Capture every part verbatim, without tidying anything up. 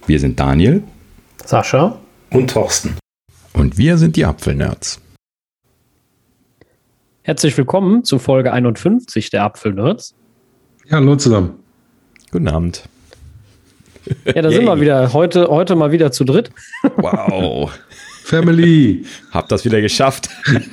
Wir sind Daniel, Sascha und Thorsten. Und wir sind die Apfelnerds. Herzlich willkommen zu Folge einundfünfzig der Apfelnerds. Ja, hallo zusammen. Guten Abend. Ja, da sind wir wieder. Heute, heute mal wieder zu dritt. Wow. Family. Hab das wieder geschafft.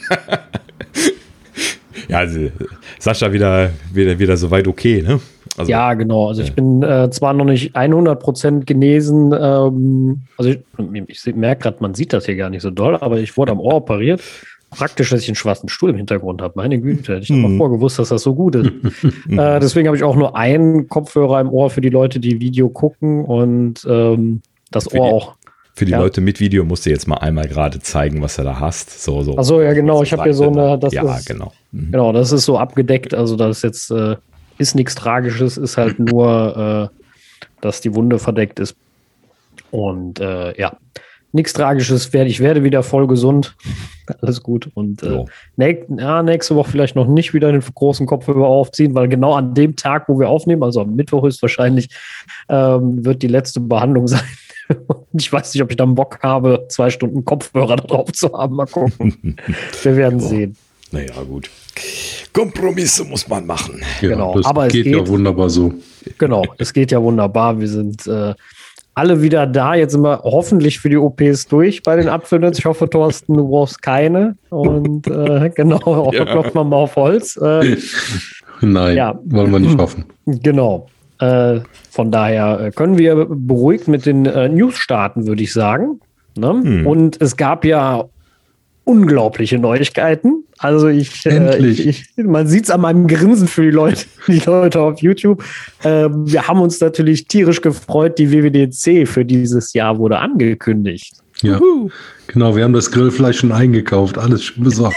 Ja, also Sascha wieder, wieder, wieder soweit okay, ne? Also, ja, genau. Also ich bin äh, zwar noch nicht hundert Prozent genesen. Ähm, also ich, ich merke gerade, man sieht das hier gar nicht so doll, aber ich wurde am Ohr operiert. Praktisch, dass ich einen schwarzen Stuhl im Hintergrund habe. Meine Güte, hätte ich doch mal vorgewusst, dass das so gut ist. äh, deswegen habe ich auch nur einen Kopfhörer im Ohr für die Leute, die Video gucken und ähm, das für Ohr die, auch. Für die ja. Leute mit Video musst du jetzt mal einmal gerade zeigen, was du da hast. So, so. Achso, ja genau. Ich habe hier so eine, das ja, ist, genau. Mhm. Genau, das ist so abgedeckt. Also das ist jetzt äh, ist nichts Tragisches, ist halt nur, äh, dass die Wunde verdeckt ist. Und äh, ja, nichts Tragisches. Ich werde wieder voll gesund. Alles gut. Und äh, näch- ja, nächste Woche vielleicht noch nicht wieder den großen Kopfhörer aufziehen, weil genau an dem Tag, wo wir aufnehmen, also am Mittwoch höchstwahrscheinlich, ähm, wird die letzte Behandlung sein. Ich weiß nicht, ob ich dann Bock habe, zwei Stunden Kopfhörer drauf zu haben. Mal gucken. Wir werden oh. sehen. Naja, gut. Kompromisse muss man machen. Ja, genau, das aber geht, es geht ja wunderbar so. Genau, es geht ja wunderbar. Wir sind äh, alle wieder da. Jetzt sind wir hoffentlich für die O Ps durch bei den Apfelnerds. Ich hoffe, Thorsten, du brauchst keine. Und äh, genau, ja. klopft man mal auf Holz. Äh, Nein, ja. wollen wir nicht hoffen. Genau. Äh, von daher können wir beruhigt mit den äh, News starten, würde ich sagen. Ne? Hm. Und es gab ja unglaubliche Neuigkeiten. Also ich, äh, ich, ich man sieht es an meinem Grinsen für die Leute, die Leute auf YouTube. Äh, wir haben uns natürlich tierisch gefreut. Die W W D C für dieses Jahr wurde angekündigt. Ja, Uhu. Genau. Wir haben das Grillfleisch schon eingekauft, alles schon besorgt.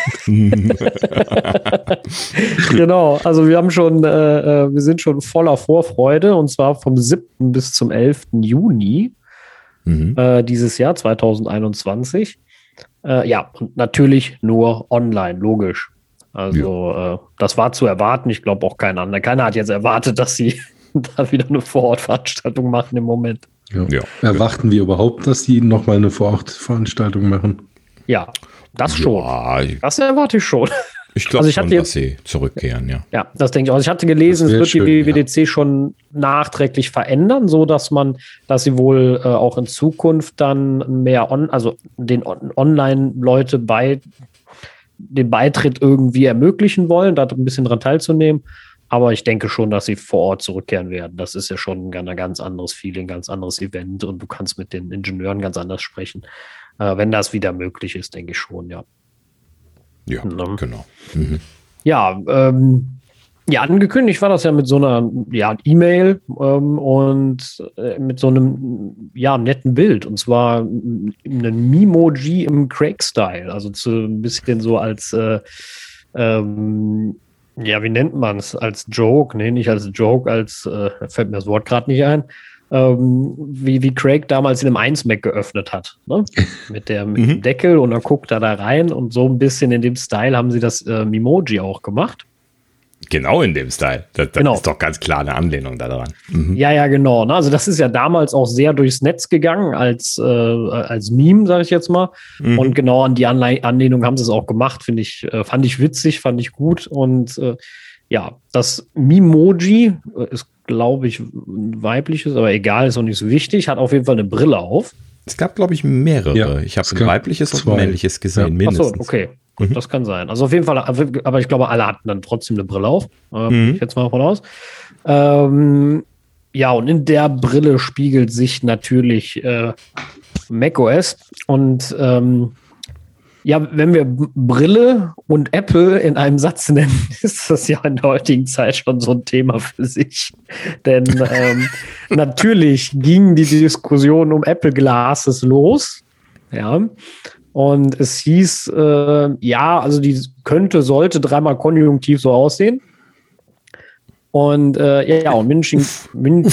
Genau. Also wir haben schon, äh, wir sind schon voller Vorfreude und zwar vom siebten bis zum elften Juni mhm. äh, dieses Jahr zweitausendeinundzwanzig. Äh, ja, und natürlich nur online, logisch. Also ja. äh, das war zu erwarten. Ich glaube auch keiner anderer. Keiner hat jetzt erwartet, dass sie da wieder eine Vorortveranstaltung machen im Moment. Ja. Ja. Erwarten wir überhaupt, dass die nochmal eine Vorortveranstaltung machen? Ja, das schon. Ja, das erwarte ich schon. Ich glaube also schon, jetzt, dass sie zurückkehren, ja. Ja, das denke ich auch. Also ich hatte gelesen, es wird schön, die W W D C ja. schon nachträglich verändern, so dass man, dass sie wohl äh, auch in Zukunft dann mehr on, also den on- Online-Leute bei den Beitritt irgendwie ermöglichen wollen, da ein bisschen dran teilzunehmen. Aber ich denke schon, dass sie vor Ort zurückkehren werden. Das ist ja schon ein ganz anderes Feeling, ganz anderes Event und du kannst mit den Ingenieuren ganz anders sprechen. Äh, wenn das wieder möglich ist, denke ich schon, ja. Ja, mhm. genau. Mhm. Ja, ähm, ja, angekündigt war das ja mit so einer ja, E-Mail ähm, und äh, mit so einem ja, netten Bild. Und zwar ein Memoji im Craig-Style. Also zu, ein bisschen so als, äh, ähm, ja, wie nennt man es? Als Joke. Nee, nicht als Joke, als, äh, fällt mir das Wort gerade nicht ein. Ähm, wie, wie Craig damals in einem eins Mac geöffnet hat, ne? mit, der, mit dem Deckel und dann guckt er da rein und so ein bisschen in dem Style haben sie das äh, Memoji auch gemacht. Genau in dem Style. Das, das genau. ist doch ganz klar eine Anlehnung daran. Mhm. Ja, ja, genau. Ne? Also das ist ja damals auch sehr durchs Netz gegangen als, äh, als Meme, sage ich jetzt mal. Mhm. Und genau an die Anle- Anlehnung haben sie es auch gemacht, finde ich, äh, fand ich witzig, fand ich gut. Und äh, ja, das Memoji ist, glaube ich, ein weibliches, aber egal, ist auch nicht so wichtig, hat auf jeden Fall eine Brille auf. Es gab, glaube ich, mehrere. Ja, ich habe ein weibliches zwei. und ein männliches gesehen, ja. mindestens. Achso, okay. Gut, mhm. das kann sein. Also auf jeden Fall, aber ich glaube, alle hatten dann trotzdem eine Brille auf. Äh, mhm. Ich jetzt mal davon aus. Ähm, ja, und in der Brille spiegelt sich natürlich äh, macOS. Und ähm, ja, wenn wir Brille und Apple in einem Satz nennen, ist das ja in der heutigen Zeit schon so ein Thema für sich. Denn ähm, natürlich ging die Diskussion um Apple Glasses los. Ja. Und es hieß, äh, ja, also die könnte, sollte dreimal konjunktiv so aussehen. Und äh, ja, und Min-Chi Min,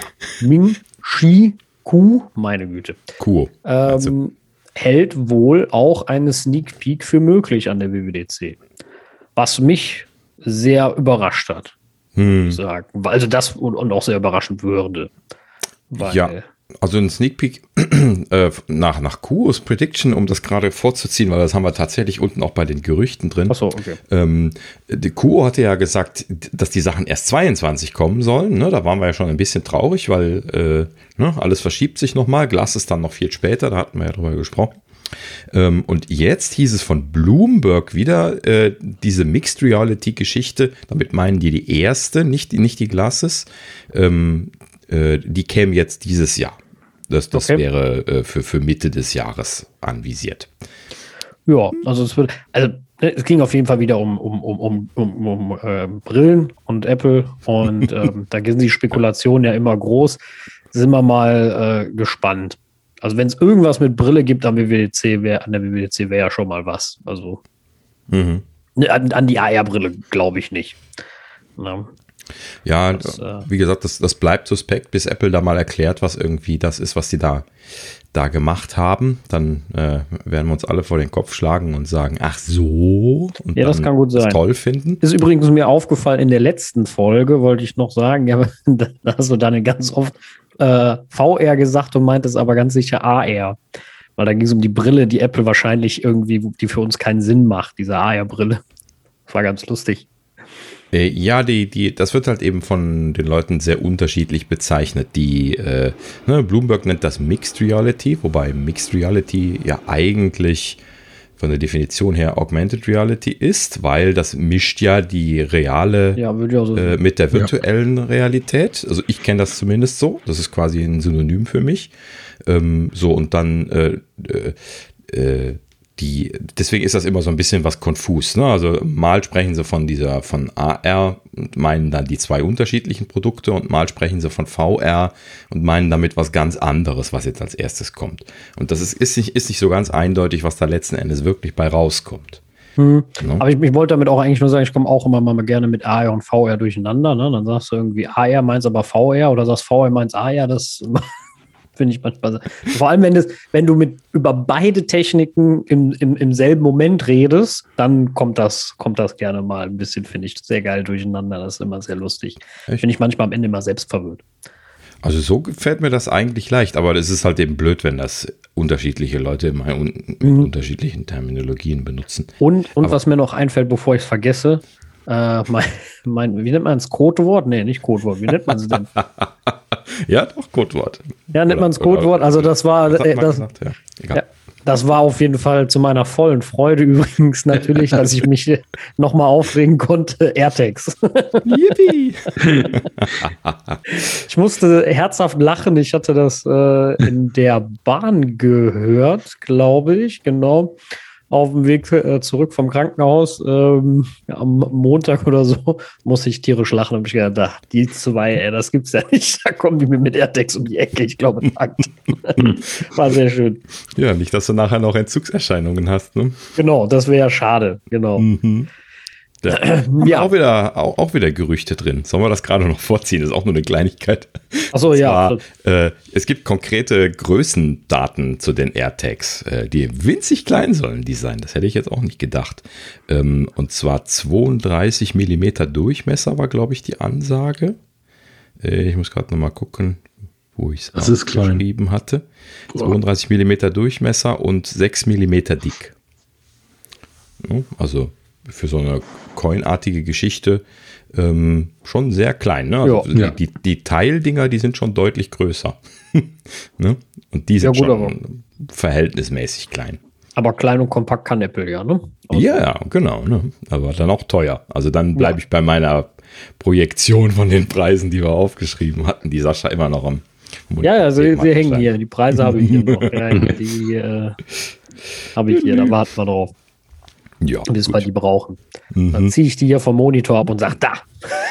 Min-Chi Kuo, meine Güte, Kuo. Ähm, also. hält wohl auch eine Sneak Peek für möglich an der W W D C. Was mich sehr überrascht hat, hm. muss ich sagen. Also das und, und auch sehr überraschend würde. Weil, ja. also ein Sneak Peek äh, nach, nach Kuos Prediction, um das gerade vorzuziehen, weil das haben wir tatsächlich unten auch bei den Gerüchten drin. Ach so, okay. Ähm, die Kuo hatte ja gesagt, dass die Sachen erst zweiundzwanzig kommen sollen. Ne? Da waren wir ja schon ein bisschen traurig, weil äh, ne, alles verschiebt sich nochmal. Glass ist dann noch viel später, da hatten wir ja drüber gesprochen. Ähm, und jetzt hieß es von Bloomberg wieder, äh, diese Mixed Reality Geschichte, damit meinen die die erste, nicht die, nicht die Glasses, ähm, äh, die käme jetzt dieses Jahr. Das, das okay. wäre äh, für, für Mitte des Jahres anvisiert. Ja, also es wird, also es ging auf jeden Fall wieder um, um, um, um, um, um äh, Brillen und Apple und ähm, da sind die Spekulationen ja immer groß. Sind wir mal äh, gespannt. Also wenn es irgendwas mit Brille gibt am W W D C, wär, an der W W D C wäre ja schon mal was. Also mhm. an, an die A R-Brille glaube ich nicht. Na, ja, das, äh, wie gesagt, das, das bleibt suspekt, bis Apple da mal erklärt, was irgendwie das ist, was sie da, da gemacht haben. Dann äh, werden wir uns alle vor den Kopf schlagen und sagen, ach so. Und ja, das kann gut sein. Toll finden. Ist übrigens mir aufgefallen, in der letzten Folge wollte ich noch sagen, ja, da hast du dann ganz oft äh, V R gesagt und meintest aber ganz sicher A R. Weil da ging es um die Brille, die Apple wahrscheinlich irgendwie, die für uns keinen Sinn macht, diese A R-Brille. Das war ganz lustig. Ja, die, die, das wird halt eben von den Leuten sehr unterschiedlich bezeichnet. Die, äh, ne, Bloomberg nennt das Mixed Reality, wobei Mixed Reality ja eigentlich von der Definition her Augmented Reality ist, weil das mischt ja die reale ja, würde ich auch so äh, mit der virtuellen ja. Realität. Also ich kenne das zumindest so. Das ist quasi ein Synonym für mich. Ähm, so und dann äh, äh, äh, Die, deswegen ist das immer so ein bisschen was konfus. Ne? Also mal sprechen sie von dieser von A R und meinen dann die zwei unterschiedlichen Produkte und mal sprechen sie von V R und meinen damit was ganz anderes, was jetzt als erstes kommt. Und das ist, ist, nicht, ist nicht so ganz eindeutig, was da letzten Endes wirklich bei rauskommt. Hm. Ne? Aber ich, ich wollte damit auch eigentlich nur sagen, ich komme auch immer mal gerne mit A R und V R durcheinander. Ne? Dann sagst du irgendwie A R meinst aber V R oder sagst V R meinst A R, das finde ich manchmal. Vor allem, wenn, das, wenn du mit über beide Techniken im, im, im selben Moment redest, dann kommt das, kommt das gerne mal ein bisschen, finde ich, sehr geil durcheinander. Das ist immer sehr lustig. Finde ich manchmal am Ende immer selbst verwirrt. Also so gefällt mir das eigentlich leicht, aber es ist halt eben blöd, wenn das unterschiedliche Leute immer un- mit mhm. unterschiedlichen Terminologien benutzen. Und, und was mir noch einfällt, bevor ich es vergesse, äh, mein, mein, wie nennt man es? Codewort? Nee, nicht Codewort. Wie nennt man es denn? Ja, doch, Codewort. Ja, nennt man es Codewort. Also das war, äh, das, gesagt, ja. Egal. Ja, das war auf jeden Fall zu meiner vollen Freude übrigens natürlich, dass ich mich nochmal aufregen konnte. AirTags. Yippie! Ich musste herzhaft lachen. Ich hatte das äh, in der Bahn gehört, glaube ich, genau. Auf dem Weg äh, zurück vom Krankenhaus ähm, am Montag oder so, muss ich tierisch lachen und ich gedacht, ach, die zwei, ey, das gibt's ja nicht. Da kommen die mir mit AirTags um die Ecke. Ich glaube, war sehr schön. Ja, nicht, dass du nachher noch Entzugserscheinungen hast, ne? Genau, das wäre ja schade, genau. Mhm. Ja. Ja. Auch, wieder, auch, auch wieder Gerüchte drin. Sollen wir das gerade noch vorziehen? Das ist auch nur eine Kleinigkeit. Achso, ja. Äh, es gibt konkrete Größendaten zu den AirTags, äh, die winzig klein sollen die sein. Das hätte ich jetzt auch nicht gedacht. Ähm, und zwar zweiunddreißig Millimeter Durchmesser war, glaube ich, die Ansage. Äh, ich muss gerade noch mal gucken, wo ich es geschrieben hatte. zweiunddreißig Millimeter Durchmesser und sechs Millimeter dick. Ja, also für so eine coinartige Geschichte ähm, schon sehr klein. Ne? Also ja. die, die, die Teildinger, die sind schon deutlich größer. Ne? Und die sind ja, gut, schon verhältnismäßig klein. Aber klein und kompakt kann Apple ja, ne? Also ja, ja, genau. Ne? Aber dann auch teuer. Also dann bleibe ja. ich bei meiner Projektion von den Preisen, die wir aufgeschrieben hatten, die Sascha immer noch am Monitor. Ja, also sie hängen hier. Die Preise habe ich hier noch. Ja, die äh, habe ich hier, da warten wir drauf. Ja, bis wir die brauchen. Mhm. Dann ziehe ich die hier vom Monitor ab und sage, da.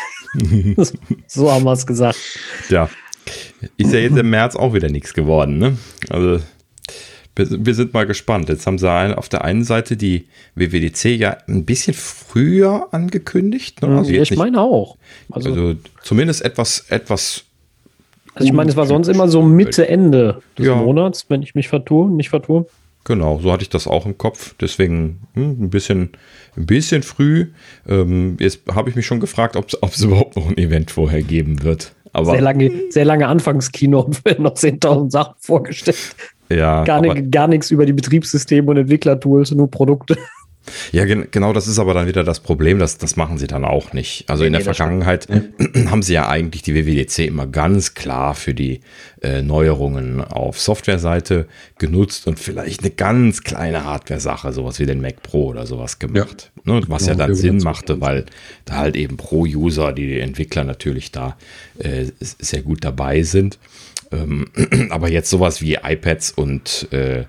So haben wir es gesagt. Ja, ist ja jetzt im März auch wieder nichts geworden. Ne? Also wir, wir sind mal gespannt. Jetzt haben sie auf der einen Seite die W W D C ja ein bisschen früher angekündigt. Ne? Also ich meine auch. Also, also zumindest etwas, etwas. Also ich meine, es war sonst immer so Mitte, Ende des ja. Monats, wenn ich mich vertue, nicht vertue. Genau, so hatte ich das auch im Kopf. Deswegen hm, ein bisschen, ein bisschen früh. Ähm, jetzt habe ich mich schon gefragt, ob es überhaupt noch ein Event vorher geben wird. Aber sehr lange, sehr lange Anfangskino und werden noch zehntausend Sachen vorgestellt. Ja, gar, aber, nicht, gar nichts über die Betriebssysteme und Entwicklertools, nur Produkte. Ja, gen genau, das ist aber dann wieder das Problem, dass das machen sie dann auch nicht. Also nee, in der nee, Vergangenheit haben sie ja eigentlich die W W D C immer ganz klar für die äh, Neuerungen auf Softwareseite genutzt und vielleicht eine ganz kleine Hardware-Sache, sowas wie den Mac Pro oder sowas gemacht. Ja. Ne, was ja dann Sinn machte, weil da halt eben Pro-User, die Entwickler natürlich da äh, sehr gut dabei sind. Ähm, aber jetzt sowas wie iPads und äh,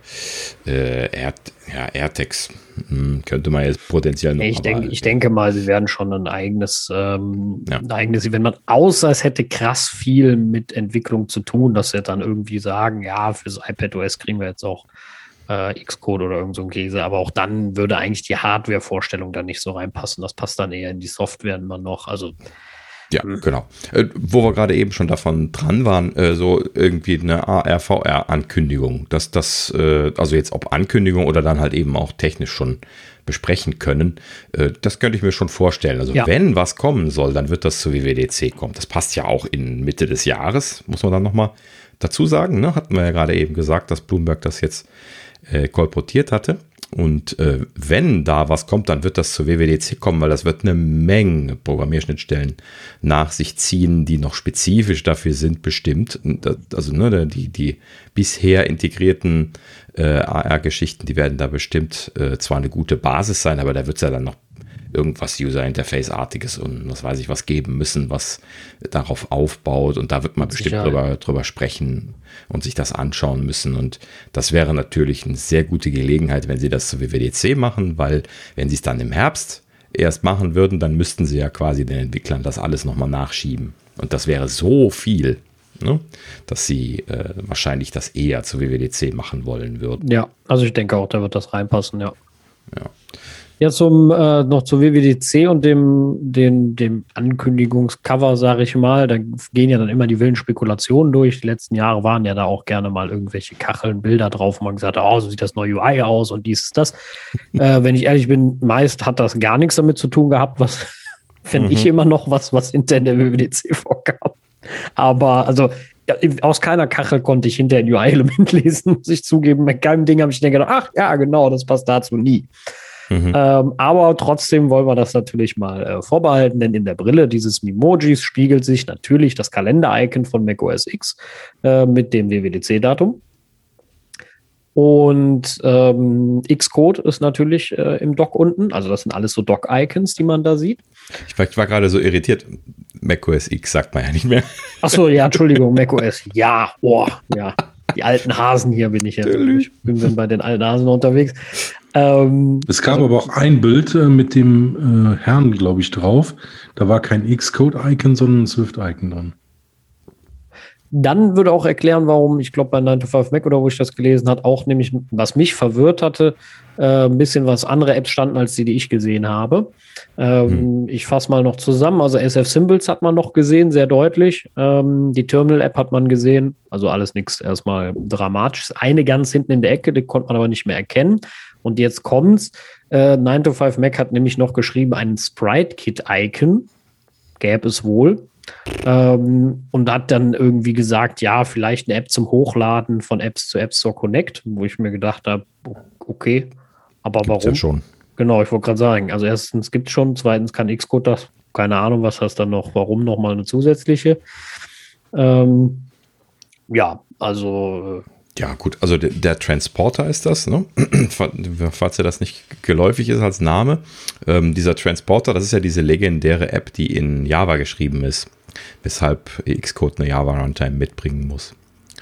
äh, Air, ja, AirTags hm, könnte man jetzt potenziell noch. Ich, denk, ich denke mal, sie werden schon ein eigenes, ähm, ja. ein eigenes Event machen, außer es hätte krass viel mit Entwicklung zu tun, dass sie dann irgendwie sagen, ja, fürs iPadOS kriegen wir jetzt auch äh, Xcode oder irgend so ein Käse, aber auch dann würde eigentlich die Hardware-Vorstellung da nicht so reinpassen. Das passt dann eher in die Software immer noch. Also Ja, genau. Äh, wo wir gerade eben schon davon dran waren, äh, so irgendwie eine A R V R-Ankündigung, dass das, äh, also jetzt ob Ankündigung oder dann halt eben auch technisch schon besprechen können, äh, das könnte ich mir schon vorstellen. Also ja. wenn was kommen soll, dann wird das zur W W D C kommen. Das passt ja auch in Mitte des Jahres, muss man dann nochmal dazu sagen. Ne? Hatten wir ja gerade eben gesagt, dass Bloomberg das jetzt äh, kolportiert hatte. Und äh, wenn da was kommt, dann wird das zur W W D C kommen, weil das wird eine Menge Programmierschnittstellen nach sich ziehen, die noch spezifisch dafür sind bestimmt. Also ne, die, die bisher integrierten äh, A R-Geschichten, die werden da bestimmt äh, zwar eine gute Basis sein, aber da wird es ja dann noch irgendwas User-Interface-artiges und was weiß ich was geben müssen, was darauf aufbaut. Und da wird man bestimmt drüber, drüber sprechen und sich das anschauen müssen. Und das wäre natürlich eine sehr gute Gelegenheit, wenn sie das zur W W D C machen, weil wenn sie es dann im Herbst erst machen würden, dann müssten sie ja quasi den Entwicklern das alles nochmal nachschieben. Und das wäre so viel, ne, dass sie äh, wahrscheinlich das eher zur W W D C machen wollen würden. Ja, also ich denke auch, da wird das reinpassen, ja. Ja. Jetzt zum, äh, noch zur W W D C und dem, dem, dem Ankündigungscover, sage ich mal. Da gehen ja dann immer die wilden Spekulationen durch. Die letzten Jahre waren ja da auch gerne mal irgendwelche Kacheln, Bilder drauf, wo man gesagt hat, oh, so sieht das neue U I aus und dies, das. äh, wenn ich ehrlich bin, meist hat das gar nichts damit zu tun gehabt, was finde mhm. ich immer noch was, was hinter in der W W D C vorkam. Aber also ja, aus keiner Kachel konnte ich hinter ein U I-Element lesen, muss ich zugeben. Mit keinem Ding habe ich gedacht, ach ja, genau, das passt dazu nie. Mhm. Ähm, aber trotzdem wollen wir das natürlich mal äh, vorbehalten, denn in der Brille dieses Memojis spiegelt sich natürlich das Kalender-Icon von macOS X äh, mit dem W W D C-Datum. Und ähm, Xcode ist natürlich äh, im Dock unten. Also das sind alles so Dock-Icons, die man da sieht. Ich war, ich war gerade so irritiert. macOS X sagt man ja nicht mehr. Achso, ja, Entschuldigung, macOS. Ja, oh, ja. Die alten Hasen hier bin ich ja. Ich bin dann bei den alten Hasen unterwegs. Ähm, es gab also, aber auch ein Bild äh, mit dem äh, Herrn, glaube ich, drauf. Da war kein Xcode-Icon, sondern ein Swift-Icon dran. Dann würde auch erklären, warum, ich glaube bei nine to five Mac oder wo ich das gelesen habe, auch nämlich, was mich verwirrt hatte, äh, ein bisschen was andere Apps standen, als die, die ich gesehen habe. Ähm, hm. Ich fasse mal noch zusammen. Also S F Symbols hat man noch gesehen, sehr deutlich. Ähm, die Terminal-App hat man gesehen. Also alles nichts erstmal Dramatisches. Eine ganz hinten in der Ecke, die konnte man aber nicht mehr erkennen. Und jetzt kommt's. Äh, nine to five Mac hat nämlich noch geschrieben, einen Sprite-Kit-Icon. Gäbe es wohl. Ähm, und hat dann irgendwie gesagt, ja, vielleicht eine App zum Hochladen von Apps zu App Store Connect, wo ich mir gedacht habe, okay, aber Gibt's warum? Ja schon. Genau, ich wollte gerade sagen, also erstens gibt es schon, zweitens kann Xcode das, keine Ahnung, was heißt dann noch, warum nochmal eine zusätzliche. Ähm, ja, also Ja, gut, also der, der Transporter ist das, ne? Falls dir das nicht geläufig ist als Name. Ähm, dieser Transporter, das ist ja diese legendäre App, die in Java geschrieben ist, weshalb Xcode eine Java-Runtime mitbringen muss.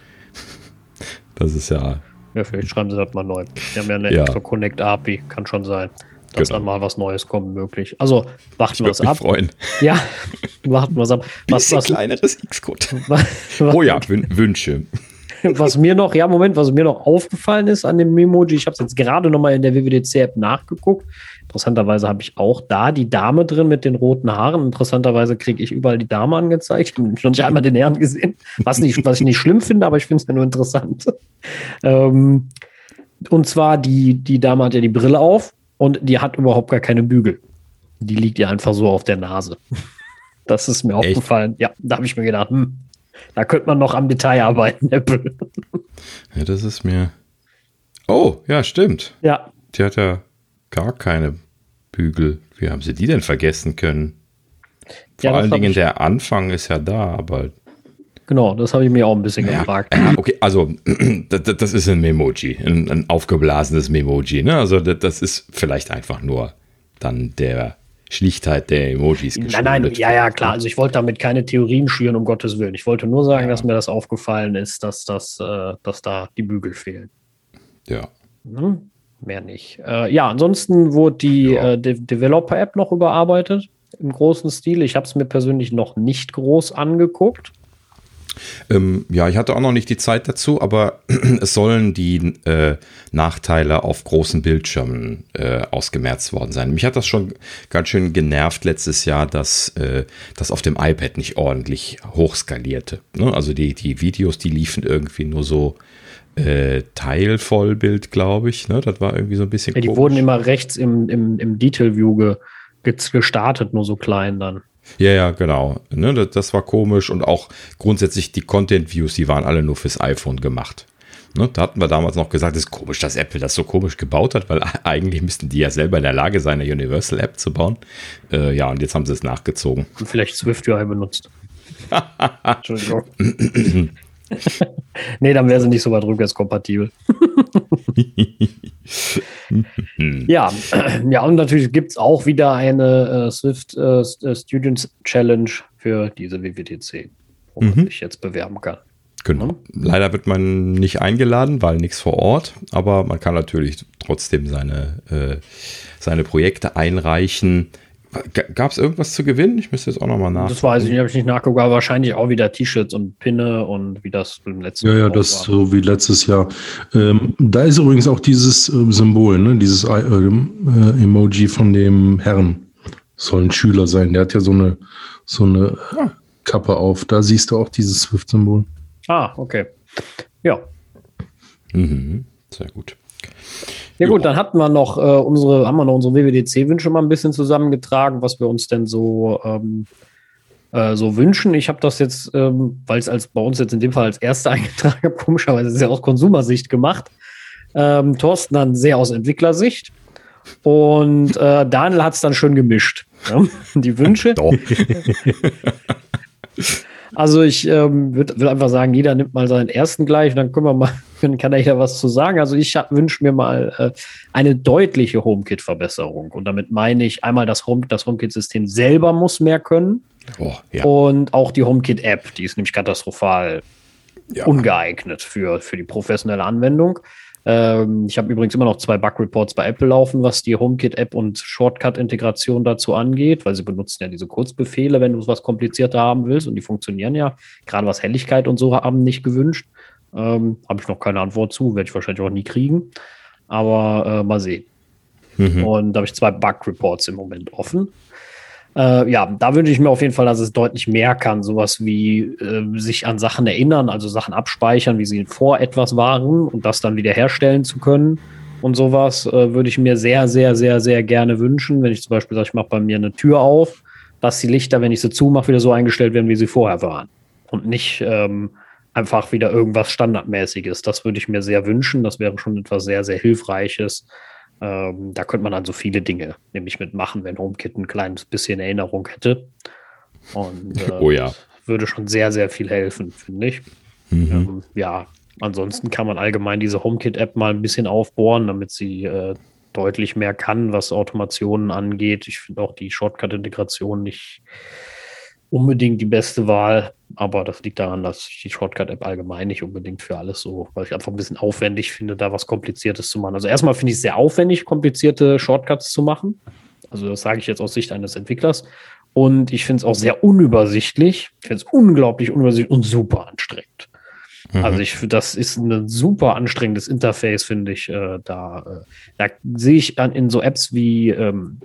Das ist ja... Ja, vielleicht schreiben sie das mal neu. Wir haben ja eine ja. extra Connect-A P I, kann schon sein, dass genau. dann mal was Neues kommt, möglich. Also warten wir es ab. Freuen. Ja, warten wir es ab. Was, was kleineres Xcode. Oh ja, Wün- Wünsche. Was mir noch, ja, Moment, was mir noch aufgefallen ist an dem Memoji, ich habe es jetzt gerade nochmal in der W W D C-App nachgeguckt. Interessanterweise habe ich auch da die Dame drin mit den roten Haaren. Interessanterweise kriege ich überall die Dame angezeigt. Ich habe noch nicht einmal den Herrn gesehen, was, nicht, was ich nicht schlimm finde, aber ich finde es ja nur interessant. Ähm, und zwar, die, die Dame hat ja die Brille auf und die hat überhaupt gar keine Bügel. Die liegt ja einfach so auf der Nase. Das ist mir Echt? aufgefallen. Ja, da habe ich mir gedacht, hm, da könnte man noch am Detail arbeiten, Apple. Ja, das ist mir. Oh, ja, stimmt. Ja. Die hat ja gar keine Bügel. Wie haben sie die denn vergessen können? Vor Ja, das allen hab Dingen ich- der Anfang ist ja da, aber. Genau, das habe ich mir auch ein bisschen Ja, gefragt. ja, okay, also das, das ist ein Memoji, ein, ein aufgeblasenes Memoji. Ne? Also das, das ist vielleicht einfach nur dann der Schlichtheit der Emojis geschuldet. Nein, nein, ja, ja, klar. Also ich wollte damit keine Theorien schüren, um Gottes Willen. Ich wollte nur sagen, Ja. dass mir das aufgefallen ist, dass, das, äh, dass da die Bügel fehlen. Ja. Hm? Mehr nicht. Äh, ja, ansonsten wurde die Ja. äh, De- Developer-App noch überarbeitet im großen Stil. Ich habe es mir persönlich noch nicht groß angeguckt. Ähm, ja, ich hatte auch noch nicht die Zeit dazu, aber es sollen die äh, Nachteile auf großen Bildschirmen äh, ausgemerzt worden sein. Mich hat das schon ganz schön genervt letztes Jahr, dass äh, das auf dem iPad nicht ordentlich hochskalierte. Ne? Also die, die Videos, die liefen irgendwie nur so äh, Teilvollbild, glaube ich. Ne? Das war irgendwie so ein bisschen Ja, die komisch. wurden immer rechts im, im, im Detail-View ge, ge, gestartet, nur so klein dann. Ja, ja, genau. Ne, das, das war komisch und auch grundsätzlich die Content-Views, die waren alle nur fürs iPhone gemacht. Ne, da hatten wir damals noch gesagt, es ist komisch, dass Apple das so komisch gebaut hat, weil eigentlich müssten die ja selber in der Lage sein, eine Universal-App zu bauen. Äh, ja, und jetzt haben sie es nachgezogen. Und vielleicht SwiftUI benutzt. Entschuldigung. Nee, dann wäre sie nicht so weit rückwärtskompatibel. Ja, ja, und natürlich gibt es auch wieder eine äh, Swift äh, Students Challenge für diese W W D C, wo man Mhm. sich jetzt bewerben kann. Genau. Leider wird man nicht eingeladen, weil nichts vor Ort, aber man kann natürlich trotzdem seine, äh, seine Projekte einreichen. Gab es irgendwas zu gewinnen? Ich müsste jetzt auch nochmal nach. Das weiß ich nicht, habe ich nicht nachgeguckt, aber wahrscheinlich auch wieder T-Shirts und Pinne und wie das im letzten Ja, ja, Jahr das war. so wie letztes Jahr. Ähm, da ist übrigens auch dieses äh, Symbol, ne? Dieses äh, äh, Emoji von dem Herrn. Soll ein Schüler sein. Der hat ja so eine, so eine Ah. Kappe auf. Da siehst du auch dieses Swift-Symbol. Ah, okay. Ja. Mhm. Sehr gut. Ja Jo. gut, dann hatten wir noch äh, unsere, haben wir noch unsere W W D C-Wünsche mal ein bisschen zusammengetragen, was wir uns denn so, ähm, äh, so wünschen. Ich habe das jetzt, ähm, weil es als bei uns jetzt in dem Fall als erster eingetragen habe, komischerweise sehr aus Konsumersicht gemacht. Ähm, Thorsten dann sehr aus Entwicklersicht. Und äh, Daniel hat es dann schön gemischt. Ja? Die Wünsche. Doch. Also ich ähm, würd, will einfach sagen, jeder nimmt mal seinen ersten gleich, dann können wir mal, dann kann da jeder was zu sagen. Also ich wünsche mir mal äh, eine deutliche HomeKit-Verbesserung. Und damit meine ich einmal, das, Home, das HomeKit-System selber muss mehr können. Oh, ja. Und auch die HomeKit-App, die ist nämlich katastrophal Ja. ungeeignet für, für die professionelle Anwendung. Ähm, ich habe übrigens immer noch zwei Bug-Reports bei Apple laufen, was die HomeKit-App und Shortcut-Integration dazu angeht, weil sie benutzen ja diese Kurzbefehle, wenn du was komplizierter haben willst, und die funktionieren ja. Gerade was Helligkeit und so haben nicht gewünscht. Ähm, habe ich noch keine Antwort zu, werde ich wahrscheinlich auch nie kriegen. Aber äh, mal sehen. Mhm. Und da habe ich zwei Bug-Reports im Moment offen. Äh, ja, da wünsche ich mir auf jeden Fall, dass es deutlich mehr kann. Sowas wie äh, sich an Sachen erinnern, also Sachen abspeichern, wie sie vor etwas waren und das dann wieder herstellen zu können. Und sowas äh, würde ich mir sehr, sehr, sehr, sehr gerne wünschen. Wenn ich zum Beispiel sage, ich mache bei mir eine Tür auf, dass die Lichter, wenn ich sie zumache, wieder so eingestellt werden, wie sie vorher waren. Und nicht ähm, einfach wieder irgendwas Standardmäßiges. Das würde ich mir sehr wünschen. Das wäre schon etwas sehr, sehr Hilfreiches. Ähm, da könnte man also viele Dinge nämlich mitmachen, wenn HomeKit ein kleines bisschen Erinnerung hätte. Und äh, Oh ja. würde schon sehr, sehr viel helfen, finde ich. Mhm. Ähm, ja, ansonsten kann man allgemein diese HomeKit-App mal ein bisschen aufbohren, damit sie äh, deutlich mehr kann, was Automationen angeht. Ich finde auch die Shortcut-Integration nicht unbedingt die beste Wahl, aber das liegt daran, dass ich die Shortcut-App allgemein nicht unbedingt für alles so, weil ich einfach ein bisschen aufwendig finde, da was Kompliziertes zu machen. Also erstmal finde ich es sehr aufwendig, komplizierte Shortcuts zu machen. Also das sage ich jetzt aus Sicht eines Entwicklers. Und ich finde es auch sehr unübersichtlich. Ich finde es unglaublich unübersichtlich und super anstrengend. Mhm. Also ich finde, das ist ein super anstrengendes Interface, finde ich. Äh, da, äh, da sehe ich an, in so Apps wie ähm,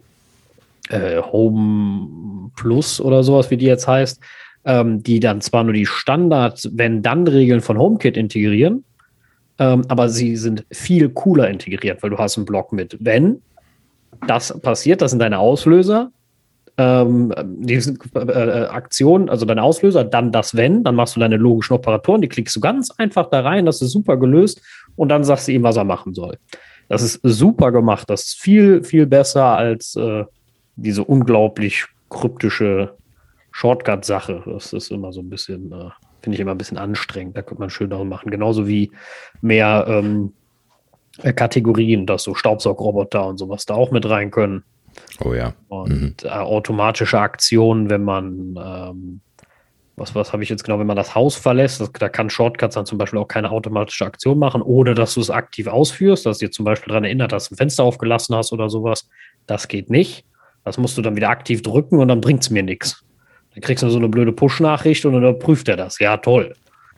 äh, Home Plus oder sowas, wie die jetzt heißt, ähm, die dann zwar nur die Standard-Wenn-Dann-Regeln von HomeKit integrieren, ähm, aber sie sind viel cooler integriert, weil du hast einen Block mit wenn das passiert, das sind deine Auslöser, ähm, die äh, Aktion, also dein Auslöser, dann das Wenn, dann machst du deine logischen Operatoren, die klickst du ganz einfach da rein, das ist super gelöst und dann sagst du ihm, was er machen soll. Das ist super gemacht, das ist viel, viel besser als äh, diese unglaublich kryptische Shortcut-Sache. Das ist immer so ein bisschen, äh, finde ich immer ein bisschen anstrengend, da könnte man schön darum machen. Genauso wie mehr ähm, Kategorien, dass so Staubsaugroboter und sowas da auch mit rein können. Oh ja. Und Mhm. äh, automatische Aktionen, wenn man, ähm, was, was habe ich jetzt genau, wenn man das Haus verlässt, das, da kann Shortcuts dann zum Beispiel auch keine automatische Aktion machen, ohne dass du es aktiv ausführst, dass dir zum Beispiel daran erinnert, dass du ein Fenster aufgelassen hast oder sowas. Das geht nicht. Das musst du dann wieder aktiv drücken und dann bringt es mir nichts. Dann kriegst du so eine blöde Push-Nachricht und dann prüft er das. Ja, toll.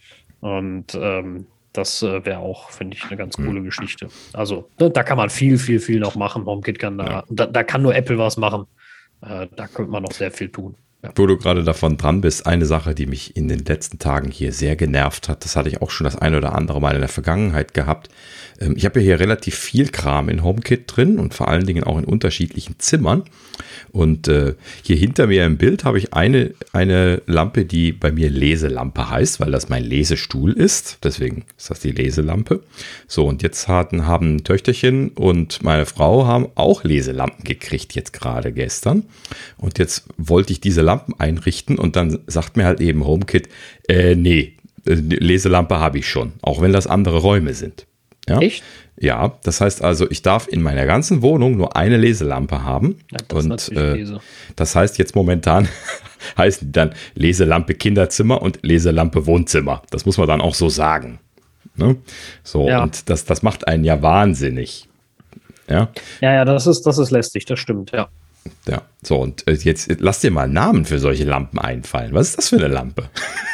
Und ähm, das äh, wäre auch, finde ich, eine ganz coole mhm. Geschichte. Also, da, da kann man viel, viel, viel noch machen. HomeKit kann da, ja. da, da kann nur Apple was machen. Äh, da könnte man noch sehr viel tun. Ja. Wo du gerade davon dran bist, eine Sache, die mich in den letzten Tagen hier sehr genervt hat, das hatte ich auch schon das eine oder andere Mal in der Vergangenheit gehabt. Ähm, ich habe ja hier relativ viel Kram in HomeKit drin und vor allen Dingen auch in unterschiedlichen Zimmern. Und äh, hier hinter mir im Bild habe ich eine, eine Lampe, die bei mir Leselampe heißt, weil das mein Lesestuhl ist. Deswegen ist das die Leselampe. So, und jetzt hatten, haben Töchterchen und meine Frau haben auch Leselampen gekriegt, jetzt gerade gestern. Und jetzt wollte ich diese Lampen einrichten und dann sagt mir halt eben HomeKit, äh, nee, Leselampe habe ich schon, auch wenn das andere Räume sind. Ja? Echt? Ja, das heißt also, ich darf in meiner ganzen Wohnung nur eine Leselampe haben. Ja, das und äh, das heißt jetzt momentan heißen die dann Leselampe Kinderzimmer und Leselampe Wohnzimmer. Das muss man dann auch so sagen. Ne? So, ja. Und das, das macht einen ja wahnsinnig. Ja, ja, ja, das ist, das ist lästig, das stimmt, ja. Ja, so, und jetzt lass dir mal Namen für solche Lampen einfallen. Was ist das für eine Lampe?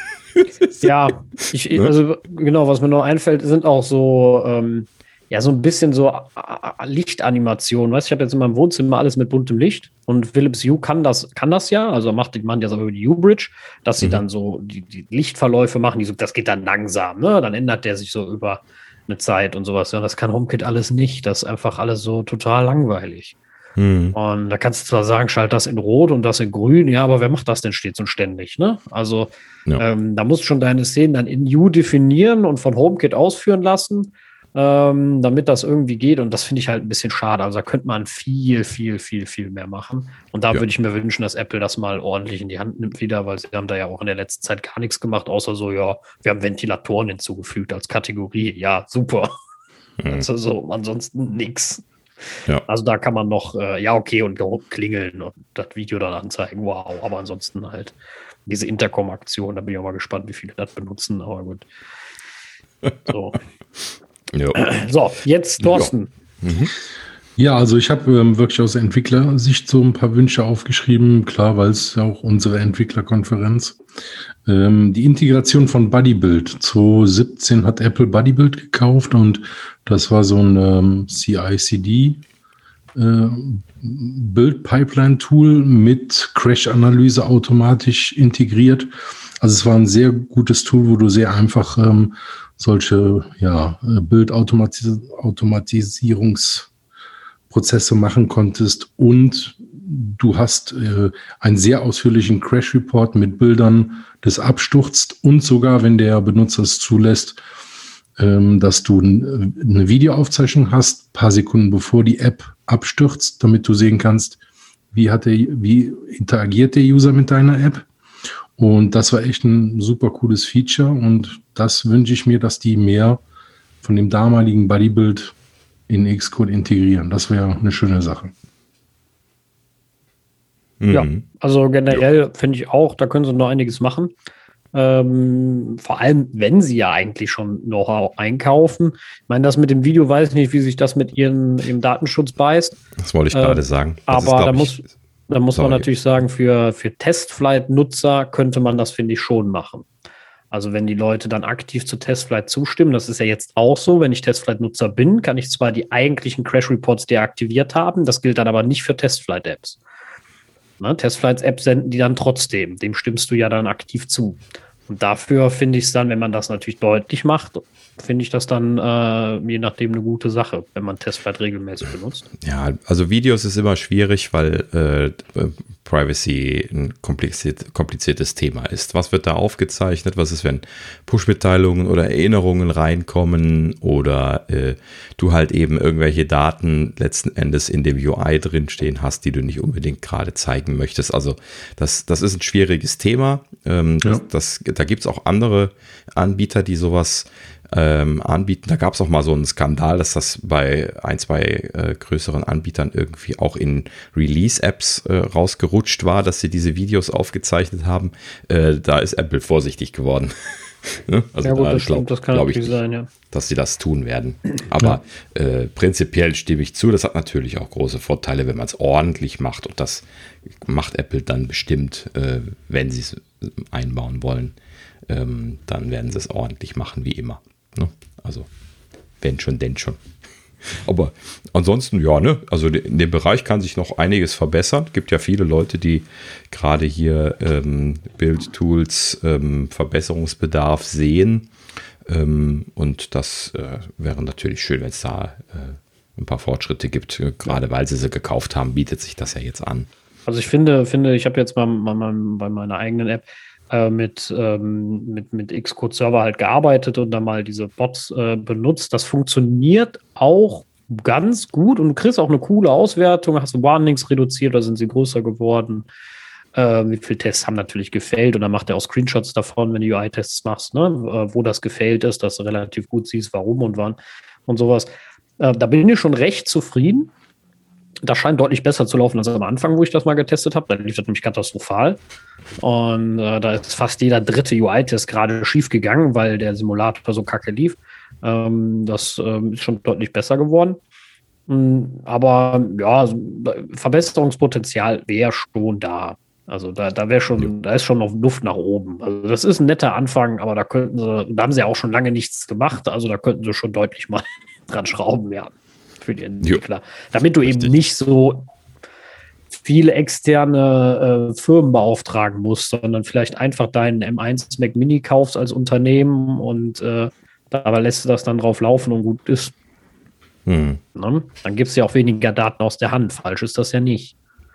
Ja, ich, also genau, was mir noch einfällt, sind auch so, ähm, ja, so ein bisschen so Lichtanimationen. Weißt du, ich habe jetzt in meinem Wohnzimmer alles mit buntem Licht und Philips Hue kann das, kann das ja, also macht die man das aber über die Hue-Bridge, dass sie mhm. dann so die, die Lichtverläufe machen, die so, das geht dann langsam, ne? Dann ändert der sich so über eine Zeit und sowas. Ja, das kann HomeKit alles nicht. Das ist einfach alles so total langweilig. Mhm. Und da kannst du zwar sagen, schalt das in Rot und das in Grün, ja, aber wer macht das denn stets und ständig, ne? Also ja. ähm, da musst du schon deine Szenen dann in Hue definieren und von HomeKit ausführen lassen, ähm, damit das irgendwie geht. Und das finde ich halt ein bisschen schade. Also da könnte man viel, viel, viel, viel mehr machen. Und da ja. würde ich mir wünschen, dass Apple das mal ordentlich in die Hand nimmt wieder, weil sie haben da ja auch in der letzten Zeit gar nichts gemacht, außer so, ja, wir haben Ventilatoren hinzugefügt als Kategorie. Ja, super. Mhm. Also so, ansonsten nichts. Ja. Also da kann man noch, äh, ja okay, und klingeln und das Video dann anzeigen, wow, aber ansonsten halt diese Intercom-Aktion, da bin ich auch mal gespannt, wie viele das benutzen, aber gut. So, so jetzt Thorsten. Ja, mhm. ja also ich habe ähm, wirklich aus Entwicklersicht so ein paar Wünsche aufgeschrieben, klar, weil es ja auch unsere Entwicklerkonferenz. Ähm, die Integration von BuddyBuild. zwanzig siebzehn hat Apple BuddyBuild gekauft und das war so ein ähm, C I C D äh, Build-Pipeline-Tool mit Crash-Analyse automatisch integriert. Also es war ein sehr gutes Tool, wo du sehr einfach ähm, solche ja, Build-Automatisierungsprozesse machen konntest und du hast äh, einen sehr ausführlichen Crash-Report mit Bildern des Absturz und sogar, wenn der Benutzer es zulässt, ähm, dass du n- eine Videoaufzeichnung hast, paar Sekunden bevor die App abstürzt, damit du sehen kannst, wie hat der, wie interagiert der User mit deiner App. Und das war echt ein super cooles Feature und das wünsche ich mir, dass die mehr von dem damaligen BuddyBuild in Xcode integrieren. Das wäre eine schöne Sache. Ja, also generell ja. finde ich auch, da können sie noch einiges machen. Ähm, vor allem, wenn sie ja eigentlich schon Know-how einkaufen. Ich meine, das mit dem Video weiß ich nicht, wie sich das mit ihren, ihrem Datenschutz beißt. Das wollte ich ähm, gerade sagen. Das aber ist, da ich, muss, da muss man natürlich sagen, für, für Testflight-Nutzer könnte man das, finde ich, schon machen. Also wenn die Leute dann aktiv zu Testflight zustimmen, das ist ja jetzt auch so, wenn ich Testflight-Nutzer bin, kann ich zwar die eigentlichen Crash-Reports deaktiviert haben, das gilt dann aber nicht für Testflight-Apps. Ne, Testflights-App senden die dann trotzdem. Dem stimmst du ja dann aktiv zu. Und dafür finde ich es dann, wenn man das natürlich deutlich macht, finde ich das dann äh, je nachdem eine gute Sache, wenn man Testflight regelmäßig benutzt. Ja, also Videos ist immer schwierig, weil äh, Privacy ein kompliziert, kompliziertes Thema ist. Was wird da aufgezeichnet? Was ist, wenn Push-Mitteilungen oder Erinnerungen reinkommen oder äh, du halt eben irgendwelche Daten letzten Endes in dem U I drinstehen hast, die du nicht unbedingt gerade zeigen möchtest. Also das, das ist ein schwieriges Thema. Ähm, ja. das, das, da gibt es auch andere Anbieter, die sowas ähm, anbieten. Da gab es auch mal so einen Skandal, dass das bei ein, zwei äh, größeren Anbietern irgendwie auch in Release-Apps äh, rausgerutscht war, dass sie diese Videos aufgezeichnet haben. Äh, da ist Apple vorsichtig geworden. Ne? Also ja gut, da das glaub, stimmt, das kann natürlich nicht, sein, ja. Dass sie das tun werden. Aber ja. äh, prinzipiell stimme ich zu, das hat natürlich auch große Vorteile, wenn man es ordentlich macht. Und das macht Apple dann bestimmt, äh, wenn sie es einbauen wollen. Ähm, dann werden sie es ordentlich machen, wie immer. Ne? Also, wenn schon, denn schon. Aber ansonsten, ja, ne, also in dem Bereich kann sich noch einiges verbessern. Es gibt ja viele Leute, die gerade hier ähm, Build-Tools ähm, Verbesserungsbedarf sehen. Ähm, und das äh, wäre natürlich schön, wenn es da äh, ein paar Fortschritte gibt. Gerade weil sie sie gekauft haben, bietet sich das ja jetzt an. Also ich finde, finde ich habe jetzt mal, mal, mal bei meiner eigenen App mit, ähm, mit, mit Xcode Server halt gearbeitet und dann mal diese Bots äh, benutzt. Das funktioniert auch ganz gut und du kriegst auch eine coole Auswertung. Hast du Warnings reduziert oder sind sie größer geworden? Äh, wie viele Tests haben natürlich gefailt und dann macht er auch Screenshots davon, wenn du U I-Tests machst, ne? äh, wo das gefailt ist, dass du relativ gut siehst, warum und wann und sowas. Äh, da bin ich schon recht zufrieden. Das scheint deutlich besser zu laufen als am Anfang, wo ich das mal getestet habe. Da lief das nämlich katastrophal. Und äh, da ist fast jeder dritte U I-Test gerade schief gegangen, weil der Simulator so kacke lief. Ähm, das ähm, ist schon deutlich besser geworden. Ähm, aber ja, Verbesserungspotenzial wäre schon da. Also da, da wäre schon, ja. da ist schon noch Luft nach oben. Also das ist ein netter Anfang, aber da könnten sie, da haben sie ja auch schon lange nichts gemacht. Also da könnten sie schon deutlich mal dran schrauben, ja. Für die Entwickler. Jo. Damit du Richtig. eben nicht so viele externe äh, Firmen beauftragen musst, sondern vielleicht einfach deinen M eins Mac Mini kaufst als Unternehmen und äh, dabei lässt du das dann drauf laufen und gut ist. Hm. Ne? Dann gibst du ja auch weniger Daten aus der Hand. Falsch ist das ja nicht.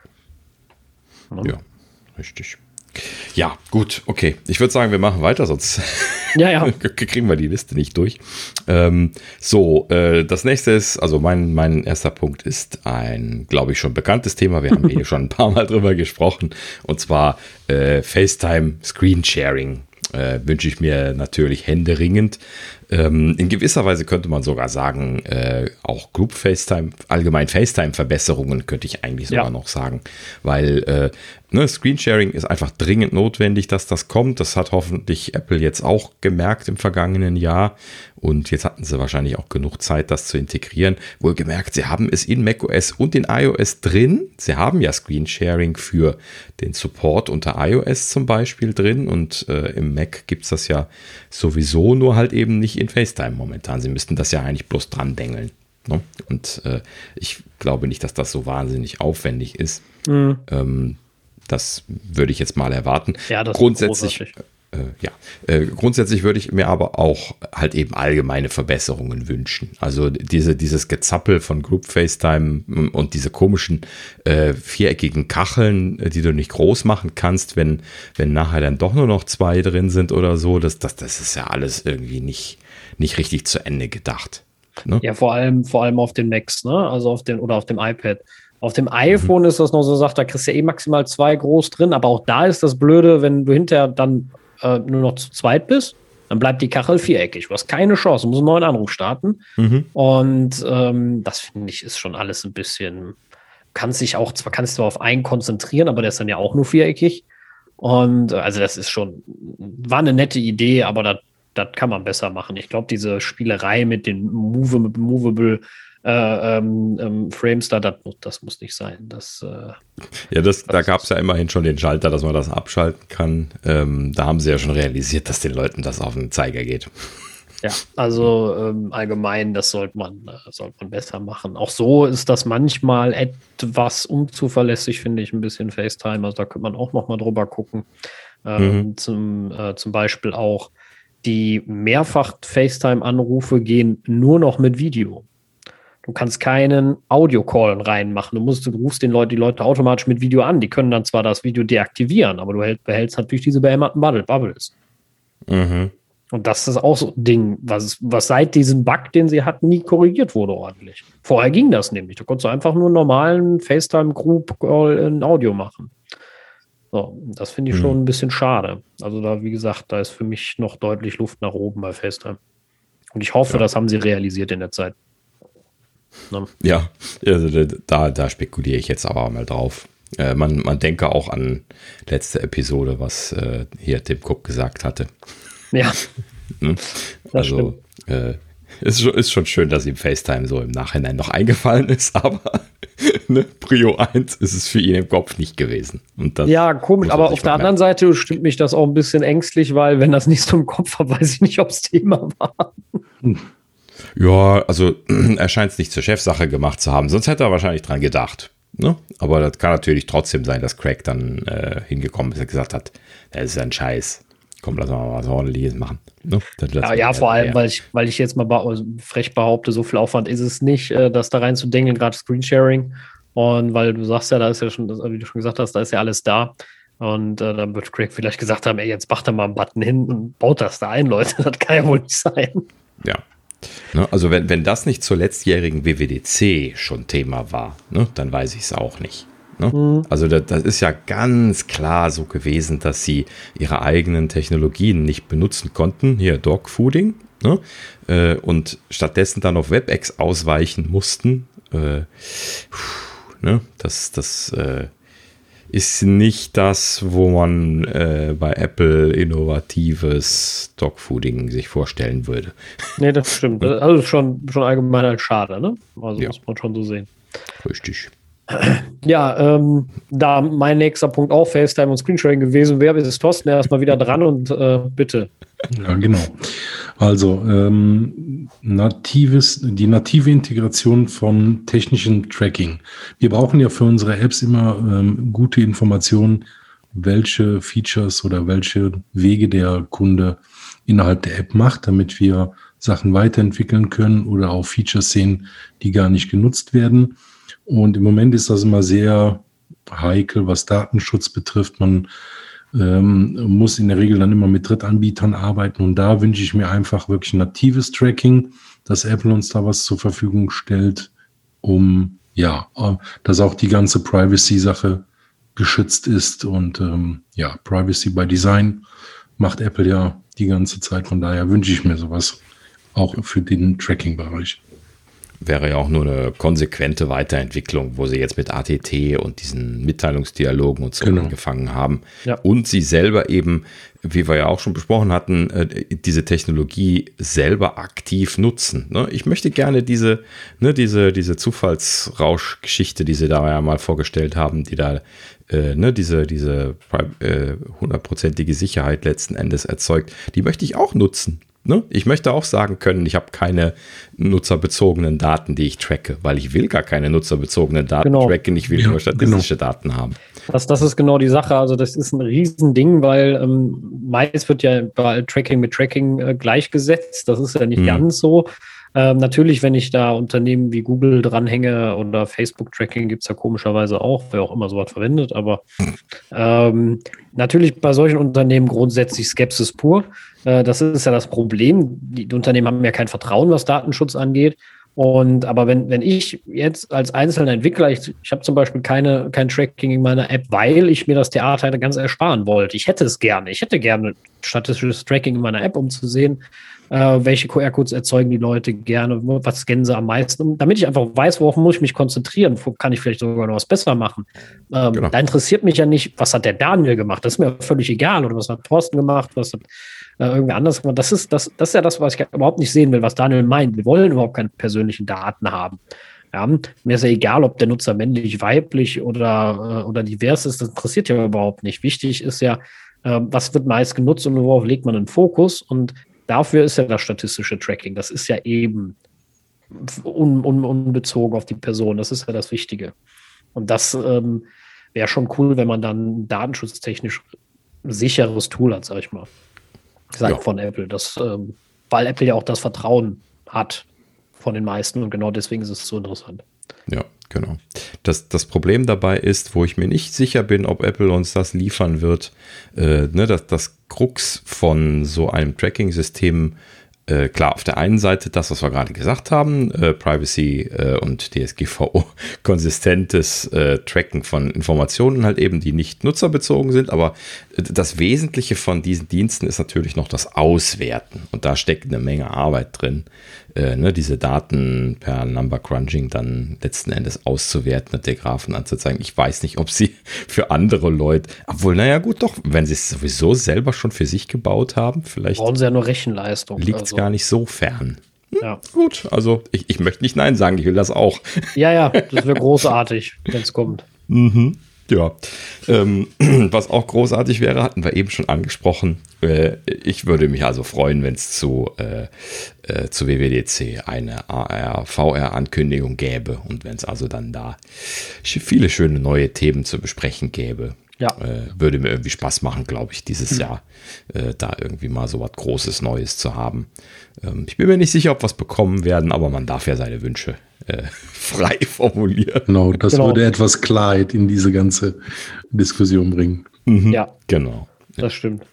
Ne? Ja, richtig. Ja, gut, okay. Ich würde sagen, wir machen weiter, sonst ja, ja. kriegen wir die Liste nicht durch. Ähm, so, äh, das nächste ist, also mein, mein erster Punkt ist ein, glaube ich, schon bekanntes Thema. Wir haben hier schon ein paar Mal drüber gesprochen. Und zwar äh, FaceTime Screen Sharing. Äh, wünsche ich mir natürlich händeringend. Ähm, in gewisser Weise könnte man sogar sagen, äh, auch Group FaceTime, allgemein FaceTime-Verbesserungen könnte ich eigentlich sogar ja. noch sagen, weil äh, ne, Screensharing ist einfach dringend notwendig, dass das kommt. Das hat hoffentlich Apple jetzt auch gemerkt im vergangenen Jahr und jetzt hatten sie wahrscheinlich auch genug Zeit, das zu integrieren. Wohlgemerkt, sie haben es in macOS und in iOS drin. Sie haben ja Screensharing für den Support unter iOS zum Beispiel drin und äh, im Mac gibt es das ja sowieso, nur halt eben nicht in FaceTime momentan. Sie müssten das ja eigentlich bloß dran dengeln. Ne? Und äh, ich glaube nicht, dass das so wahnsinnig aufwendig ist. Mhm. Ähm, das würde ich jetzt mal erwarten. Ja, das grundsätzlich, ist äh, ja, äh, grundsätzlich würde ich mir aber auch halt eben allgemeine Verbesserungen wünschen. Also diese, dieses Gezappel von Group FaceTime und diese komischen äh, viereckigen Kacheln, die du nicht groß machen kannst, wenn, wenn nachher dann doch nur noch zwei drin sind oder so, das, das, das ist ja alles irgendwie nicht, nicht richtig zu Ende gedacht. Ne? Ja, vor allem, vor allem auf den Macs, ne? Also auf den oder auf dem iPad. Auf dem iPhone mhm. ist das noch so, sagt, da kriegst du ja eh maximal zwei groß drin, aber auch da ist das Blöde, wenn du hinterher dann äh, nur noch zu zweit bist, dann bleibt die Kachel viereckig. Du hast keine Chance, du musst einen neuen Anruf starten. Mhm. Und ähm, das finde ich ist schon alles ein bisschen, kannst dich auch, zwar kannst du auf einen konzentrieren, aber der ist dann ja auch nur viereckig. Und äh, also das ist schon, war eine nette Idee, aber das das kann man besser machen. Ich glaube, diese Spielerei mit den Move, mit Movable äh, ähm, Frames da, das, das muss nicht sein. Das, äh, ja, das, das da gab es ja immerhin schon den Schalter, dass man das abschalten kann. Ähm, da haben sie ja schon realisiert, dass den Leuten das auf den Zeiger geht. Ja, also ähm, allgemein, das sollte man, äh, sollte man besser machen. Auch so ist das manchmal etwas unzuverlässig, finde ich, ein bisschen FaceTime. Also da könnte man auch noch mal drüber gucken. Ähm, mhm. zum, äh, zum Beispiel auch die Mehrfach-FaceTime-Anrufe gehen nur noch mit Video. Du kannst keinen Audio-Call reinmachen. Du musst, du rufst den Leute, die Leute automatisch mit Video an. Die können dann zwar das Video deaktivieren, aber du hält, behältst natürlich diese behämmerten Bubbles. Mhm. Und das ist auch so ein Ding, was, was seit diesem Bug, den sie hatten, nie korrigiert wurde ordentlich. Vorher ging das nämlich. Du konntest einfach nur einen normalen FaceTime-Group-Call in Audio machen. So, das finde ich mhm. schon ein bisschen schade. Also da, wie gesagt, da ist für mich noch deutlich Luft nach oben bei FaceTime. Und ich hoffe, ja. das haben sie realisiert in der Zeit. Ne? Ja, also da, da spekuliere ich jetzt aber mal drauf. Äh, man, man denke auch an letzte Episode, was äh, hier Tim Cook gesagt hatte. Ja, ne? Also äh, ist, schon, ist schon schön, dass ihm FaceTime so im Nachhinein noch eingefallen ist, aber ne, Prio eins ist es für ihn im Kopf nicht gewesen. Und das ja, komisch, aber auf der anderen Seite stimmt mich das auch ein bisschen ängstlich, weil wenn das nicht so im Kopf war, weiß ich nicht, ob es Thema war. Ja, also er scheint es nicht zur Chefsache gemacht zu haben, sonst hätte er wahrscheinlich dran gedacht. Ne? Aber das kann natürlich trotzdem sein, dass Craig dann äh, hingekommen ist und gesagt hat, das ist ein Scheiß. Komm, lass mal was Ordentliches machen. Ne? Ja, ja vor allem, weil ich, weil ich jetzt mal be- frech behaupte, so viel Aufwand ist es nicht, äh, das da rein zu denken, gerade Screensharing. Und weil du sagst ja, da ist ja schon, wie du schon gesagt hast, da ist ja alles da. Und äh, dann wird Craig vielleicht gesagt haben, ey, jetzt macht er mal einen Button hin und baut das da ein, Leute. Das kann ja wohl nicht sein. Ja. Ne, also wenn, wenn das nicht zur letztjährigen W W D C schon Thema war, ne, dann weiß ich es auch nicht. Ne? Mhm. Also das, das ist ja ganz klar so gewesen, dass sie ihre eigenen Technologien nicht benutzen konnten, hier Dogfooding, ne? äh, und stattdessen dann auf WebEx ausweichen mussten. Äh, pff, ne? Das, das äh, ist nicht das, wo man äh, bei Apple innovatives Dogfooding sich vorstellen würde. Nee, das stimmt. Also schon, schon allgemein als schade, ne? Also ja. Muss man schon so sehen. Richtig. Ja, ähm, da mein nächster Punkt auch FaceTime und Screensharing gewesen wäre, ist Thorsten erstmal wieder dran und äh, bitte. Ja, genau. Also ähm, natives, die native Integration von technischem Tracking. Wir brauchen ja für unsere Apps immer ähm, gute Informationen, welche Features oder welche Wege der Kunde innerhalb der App macht, damit wir Sachen weiterentwickeln können oder auch Features sehen, die gar nicht genutzt werden. Und im Moment ist das immer sehr heikel, was Datenschutz betrifft. Man ähm, muss in der Regel dann immer mit Drittanbietern arbeiten. Und da wünsche ich mir einfach wirklich natives Tracking, dass Apple uns da was zur Verfügung stellt, um, ja, dass auch die ganze Privacy-Sache geschützt ist. Und ähm, ja, Privacy by Design macht Apple ja die ganze Zeit. Von daher wünsche ich mir sowas auch für den Tracking-Bereich. Wäre ja auch nur eine konsequente Weiterentwicklung, wo sie jetzt mit A T T und diesen Mitteilungsdialogen und so genau. angefangen haben. Ja. Und sie selber eben, wie wir ja auch schon besprochen hatten, diese Technologie selber aktiv nutzen. Ich möchte gerne diese, ne, diese, diese Zufallsrausch-Geschichte, die sie da ja mal vorgestellt haben, die da ne, diese, diese hundertprozentige Sicherheit letzten Endes erzeugt, die möchte ich auch nutzen. Ne? Ich möchte auch sagen können, ich habe keine nutzerbezogenen Daten, die ich tracke, weil ich will gar keine nutzerbezogenen Daten genau. tracken, ich will ja, nur statistische genau. Daten haben. Das, das ist genau die Sache, also das ist ein Riesending, weil ähm, meist wird ja bei Tracking mit Tracking äh, gleichgesetzt, das ist ja nicht mhm. ganz so. Ähm, natürlich, wenn ich da Unternehmen wie Google dranhänge oder Facebook-Tracking gibt es ja komischerweise auch, wer auch immer sowas verwendet, aber ähm, natürlich bei solchen Unternehmen grundsätzlich Skepsis pur. Äh, das ist ja das Problem. Die, die Unternehmen haben ja kein Vertrauen, was Datenschutz angeht. Und aber wenn, wenn ich jetzt als einzelner Entwickler, ich, ich habe zum Beispiel keine, kein Tracking in meiner App, weil ich mir das Theater ganz ersparen wollte. Ich hätte es gerne. Ich hätte gerne statistisches Tracking in meiner App, um zu sehen, äh, welche Q R-Codes erzeugen die Leute gerne, was scannen sie am meisten, damit ich einfach weiß, worauf muss ich mich konzentrieren, wo kann ich vielleicht sogar noch was besser machen. Ähm, genau. Da interessiert mich ja nicht, was hat der Daniel gemacht, das ist mir völlig egal, oder was hat Thorsten gemacht, was hat äh, irgendwer anders gemacht. Das ist, das, das ist ja das, was ich überhaupt nicht sehen will, was Daniel meint. Wir wollen überhaupt keine persönlichen Daten haben. Ja, mir ist ja egal, ob der Nutzer männlich, weiblich oder, äh, oder divers ist, das interessiert ja überhaupt nicht. Wichtig ist ja, äh, was wird meist genutzt und worauf legt man den Fokus, und dafür ist ja das statistische Tracking. Das ist ja eben un, un, unbezogen auf die Person. Das ist ja das Wichtige. Und das ähm, wäre schon cool, wenn man dann datenschutztechnisch sicheres Tool hat, sag ich mal. sagt Ja. von Apple. Das, ähm, weil Apple ja auch das Vertrauen hat von den meisten und genau deswegen ist es so interessant. Ja, genau. Das, das Problem dabei ist, wo ich mir nicht sicher bin, ob Apple uns das liefern wird, äh, ne, dass das Krux von so einem Tracking-System, äh, klar, auf der einen Seite das, was wir gerade gesagt haben, äh, Privacy äh, und D S G V O, konsistentes äh, Tracken von Informationen halt eben, die nicht nutzerbezogen sind, aber äh, das Wesentliche von diesen Diensten ist natürlich noch das Auswerten und da steckt eine Menge Arbeit drin, äh, ne, diese Daten per Number Crunching dann letzten Endes auszuwerten und der Graphen anzuzeigen. Ich weiß nicht, ob sie für andere Leute, obwohl, naja gut, doch, wenn sie es sowieso selber schon für sich gebaut haben, vielleicht Brauchen sie ja nur Rechenleistung. liegt es also, gar nicht so fern. ja. Gut, also ich, ich möchte nicht Nein sagen, ich will das auch. ja, ja, das wäre großartig, wenn es kommt. Mhm. Ja, ähm, was auch großartig wäre, hatten wir eben schon angesprochen. Äh, ich würde mich also freuen, wenn es zu, äh, äh, zu W W D C eine A R, V R-Ankündigung gäbe und wenn es also dann da viele schöne neue Themen zu besprechen gäbe. Ja. Äh, würde mir irgendwie Spaß machen, glaube ich, dieses mhm. Jahr äh, da irgendwie mal so was Großes Neues zu haben. Ähm, ich bin mir nicht sicher, ob wir es bekommen werden, aber man darf ja seine Wünsche äh, frei formulieren. Genau, das Genau. würde etwas Klarheit in diese ganze Diskussion bringen. Mhm. Ja, Genau. das stimmt.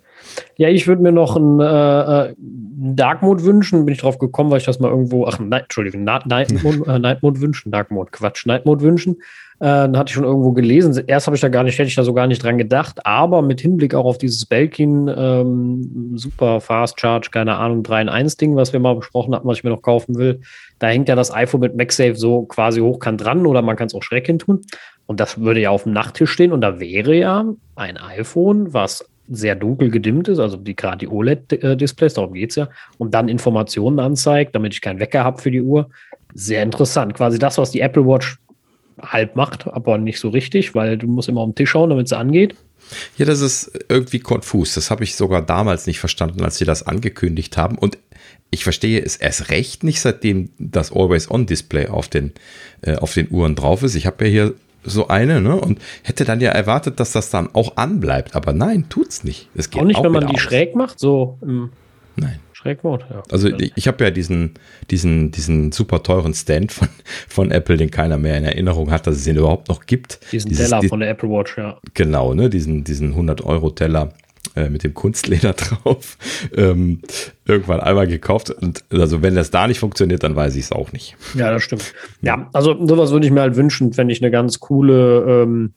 Ja, ich würde mir noch einen äh, Dark Mode wünschen. Bin ich drauf gekommen, weil ich das mal irgendwo, ach, nein, Entschuldigung, Night, Night, Mode, äh, Night Mode wünschen, Dark Mode, Quatsch, Night Mode wünschen. Äh, dann hatte ich schon irgendwo gelesen. Erst habe ich da gar nicht, hätte ich da so gar nicht dran gedacht, aber mit Hinblick auch auf dieses Belkin ähm, Super Fast Charge, keine Ahnung, drei in eins Ding, was wir mal besprochen hatten, was ich mir noch kaufen will. Da hängt ja das iPhone mit MagSafe so quasi hochkant dran oder man kann es auch schräg hin tun. Und das würde ja auf dem Nachttisch stehen und da wäre ja ein iPhone, was sehr dunkel gedimmt ist, also die gerade die O L E D-Displays, darum geht es ja, und dann Informationen anzeigt, damit ich keinen Wecker habe für die Uhr. Sehr interessant. Quasi das, was die Apple Watch halb macht, aber nicht so richtig, weil du musst immer auf den Tisch schauen, damit es angeht. Ja, das ist irgendwie konfus. Das habe ich sogar damals nicht verstanden, als sie das angekündigt haben. Und ich verstehe es erst recht nicht, seitdem das Always-On-Display auf den, äh, auf den Uhren drauf ist. Ich habe ja hier so eine, ne? Und hätte dann ja erwartet, dass das dann auch anbleibt. Aber nein, tut's nicht. Es geht auch nicht, auch wenn man wieder die aus. schräg macht, so im Nein. Schrägmode. Ja. Also ich, ich habe ja diesen, diesen, diesen super teuren Stand von, von Apple, den keiner mehr in Erinnerung hat, dass es ihn überhaupt noch gibt. Diesen Dieses, Teller die, von der Apple Watch, ja. Genau, ne? Diesen, diesen hundert-Euro-Teller äh, mit dem Kunstleder drauf. Ähm, irgendwann einmal gekauft. Und also wenn das da nicht funktioniert, dann weiß ich es auch nicht. Ja, das stimmt. Ja, also sowas würde ich mir halt wünschen, fände ich eine ganz coole, ähm,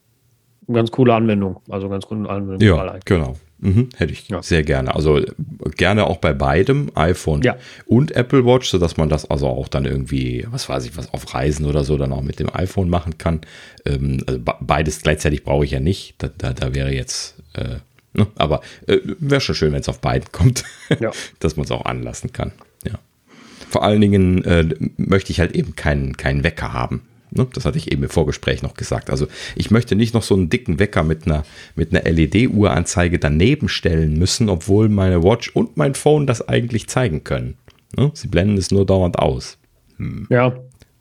eine ganz coole Anwendung. Also ganz coole Anwendung. Ja, genau. Mhm, hätte ich Ja. sehr gerne. Also äh, gerne auch bei beidem, iPhone Ja. und Apple Watch, sodass man das also auch dann irgendwie, was weiß ich, was auf Reisen oder so dann auch mit dem iPhone machen kann. Ähm, also be- beides gleichzeitig brauche ich ja nicht. Da, da, da wäre jetzt, äh, ne? aber äh, wäre schon schön, wenn es auf beiden kommt, Ja. dass man es auch anlassen kann. Ja. Vor allen Dingen äh, möchte ich halt eben keinen, keinen Wecker haben. Ne? Das hatte ich eben im Vorgespräch noch gesagt. Also ich möchte nicht noch so einen dicken Wecker mit einer, mit einer L E D-Uhranzeige daneben stellen müssen, obwohl meine Watch und mein Phone das eigentlich zeigen können. Ne? Sie blenden es nur dauernd aus. Hm. Ja.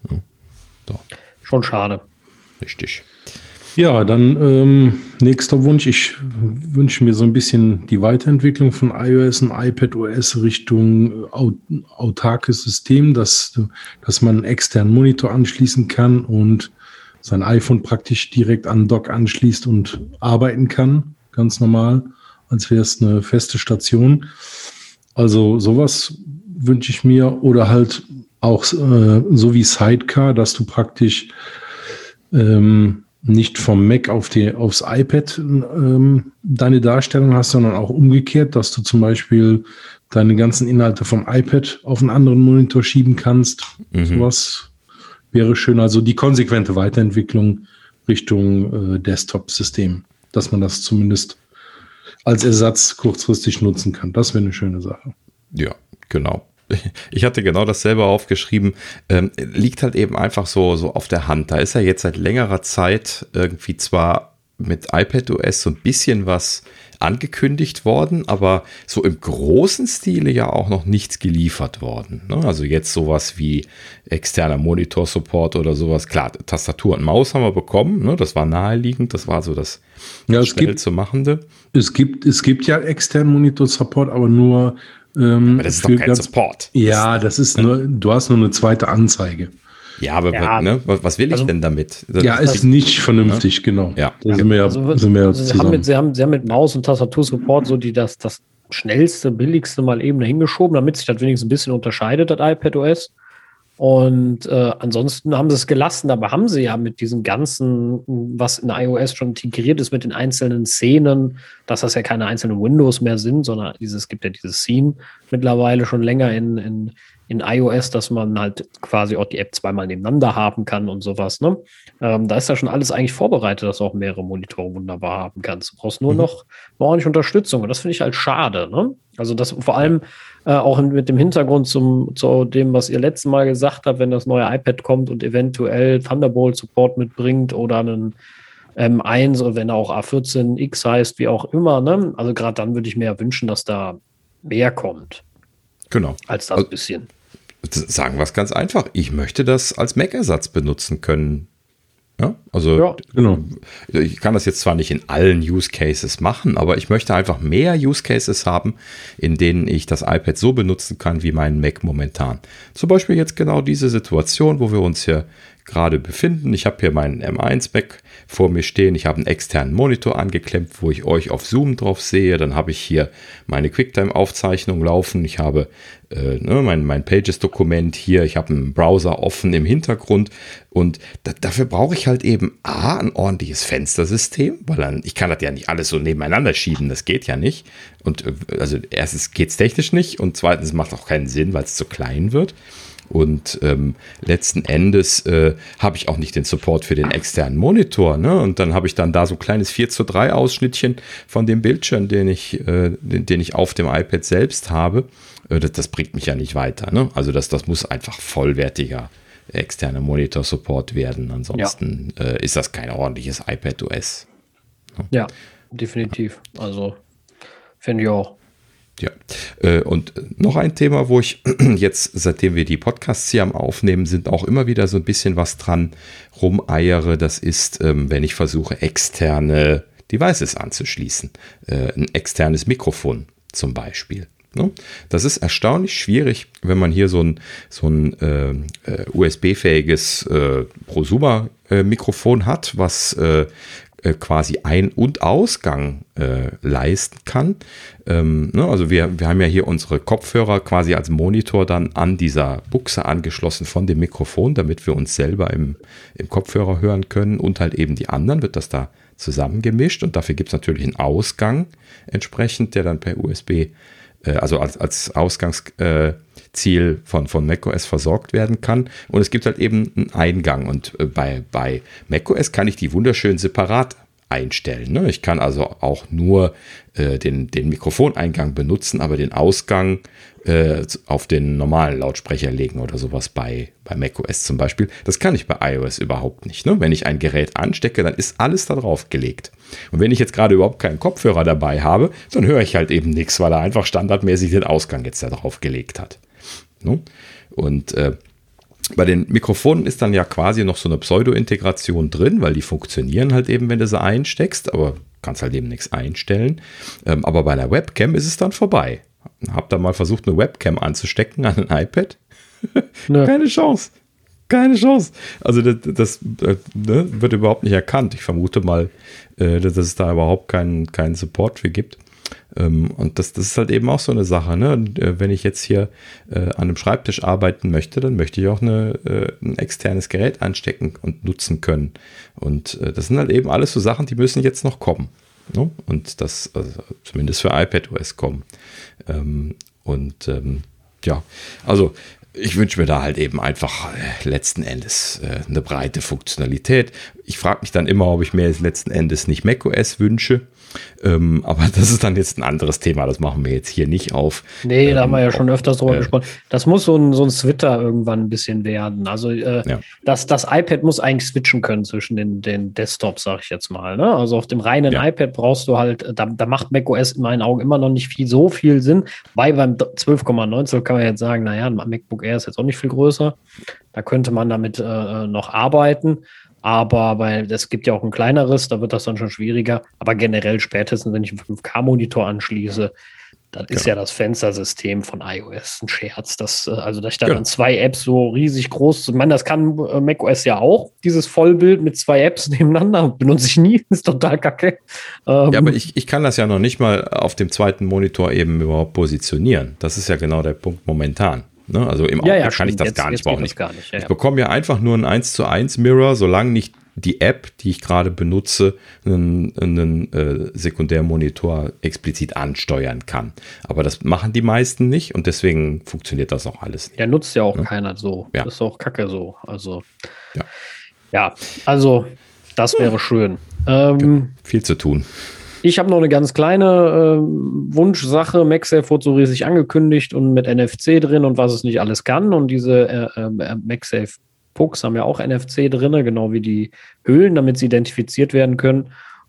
So, Schon schade. richtig. Ja, dann ähm, nächster Wunsch. Ich wünsche mir so ein bisschen die Weiterentwicklung von iOS und iPadOS Richtung aut autarkes System, dass, dass man einen externen Monitor anschließen kann und sein iPhone praktisch direkt an den Dock anschließt und arbeiten kann, ganz normal, als wäre es eine feste Station. Also sowas wünsche ich mir oder halt auch äh, so wie Sidecar, dass du praktisch ähm, nicht vom Mac auf die, aufs iPad ähm, deine Darstellung hast, sondern auch umgekehrt, dass du zum Beispiel deine ganzen Inhalte vom iPad auf einen anderen Monitor schieben kannst. Mhm. Sowas wäre schön. Also die konsequente Weiterentwicklung Richtung äh, Desktop-System, dass man das zumindest als Ersatz kurzfristig nutzen kann. Das wäre eine schöne Sache. Ja, genau. Ich hatte genau dasselbe aufgeschrieben. Ähm, liegt halt eben einfach so, so auf der Hand. Da ist ja jetzt seit längerer Zeit irgendwie zwar mit iPadOS so ein bisschen was angekündigt worden, aber so im großen Stile ja auch noch nichts geliefert worden. Ne? Also jetzt sowas wie externer Monitor-Support oder sowas. Klar, Tastatur und Maus haben wir bekommen. Ne? Das war naheliegend. Das war so das ja, schnell gibt, zu machende. Es gibt, es gibt ja externen Monitor-Support, aber nur ähm, aber das ist doch kein ganz, Support. Ja, das ist nur, du hast nur eine zweite Anzeige. Ja, aber ja, ne, was will ich also, denn damit? Das ja, ist nicht vernünftig, ne? Genau. Ja. Da sind wir ja, also, sind wir also sie, haben mit, sie, haben, sie haben mit Maus- und Tastatursupport so die das, das schnellste, billigste mal eben dahin geschoben, damit sich das wenigstens ein bisschen unterscheidet, das iPadOS. Und äh, ansonsten haben sie es gelassen, aber haben sie ja mit diesem ganzen, was in iOS schon integriert ist, mit den einzelnen Szenen, dass das ja keine einzelnen Windows mehr sind, sondern dieses, es gibt ja dieses Scene mittlerweile schon länger in, in, in iOS, dass man halt quasi auch die App zweimal nebeneinander haben kann und sowas. Ne? Ähm, da ist ja schon alles eigentlich vorbereitet, dass du auch mehrere Monitore wunderbar haben kannst. Du brauchst nur mhm. noch eine ordentliche Unterstützung und das finde ich halt schade. Ne? Also das vor allem äh, auch mit dem Hintergrund zum, zu dem, was ihr letztes Mal gesagt habt, wenn das neue iPad kommt und eventuell Thunderbolt-Support mitbringt oder einen M eins oder wenn er auch A vierzehn X heißt, wie auch immer. Ne? Also gerade dann würde ich mir ja wünschen, dass da mehr kommt. Genau. Als das also, bisschen. Sagen wir es ganz einfach. Ich möchte das als Mac-Ersatz benutzen können. Ja, also ja, genau. Ich kann das jetzt zwar nicht in allen Use Cases machen, aber ich möchte einfach mehr Use Cases haben, in denen ich das iPad so benutzen kann wie meinen Mac momentan. Zum Beispiel jetzt genau diese Situation, wo wir uns hier gerade befinden. Ich habe hier meinen M eins Mac vor mir stehen. Ich habe einen externen Monitor angeklemmt, wo ich euch auf Zoom drauf sehe. Dann habe ich hier meine QuickTime-Aufzeichnung laufen. Ich habe äh, ne, mein, mein Pages-Dokument hier. Ich habe einen Browser offen im Hintergrund. Und da, dafür brauche ich halt eben A, ein ordentliches Fenstersystem, weil dann, ich kann das ja nicht alles so nebeneinander schieben. Das geht ja nicht. Und also erstens geht es technisch nicht und zweitens macht auch keinen Sinn, weil es zu klein wird. Und ähm, letzten Endes äh, habe ich auch nicht den Support für den externen Monitor. Ne? Und dann habe ich dann da so ein kleines vier zu drei Ausschnittchen von dem Bildschirm, den ich, äh, den, den ich auf dem iPad selbst habe. Äh, das, das bringt mich ja nicht weiter. Ne? Also das, das muss einfach vollwertiger externer Monitor-Support werden. Ansonsten ja. äh, ist das kein ordentliches iPadOS. Ne? Ja, definitiv. Also finde ich auch. Ja, und noch ein Thema, wo ich jetzt, seitdem wir die Podcasts hier am Aufnehmen, sind auch immer wieder so ein bisschen was dran rumeiere. Das ist, wenn ich versuche, externe Devices anzuschließen. Ein externes Mikrofon zum Beispiel. Das ist erstaunlich schwierig, wenn man hier so ein, so ein äh, U S B-fähiges äh, Prosumer-Mikrofon hat, was äh, quasi Ein- und Ausgang äh, leisten kann. Ähm, ne, also wir, wir haben ja hier unsere Kopfhörer quasi als Monitor dann an dieser Buchse angeschlossen von dem Mikrofon, damit wir uns selber im, im Kopfhörer hören können und halt eben die anderen, wird das da zusammengemischt und dafür gibt es natürlich einen Ausgang entsprechend, der dann per U S B, äh, also als, als Ausgangsziel äh, von, von macOS versorgt werden kann. Und es gibt halt eben einen Eingang. Und äh, bei, bei macOS kann ich die wunderschön separat einstellen. Ne? Ich kann also auch nur äh, den, den Mikrofoneingang benutzen, aber den Ausgang äh, auf den normalen Lautsprecher legen oder sowas bei, bei macOS zum Beispiel. Das kann ich bei iOS überhaupt nicht. Ne? Wenn ich ein Gerät anstecke, dann ist alles da drauf gelegt. Und wenn ich jetzt gerade überhaupt keinen Kopfhörer dabei habe, dann höre ich halt eben nichts, weil er einfach standardmäßig den Ausgang jetzt da drauf gelegt hat. Ne? Und äh, bei den Mikrofonen ist dann ja quasi noch so eine Pseudo-Integration drin, weil die funktionieren halt eben, wenn du sie einsteckst, aber kannst halt eben nichts einstellen. Ähm, aber bei der Webcam ist es dann vorbei. Hab da mal versucht, eine Webcam anzustecken an ein iPad. Ne. Keine Chance. Keine Chance. Also das, das äh, ne, wird überhaupt nicht erkannt. Ich vermute mal, äh, dass es da überhaupt keinen keinen Support für gibt. Ähm, und das, das ist halt eben auch so eine Sache. Ne? Und, äh, wenn ich jetzt hier äh, an einem Schreibtisch arbeiten möchte, dann möchte ich auch eine, äh, ein externes Gerät anstecken und nutzen können. Und äh, das sind halt eben alles so Sachen, die müssen jetzt noch kommen. Ne? Und das also zumindest für iPadOS kommen. Ähm, und ähm, ja, also ich wünsche mir da halt eben einfach äh, letzten Endes äh, eine breite Funktionalität. Ich frage mich dann immer, ob ich mir jetzt letzten Endes nicht macOS wünsche, Ähm, aber das ist dann jetzt ein anderes Thema, das machen wir jetzt hier nicht auf. Nee, ähm, da haben wir ja schon öfters drüber äh, gesprochen. Das muss so ein, so ein Twitter irgendwann ein bisschen werden. Also äh, ja. das, das iPad muss eigentlich switchen können zwischen den, den Desktops, sag ich jetzt mal. Ne? Also auf dem reinen Ja. iPad brauchst du halt, da, da macht macOS in meinen Augen immer noch nicht viel, so viel Sinn, weil beim zwölf Komma neun Zoll kann man jetzt sagen, naja, ein MacBook Air ist jetzt auch nicht viel größer. Da könnte man damit äh, noch arbeiten. Aber weil es gibt ja auch ein kleineres, da wird das dann schon schwieriger. Aber generell spätestens, wenn ich einen fünf K-Monitor anschließe, das ist Genau. ja das Fenstersystem von iOS ein Scherz. Das, äh, also, dass ich da Genau. dann zwei Apps so riesig groß, ich meine, das kann äh, macOS ja auch, dieses Vollbild mit zwei Apps nebeneinander, benutze ich nie, ist total kacke. Ähm, Ja, aber ich, ich kann das ja noch nicht mal auf dem zweiten Monitor eben überhaupt positionieren. Das ist ja genau der Punkt momentan. Ne? Also im Ja, Augenblick ja, kann stimmt. ich das Jetzt- gar nicht. jetzt geht Auch das nicht. gar nicht, ja, Ich ja. bekomme ja einfach nur ein eins zu eins Mirror, solange nicht die App, die ich gerade benutze, einen, einen äh, Sekundärmonitor explizit ansteuern kann. Aber das machen die meisten nicht und deswegen funktioniert das auch alles nicht. Ja, nutzt ja auch Ja. keiner so. Ja. Das ist auch kacke so. Also, Ja. ja, also, das wäre schön. Ähm, Viel zu tun. Ich habe noch eine ganz kleine ähm, Wunschsache. MagSafe wurde so riesig angekündigt und mit N F C drin und was es nicht alles kann. Und diese äh, äh, MagSafe Pucks haben ja auch N F C drin, genau wie die Hüllen, damit sie identifiziert werden können.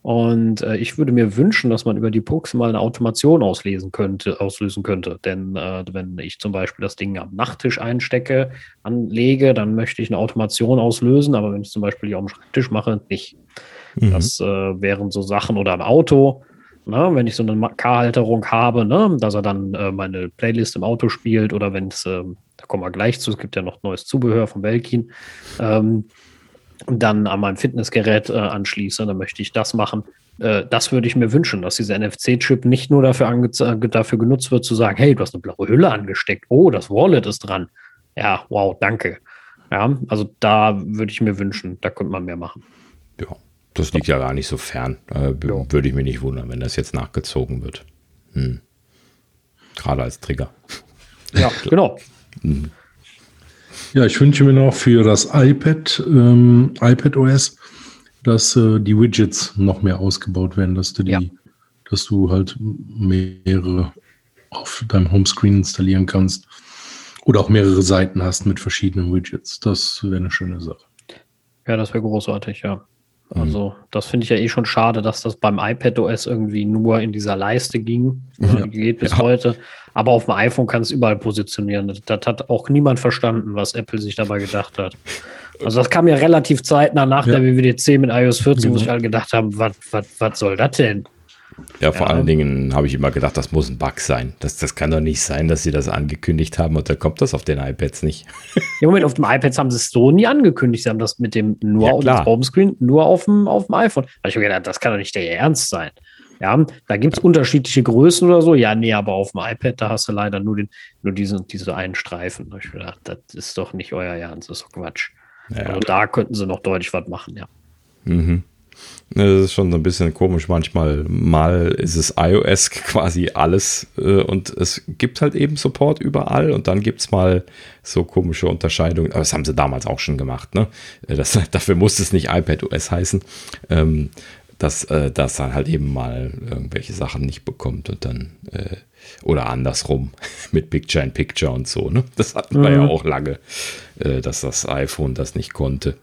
Und äh, ich würde mir wünschen, dass man über die Pucks mal eine Automation auslesen könnte, auslösen könnte. Denn äh, wenn ich zum Beispiel das Ding am Nachttisch einstecke, anlege, dann möchte ich eine Automation auslösen. Aber wenn ich zum Beispiel hier am Schreibtisch mache, nicht. Mhm. Das äh, wären so Sachen oder im Auto, ne, wenn ich so eine K-Halterung habe, ne, dass er dann äh, meine Playlist im Auto spielt oder wenn es, ähm, da kommen wir gleich zu, es gibt ja noch neues Zubehör von Belkin, ähm, und dann an meinem Fitnessgerät äh, anschließe, dann möchte ich das machen. Äh, das würde ich mir wünschen, dass dieser N F C-Chip nicht nur dafür, ange- dafür genutzt wird, zu sagen, hey, du hast eine blaue Hülle angesteckt, oh, das Wallet ist dran. Ja, wow, danke. Ja, also da würde ich mir wünschen, da könnte man mehr machen. Ja, das liegt ja gar nicht so fern. Äh, b- Ja. Würde ich mich nicht wundern, wenn das jetzt nachgezogen wird. Hm. Gerade als Trigger. Ja, genau. Ja, ich wünsche mir noch für das iPad, ähm, iPadOS, dass äh, die Widgets noch mehr ausgebaut werden, dass du die, Ja. dass du halt mehrere auf deinem Homescreen installieren kannst oder auch mehrere Seiten hast mit verschiedenen Widgets. Das wäre eine schöne Sache. Ja, das wäre großartig, ja. Also, das finde ich ja eh schon schade, dass das beim iPadOS irgendwie nur in dieser Leiste ging. Ja. Die geht bis Ja. heute. Aber auf dem iPhone kann es überall positionieren. Das, das hat auch niemand verstanden, was Apple sich dabei gedacht hat. Also, das kam ja relativ zeitnah nach Ja. der W W D C mit iOS vierzehn, wo Genau. sich alle gedacht haben, was, was, was soll das denn? Ja, vor Ja. allen Dingen habe ich immer gedacht, das muss ein Bug sein. Das, das kann doch nicht sein, dass sie das angekündigt haben und dann kommt das auf den iPads nicht. Im Moment auf dem iPad haben sie es so nie angekündigt. Sie haben das mit dem nur Ja, auf klar. dem Homescreen, nur auf dem, auf dem iPhone. Da habe ich mir gedacht, das kann doch nicht der Ernst sein. Ja, da gibt es unterschiedliche Größen oder so. Ja, nee, aber auf dem iPad, da hast du leider nur, den, nur diesen, diese einen Streifen. Da habe ich mir gedacht, das ist doch nicht euer Ernst, das ist doch Quatsch. Ja. Also da könnten sie noch deutlich was machen, ja. Mhm. Das ist schon so ein bisschen komisch manchmal. Mal ist es iOS quasi alles äh, und es gibt halt eben Support überall und dann gibt es mal so komische Unterscheidungen. Aber das haben sie damals auch schon gemacht. Ne? Das, dafür muss es nicht iPadOS heißen, ähm, dass äh, das dann halt eben mal irgendwelche Sachen nicht bekommt und dann äh, oder andersrum mit Picture in Picture und so. Ne? Das hatten wir Mhm. ja auch lange, äh, dass das iPhone das nicht konnte.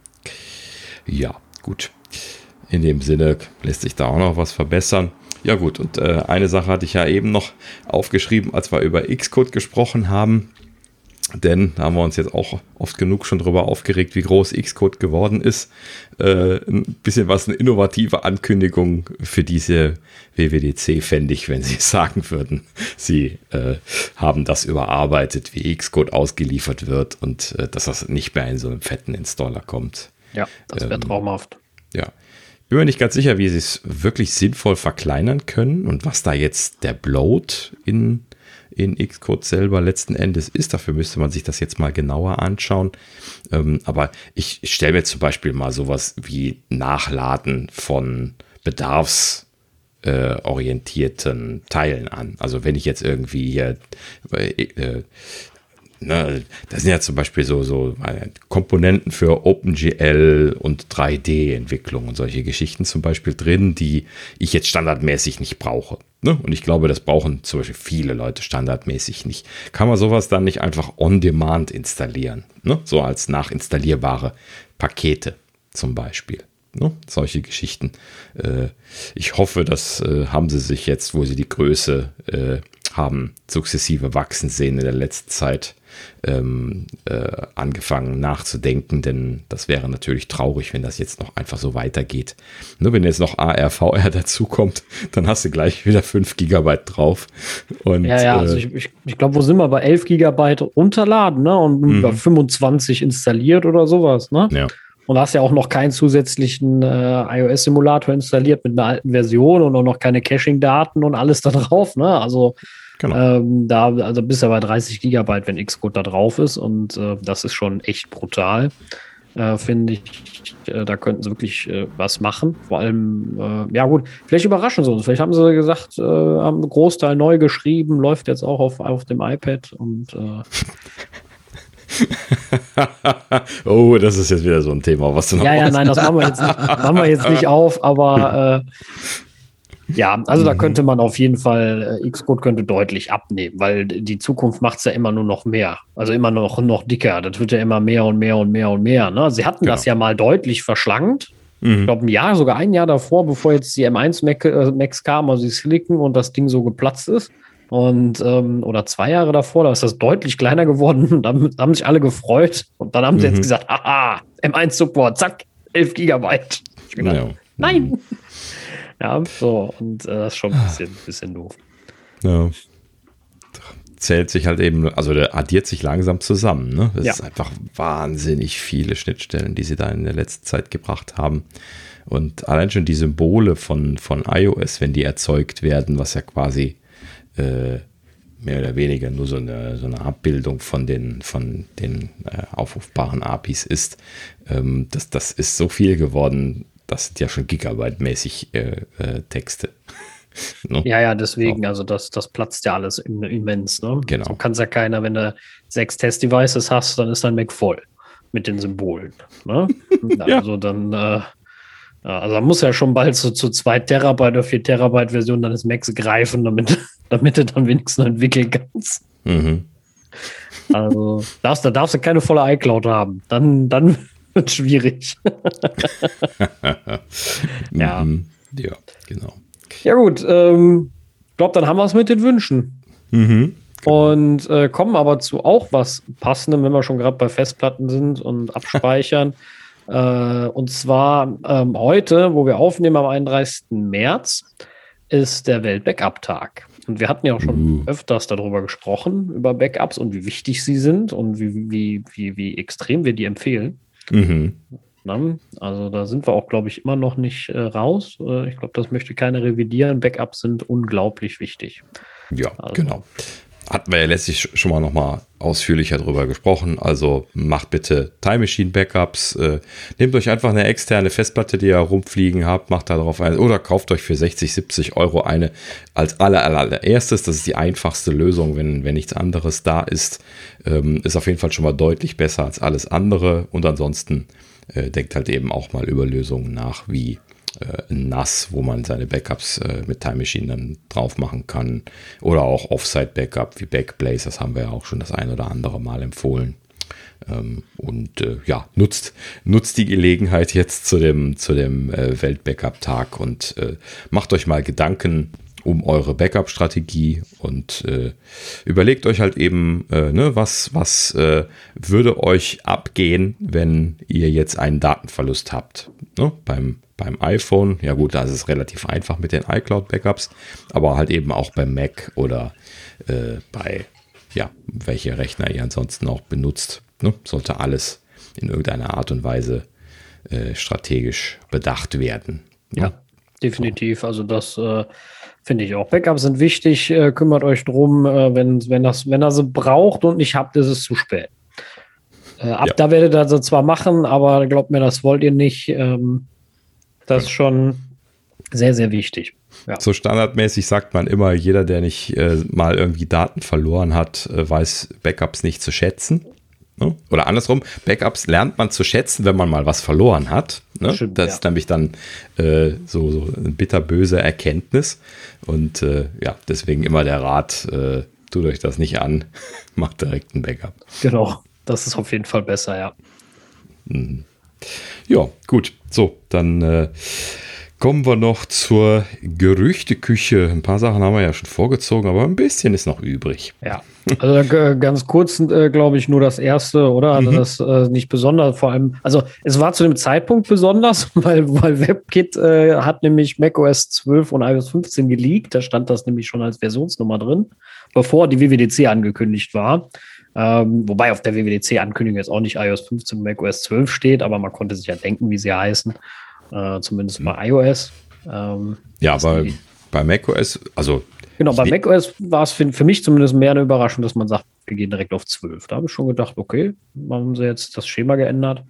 Ja, gut. In dem Sinne lässt sich da auch noch was verbessern. Ja gut, und äh, eine Sache hatte ich ja eben noch aufgeschrieben, als wir über Xcode gesprochen haben. Denn da haben wir uns jetzt auch oft genug schon drüber aufgeregt, wie groß Xcode geworden ist. Äh, ein bisschen was, eine innovative Ankündigung für diese W W D C fände ich, wenn sie sagen würden, sie äh, haben das überarbeitet, wie Xcode ausgeliefert wird und äh, dass das nicht mehr in so einem fetten Installer kommt. Ja, das wäre Ähm, traumhaft. Ja, bin mir nicht ganz sicher, wie sie es wirklich sinnvoll verkleinern können und was da jetzt der Bloat in, in Xcode selber letzten Endes ist. Dafür müsste man sich das jetzt mal genauer anschauen. Ähm, aber ich, ich stelle mir zum Beispiel mal sowas wie Nachladen von bedarfsorientierten Teilen an. Also wenn ich jetzt irgendwie hier äh, ne, da sind ja zum Beispiel so, so Komponenten für OpenGL und drei D-Entwicklung und solche Geschichten zum Beispiel drin, die ich jetzt standardmäßig nicht brauche. Ne? Und ich glaube, das brauchen zum Beispiel viele Leute standardmäßig nicht. Kann man sowas dann nicht einfach on demand installieren? Ne? So als nachinstallierbare Pakete zum Beispiel. Ne? Solche Geschichten. Äh, ich hoffe, das äh, haben sie sich jetzt, wo sie die Größe äh, haben, sukzessive wachsen sehen in der letzten Zeit, ähm, äh, angefangen nachzudenken, denn das wäre natürlich traurig, wenn das jetzt noch einfach so weitergeht. Nur wenn jetzt noch A R, V R dazukommt, dann hast du gleich wieder fünf Gigabyte drauf. Und, ja, ja, äh, also ich, ich, ich glaube, wo sind wir bei elf Gigabyte runterladen, ne? Und mhm. über fünfundzwanzig installiert oder sowas, ne? Ja. Und hast ja auch noch keinen zusätzlichen äh, iOS-Simulator installiert mit einer alten Version und auch noch keine Caching-Daten und alles da drauf, ne? Also genau. ähm, da also bist du bei dreißig Gigabyte, wenn Xcode da drauf ist, und äh, das ist schon echt brutal, äh, finde ich. Äh, da könnten sie wirklich äh, was machen. Vor allem, äh, ja gut, vielleicht überraschen sie uns. Vielleicht haben sie gesagt, äh, haben einen Großteil neu geschrieben, läuft jetzt auch auf, auf dem iPad und äh, oh, das ist jetzt wieder so ein Thema, was du noch Ja, ja, nein, das machen wir jetzt nicht, machen wir jetzt nicht auf, aber äh, ja, also da könnte man auf jeden Fall, äh, Xcode könnte deutlich abnehmen, weil die Zukunft macht es ja immer nur noch mehr, also immer noch, noch dicker, das wird ja immer mehr und mehr und mehr und mehr. Ne? Sie hatten genau. das ja mal deutlich verschlankt, mhm. ich glaube ein Jahr, sogar ein Jahr davor, bevor jetzt die M eins Mac, äh, Macs kamen, also die Silicon und das Ding so geplatzt ist. Und ähm, oder zwei Jahre davor, da ist das deutlich kleiner geworden. Und dann haben sich alle gefreut. Und dann haben sie mhm. jetzt gesagt, haha, M eins Support, zack, elf Gigabyte. Ich gedacht, ja. Nein. Mhm. Ja, so, und äh, das ist schon ein bisschen, bisschen doof. Ja. Zählt sich halt eben, also der addiert sich langsam zusammen. Ne? Das ja. ist einfach wahnsinnig viele Schnittstellen, die sie da in der letzten Zeit gebracht haben. Und allein schon die Symbole von, von iOS, wenn die erzeugt werden, was ja quasi mehr oder weniger nur so eine, so eine Abbildung von den, von den äh, aufrufbaren A P Is ist. Ähm, das, das ist so viel geworden, das sind ja schon Gigabyte-mäßig äh, äh, Texte. no? Ja, ja, deswegen, so. also das, das platzt ja alles immens. Ne? Genau. So kann es ja keiner, wenn du sechs Test-Devices hast, dann ist dein Mac voll mit den Symbolen. Ne? ja. Also dann äh, also man muss ja schon bald so zu zwei Terabyte oder vier Terabyte Version deines Macs greifen, damit, damit du dann wenigstens entwickeln kannst. Mhm. Also darfst, da darfst du keine volle iCloud haben. Dann, dann wird es schwierig. ja. Ja, genau. Ja gut, ähm, ich glaube, dann haben wir es mit den Wünschen. Mhm. Und äh, kommen aber zu auch was Passendem, wenn wir schon gerade bei Festplatten sind und abspeichern. Uh, und zwar ähm, heute, wo wir aufnehmen am einunddreißigsten März, ist der Welt-Backup-Tag. Und wir hatten ja auch schon uh. öfters darüber gesprochen, über Backups und wie wichtig sie sind und wie, wie, wie, wie extrem wir die empfehlen. Mhm. Na, also da sind wir auch, glaube ich, immer noch nicht äh, raus. Äh, ich glaube, das möchte keiner revidieren. Backups sind unglaublich wichtig. Ja, also, genau. Hatten wir ja letztlich schon mal noch mal ausführlicher drüber gesprochen. Also macht bitte Time Machine Backups. Äh, nehmt euch einfach eine externe Festplatte, die ihr rumfliegen habt, macht da drauf ein. Oder kauft euch für sechzig, siebzig Euro eine als aller, aller, allererstes. Das ist die einfachste Lösung, wenn, wenn nichts anderes da ist. Ähm, ist auf jeden Fall schon mal deutlich besser als alles andere. Und ansonsten äh, denkt halt eben auch mal über Lösungen nach, wie N A S, wo man seine Backups äh, mit Time Machine dann drauf machen kann. Oder auch Offsite-Backup wie Backblaze, das haben wir ja auch schon das ein oder andere Mal empfohlen. Ähm, und äh, ja, nutzt, nutzt die Gelegenheit jetzt zu dem, zu dem äh, Welt-Backup-Tag und äh, macht euch mal Gedanken um eure Backup-Strategie und äh, überlegt euch halt eben, äh, ne, was, was äh, würde euch abgehen, wenn ihr jetzt einen Datenverlust habt. Ne? Beim Beim iPhone, ja gut, da ist es relativ einfach mit den iCloud-Backups, aber halt eben auch beim Mac oder äh, bei, ja, welche Rechner ihr ansonsten auch benutzt. Ne? Sollte alles in irgendeiner Art und Weise äh, strategisch bedacht werden. Ne? Ja, definitiv. Also das äh, finde ich auch. Backups sind wichtig, äh, kümmert euch drum, äh, wenn, wenn, das, wenn ihr sie braucht und nicht habt, ist es zu spät. Äh, ab ja. da werdet ihr das zwar machen, aber glaubt mir, das wollt ihr nicht. Ähm, Das ist schon sehr, sehr wichtig. Ja. So standardmäßig sagt man immer, jeder, der nicht äh, mal irgendwie Daten verloren hat, äh, weiß Backups nicht zu schätzen. Ne? Oder andersrum, Backups lernt man zu schätzen, wenn man mal was verloren hat. Ne? Stimmt, das ja. ist nämlich dann äh, so, so eine bitterböse Erkenntnis. Und äh, ja, deswegen immer der Rat, äh, tut euch das nicht an, macht direkt ein Backup. Genau, das ist auf jeden Fall besser, ja. Mhm. Ja, gut. So, dann äh, kommen wir noch zur Gerüchteküche. Ein paar Sachen haben wir ja schon vorgezogen, aber ein bisschen ist noch übrig. Ja, also äh, ganz kurz, äh, glaube ich, nur das erste, oder? Also Mhm. das äh, nicht besonders, vor allem, also es war zu dem Zeitpunkt besonders, weil, weil WebKit äh, hat nämlich macOS zwölf und iOS fünfzehn geleakt. Da stand das nämlich schon als Versionsnummer drin, bevor die W W D C angekündigt war. Ähm, wobei auf der W W D C-Ankündigung jetzt auch nicht iOS fünfzehn und macOS zwölf steht, aber man konnte sich ja denken, wie sie heißen. Äh, zumindest bei iOS. Ähm, Ja, dass aber die- bei macOS, also Genau, bei Ich- macOS war es für, für mich zumindest mehr eine Überraschung, dass man sagt, wir gehen direkt auf zwölf. Da habe ich schon gedacht, okay, haben sie jetzt das Schema geändert.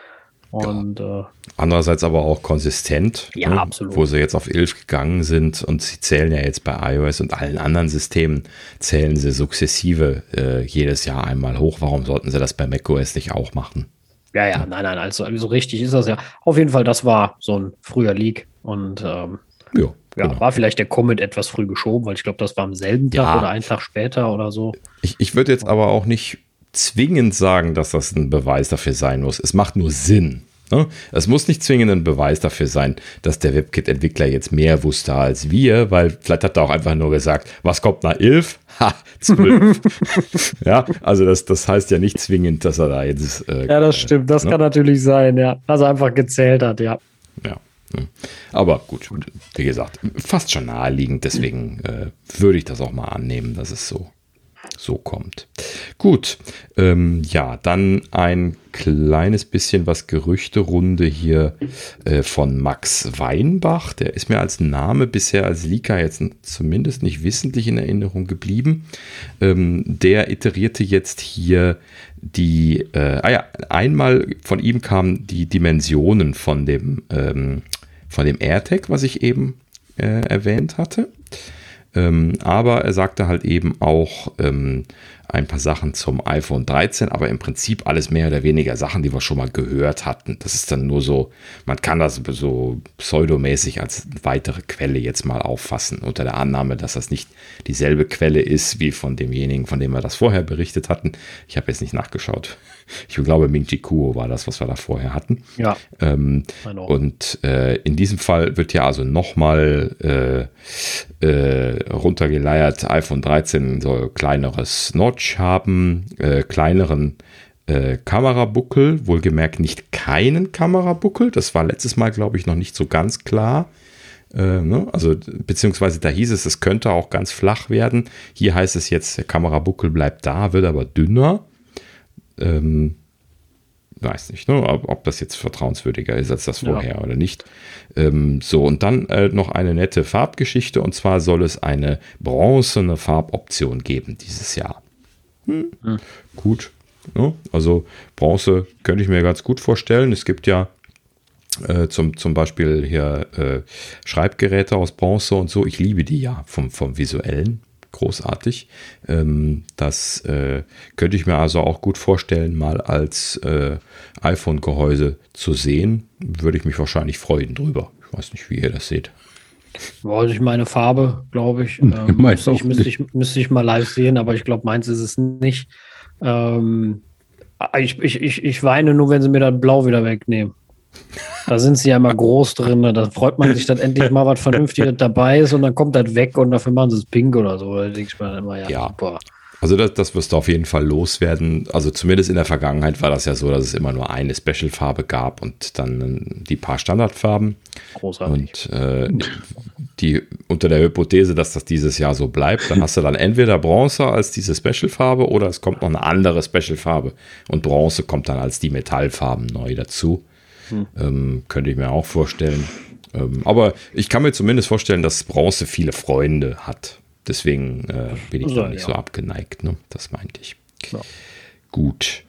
Und äh, andererseits aber auch konsistent, Ja, ne, absolut. wo sie jetzt auf elf gegangen sind und sie zählen ja jetzt bei iOS und allen anderen Systemen, zählen sie sukzessive äh, jedes Jahr einmal hoch. Warum sollten sie das bei macOS nicht auch machen? ja, ja, nein, nein, also, also richtig ist das ja. Auf jeden Fall, das war so ein früher Leak. Und ähm, Ja, ja, genau. war vielleicht der Commit etwas früh geschoben, weil ich glaube, das war am selben Tag Ja. oder einen Tag später oder so. Ich, ich würde jetzt aber auch nicht zwingend sagen, dass das ein Beweis dafür sein muss. Es macht nur Sinn. Ne? Es muss nicht zwingend ein Beweis dafür sein, dass der WebKit-Entwickler jetzt mehr wusste als wir, weil vielleicht hat er auch einfach nur gesagt, was kommt nach elf? Ha, zwölf. Ja, also das, das heißt ja nicht zwingend, dass er da jetzt... Äh, Ja, das stimmt. Das ne? kann natürlich sein, ja. Dass er einfach gezählt hat, ja. Ja. ne. Aber gut, wie gesagt, fast schon naheliegend, deswegen äh, würde ich das auch mal annehmen, dass es so, so kommt. Gut, ähm, ja, dann ein kleines bisschen was Gerüchterunde hier äh, von Max Weinbach. Der ist mir als Name bisher als Leaker jetzt zumindest nicht wissentlich in Erinnerung geblieben. Ähm, der iterierte jetzt hier die, äh, ah ja, einmal von ihm kamen die Dimensionen von dem, ähm, von dem AirTag, was ich eben äh, erwähnt hatte. Ähm, aber er sagte halt eben auch ähm, ein paar Sachen zum iPhone dreizehn, aber im Prinzip alles mehr oder weniger Sachen, die wir schon mal gehört hatten. Das ist dann nur so, man kann das so pseudomäßig als weitere Quelle jetzt mal auffassen, unter der Annahme, dass das nicht dieselbe Quelle ist wie von demjenigen, von dem wir das vorher berichtet hatten. Ich habe jetzt nicht nachgeschaut. Ich glaube, Ming-Chi Kuo war das, was wir da vorher hatten. Ja. Ähm, Genau. und äh, in diesem Fall wird ja also nochmal äh, äh, runtergeleiert, iPhone dreizehn soll kleineres Notch haben, äh, kleineren äh, Kamerabuckel, wohlgemerkt nicht keinen Kamerabuckel. Das war letztes Mal, glaube ich, noch nicht so ganz klar. Äh, ne? Also beziehungsweise da hieß es, es könnte auch ganz flach werden. Hier heißt es jetzt, der Kamerabuckel bleibt da, wird aber dünner. Ähm, weiß nicht, ne, ob, ob das jetzt vertrauenswürdiger ist als das vorher Ja. oder nicht. Ähm, so, und dann äh, noch eine nette Farbgeschichte, und zwar soll es eine bronzene Farboption geben dieses Jahr. Hm. Hm. Gut. Ne? Also Bronze könnte ich mir ganz gut vorstellen. Es gibt ja äh, zum, zum Beispiel hier äh, Schreibgeräte aus Bronze und so. Ich liebe die ja vom, vom Visuellen. Großartig. Ähm, das äh, könnte ich mir also auch gut vorstellen, mal als äh, iPhone-Gehäuse zu sehen. Würde ich mich wahrscheinlich freuen drüber. Ich weiß nicht, wie ihr das seht. War nicht meine Farbe, glaube ich. Nee, Ähm, meins müsste, ich, auch müsste, nicht. ich, müsste ich mal live sehen, aber ich glaube, meins ist es nicht. Ähm, ich, ich, ich, ich weine nur, wenn sie mir das Blau wieder wegnehmen. Da sind sie ja immer groß drin. Ne? Da freut man sich, dass endlich mal was Vernünftiges dabei ist und dann kommt das weg und dafür machen sie es pink oder so. Da denke ich mir dann immer, ja, Ja. super. Also das, das wirst du auf jeden Fall loswerden. Also zumindest in der Vergangenheit war das ja so, dass es immer nur eine Special-Farbe gab und dann die paar Standardfarben. Großartig. Und äh, die unter der Hypothese, dass das dieses Jahr so bleibt, dann hast du dann entweder Bronze als diese Special-Farbe oder es kommt noch eine andere Special-Farbe und Bronze kommt dann als die Metallfarben neu dazu. Hm. Ähm, könnte ich mir auch vorstellen. Ähm, aber ich kann mir zumindest vorstellen, dass Bronze viele Freunde hat. Deswegen äh, bin ich So, da nicht ja. so abgeneigt. Ne? Das meinte ich. Ja. Gut.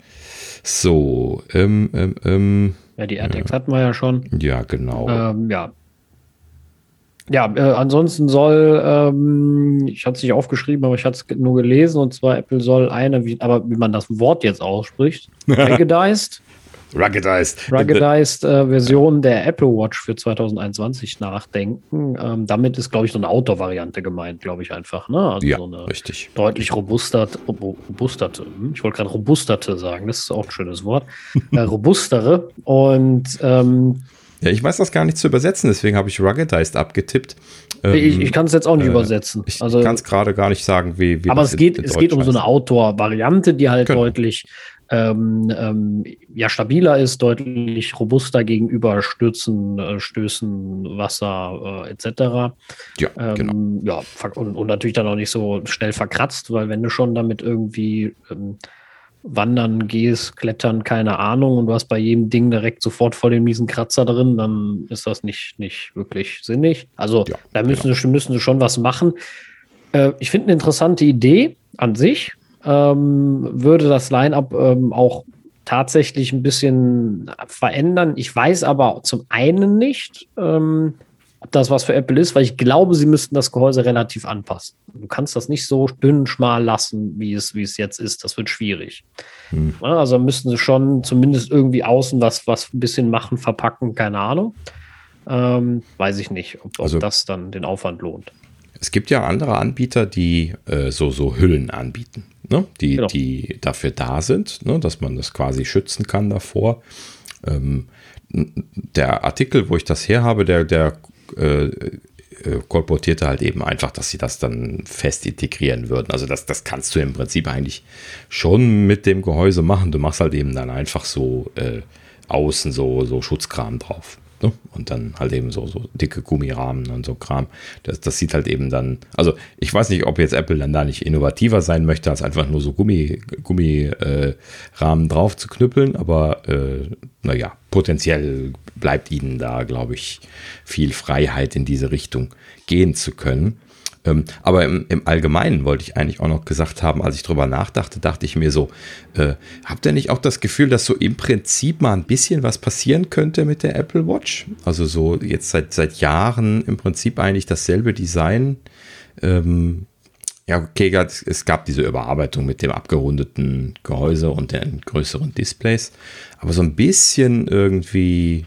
So, ähm, ähm, ähm, Ja, die AirTags hatten wir ja schon. ja, genau. Ähm, ja. Ja, äh, ansonsten soll, ähm, ich hatte es nicht aufgeschrieben, aber ich hatte es nur gelesen, und zwar Apple soll eine, wie, aber wie man das Wort jetzt ausspricht, ruggedized, Ruggedized. ruggedized äh, Version der Apple Watch für zwanzig einundzwanzig nachdenken. Ähm, damit ist, glaube ich, so eine Outdoor-Variante gemeint, glaube ich einfach. Ne? Also ja, so eine richtig. deutlich robustert, robusterte, ich wollte gerade robusterte sagen, das ist auch ein schönes Wort, äh, robustere und ähm, ja, ich weiß das gar nicht zu übersetzen, deswegen habe ich ruggedized abgetippt. Ähm, ich ich kann es jetzt auch nicht äh, übersetzen. Ich also, kann es gerade gar nicht sagen, wie, wie aber das es geht, in, in es geht um so eine Outdoor-Variante, die halt genau. deutlich ähm, ähm, ja, stabiler ist, deutlich robuster gegenüber Stürzen, äh, Stößen, Wasser äh, et cetera. Ja, ähm, genau. Ja, und, und natürlich dann auch nicht so schnell verkratzt, weil wenn du schon damit irgendwie ähm, wandern gehst, klettern, keine Ahnung, und du hast bei jedem Ding direkt sofort voll den miesen Kratzer drin, dann ist das nicht, nicht wirklich sinnig. Also ja, da müssen, genau. sie, müssen sie schon was machen. Äh, ich finde eine interessante Idee an sich. Ähm, würde das Line-Up ähm, auch tatsächlich ein bisschen verändern. Ich weiß aber zum einen nicht, ähm, ob das was für Apple ist, weil ich glaube, sie müssten das Gehäuse relativ anpassen. Du kannst das nicht so dünn, schmal lassen, wie es, wie es jetzt ist. Das wird schwierig. Hm. Ja, also müssten sie schon zumindest irgendwie außen was, was ein bisschen machen, verpacken, keine Ahnung. Ähm, weiß ich nicht, ob, ob also, das dann den Aufwand lohnt. Es gibt ja andere Anbieter, die äh, so, so Hüllen anbieten, ne? die, genau. die dafür da sind, ne? Dass man das quasi schützen kann davor. Ähm, der Artikel, wo ich das her habe, der, der äh, kolportierte halt eben einfach, dass sie das dann fest integrieren würden. Also das, das kannst du im Prinzip eigentlich schon mit dem Gehäuse machen. Du machst halt eben dann einfach so äh, außen so, so Schutzkram drauf. Ne? Und dann halt eben so, so dicke Gummirahmen und so Kram. Das, das sieht halt eben dann, also ich weiß nicht, ob jetzt Apple dann da nicht innovativer sein möchte, als einfach nur so Gummi, Gummirahmen äh, drauf zu knüppeln, aber äh, naja, potenziell bleibt ihnen da, glaube ich, viel Freiheit in diese Richtung gehen zu können. Ähm, aber im, im Allgemeinen wollte ich eigentlich auch noch gesagt haben, als ich drüber nachdachte, dachte ich mir so, äh, habt ihr nicht auch das Gefühl, dass so im Prinzip mal ein bisschen was passieren könnte mit der Apple Watch? Also so jetzt seit, seit Jahren im Prinzip eigentlich dasselbe Design. Ähm, ja, okay, es gab diese Überarbeitung mit dem abgerundeten Gehäuse und den größeren Displays, aber so ein bisschen irgendwie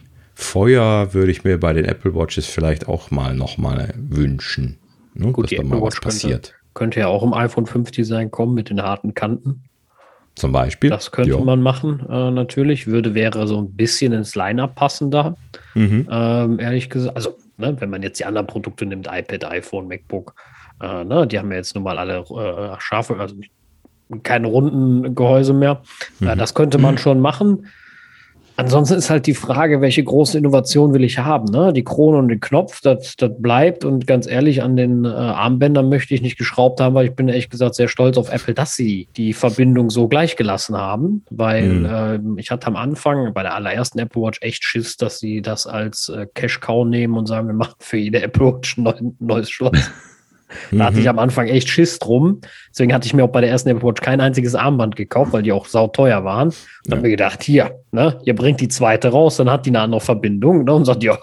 Feuer würde ich mir bei den Apple Watches vielleicht auch mal noch mal wünschen. Ne, gut, die Apple Watch könnte, könnte ja auch im iPhone fünf Design kommen mit den harten Kanten. Zum Beispiel. Das könnte jo. man machen, äh, natürlich. Würde, wäre so ein bisschen ins Line-Up passender. Mhm. Ähm, ehrlich gesagt, also, ne, wenn man jetzt die anderen Produkte nimmt, iPad, iPhone, MacBook, äh, ne, die haben ja jetzt nun mal alle äh, scharfe, also keine runden Gehäuse mehr. Mhm. Äh, das könnte man schon machen. Ansonsten ist halt die Frage, welche große Innovation will ich haben, ne? Die Krone und den Knopf, das, das bleibt, und ganz ehrlich, an den äh, Armbändern möchte ich nicht geschraubt haben, weil ich bin ehrlich gesagt sehr stolz auf Apple, dass sie die Verbindung so gleich gelassen haben, weil mhm. äh, ich hatte am Anfang bei der allerersten Apple Watch echt Schiss, dass sie das als äh, Cash-Cow nehmen und sagen, wir machen für jede Apple Watch ein neu, neues Schloss. Da mhm. hatte ich am Anfang echt Schiss drum. Deswegen hatte ich mir auch bei der ersten Apple Watch kein einziges Armband gekauft, weil die auch sauteuer waren. Und ja. habe mir gedacht, hier, ne, ihr bringt die zweite raus, dann hat die eine andere Verbindung, ne, und sagt, ja,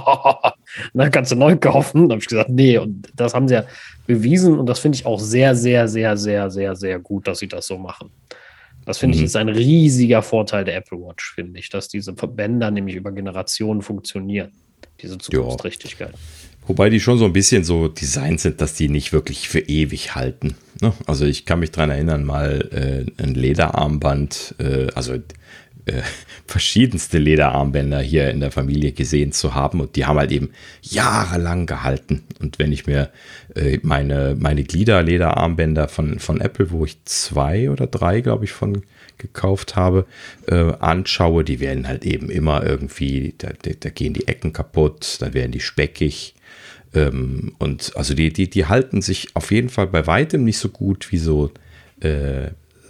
dann kannst du neu kaufen. Dann habe ich gesagt, nee, und das haben sie ja bewiesen, und das finde ich auch sehr, sehr, sehr, sehr, sehr, sehr gut, dass sie das so machen. Das finde mhm. ich ist ein riesiger Vorteil der Apple Watch, finde ich, dass diese Bänder nämlich über Generationen funktionieren. Diese Zukunftsträchtigkeit. Ja. Wobei die schon so ein bisschen so designt sind, dass die nicht wirklich für ewig halten. Ne? Also ich kann mich dran erinnern, mal äh, ein Lederarmband, äh, also äh, verschiedenste Lederarmbänder hier in der Familie gesehen zu haben, und die haben halt eben jahrelang gehalten. Und wenn ich mir äh, meine, meine Glieder-Lederarmbänder von, von Apple, wo ich zwei oder drei, glaube ich, von gekauft habe, äh, anschaue, die werden halt eben immer irgendwie, da, da gehen die Ecken kaputt, dann werden die speckig. Ähm, und also die, die, die halten sich auf jeden Fall bei weitem nicht so gut wie so äh, äh,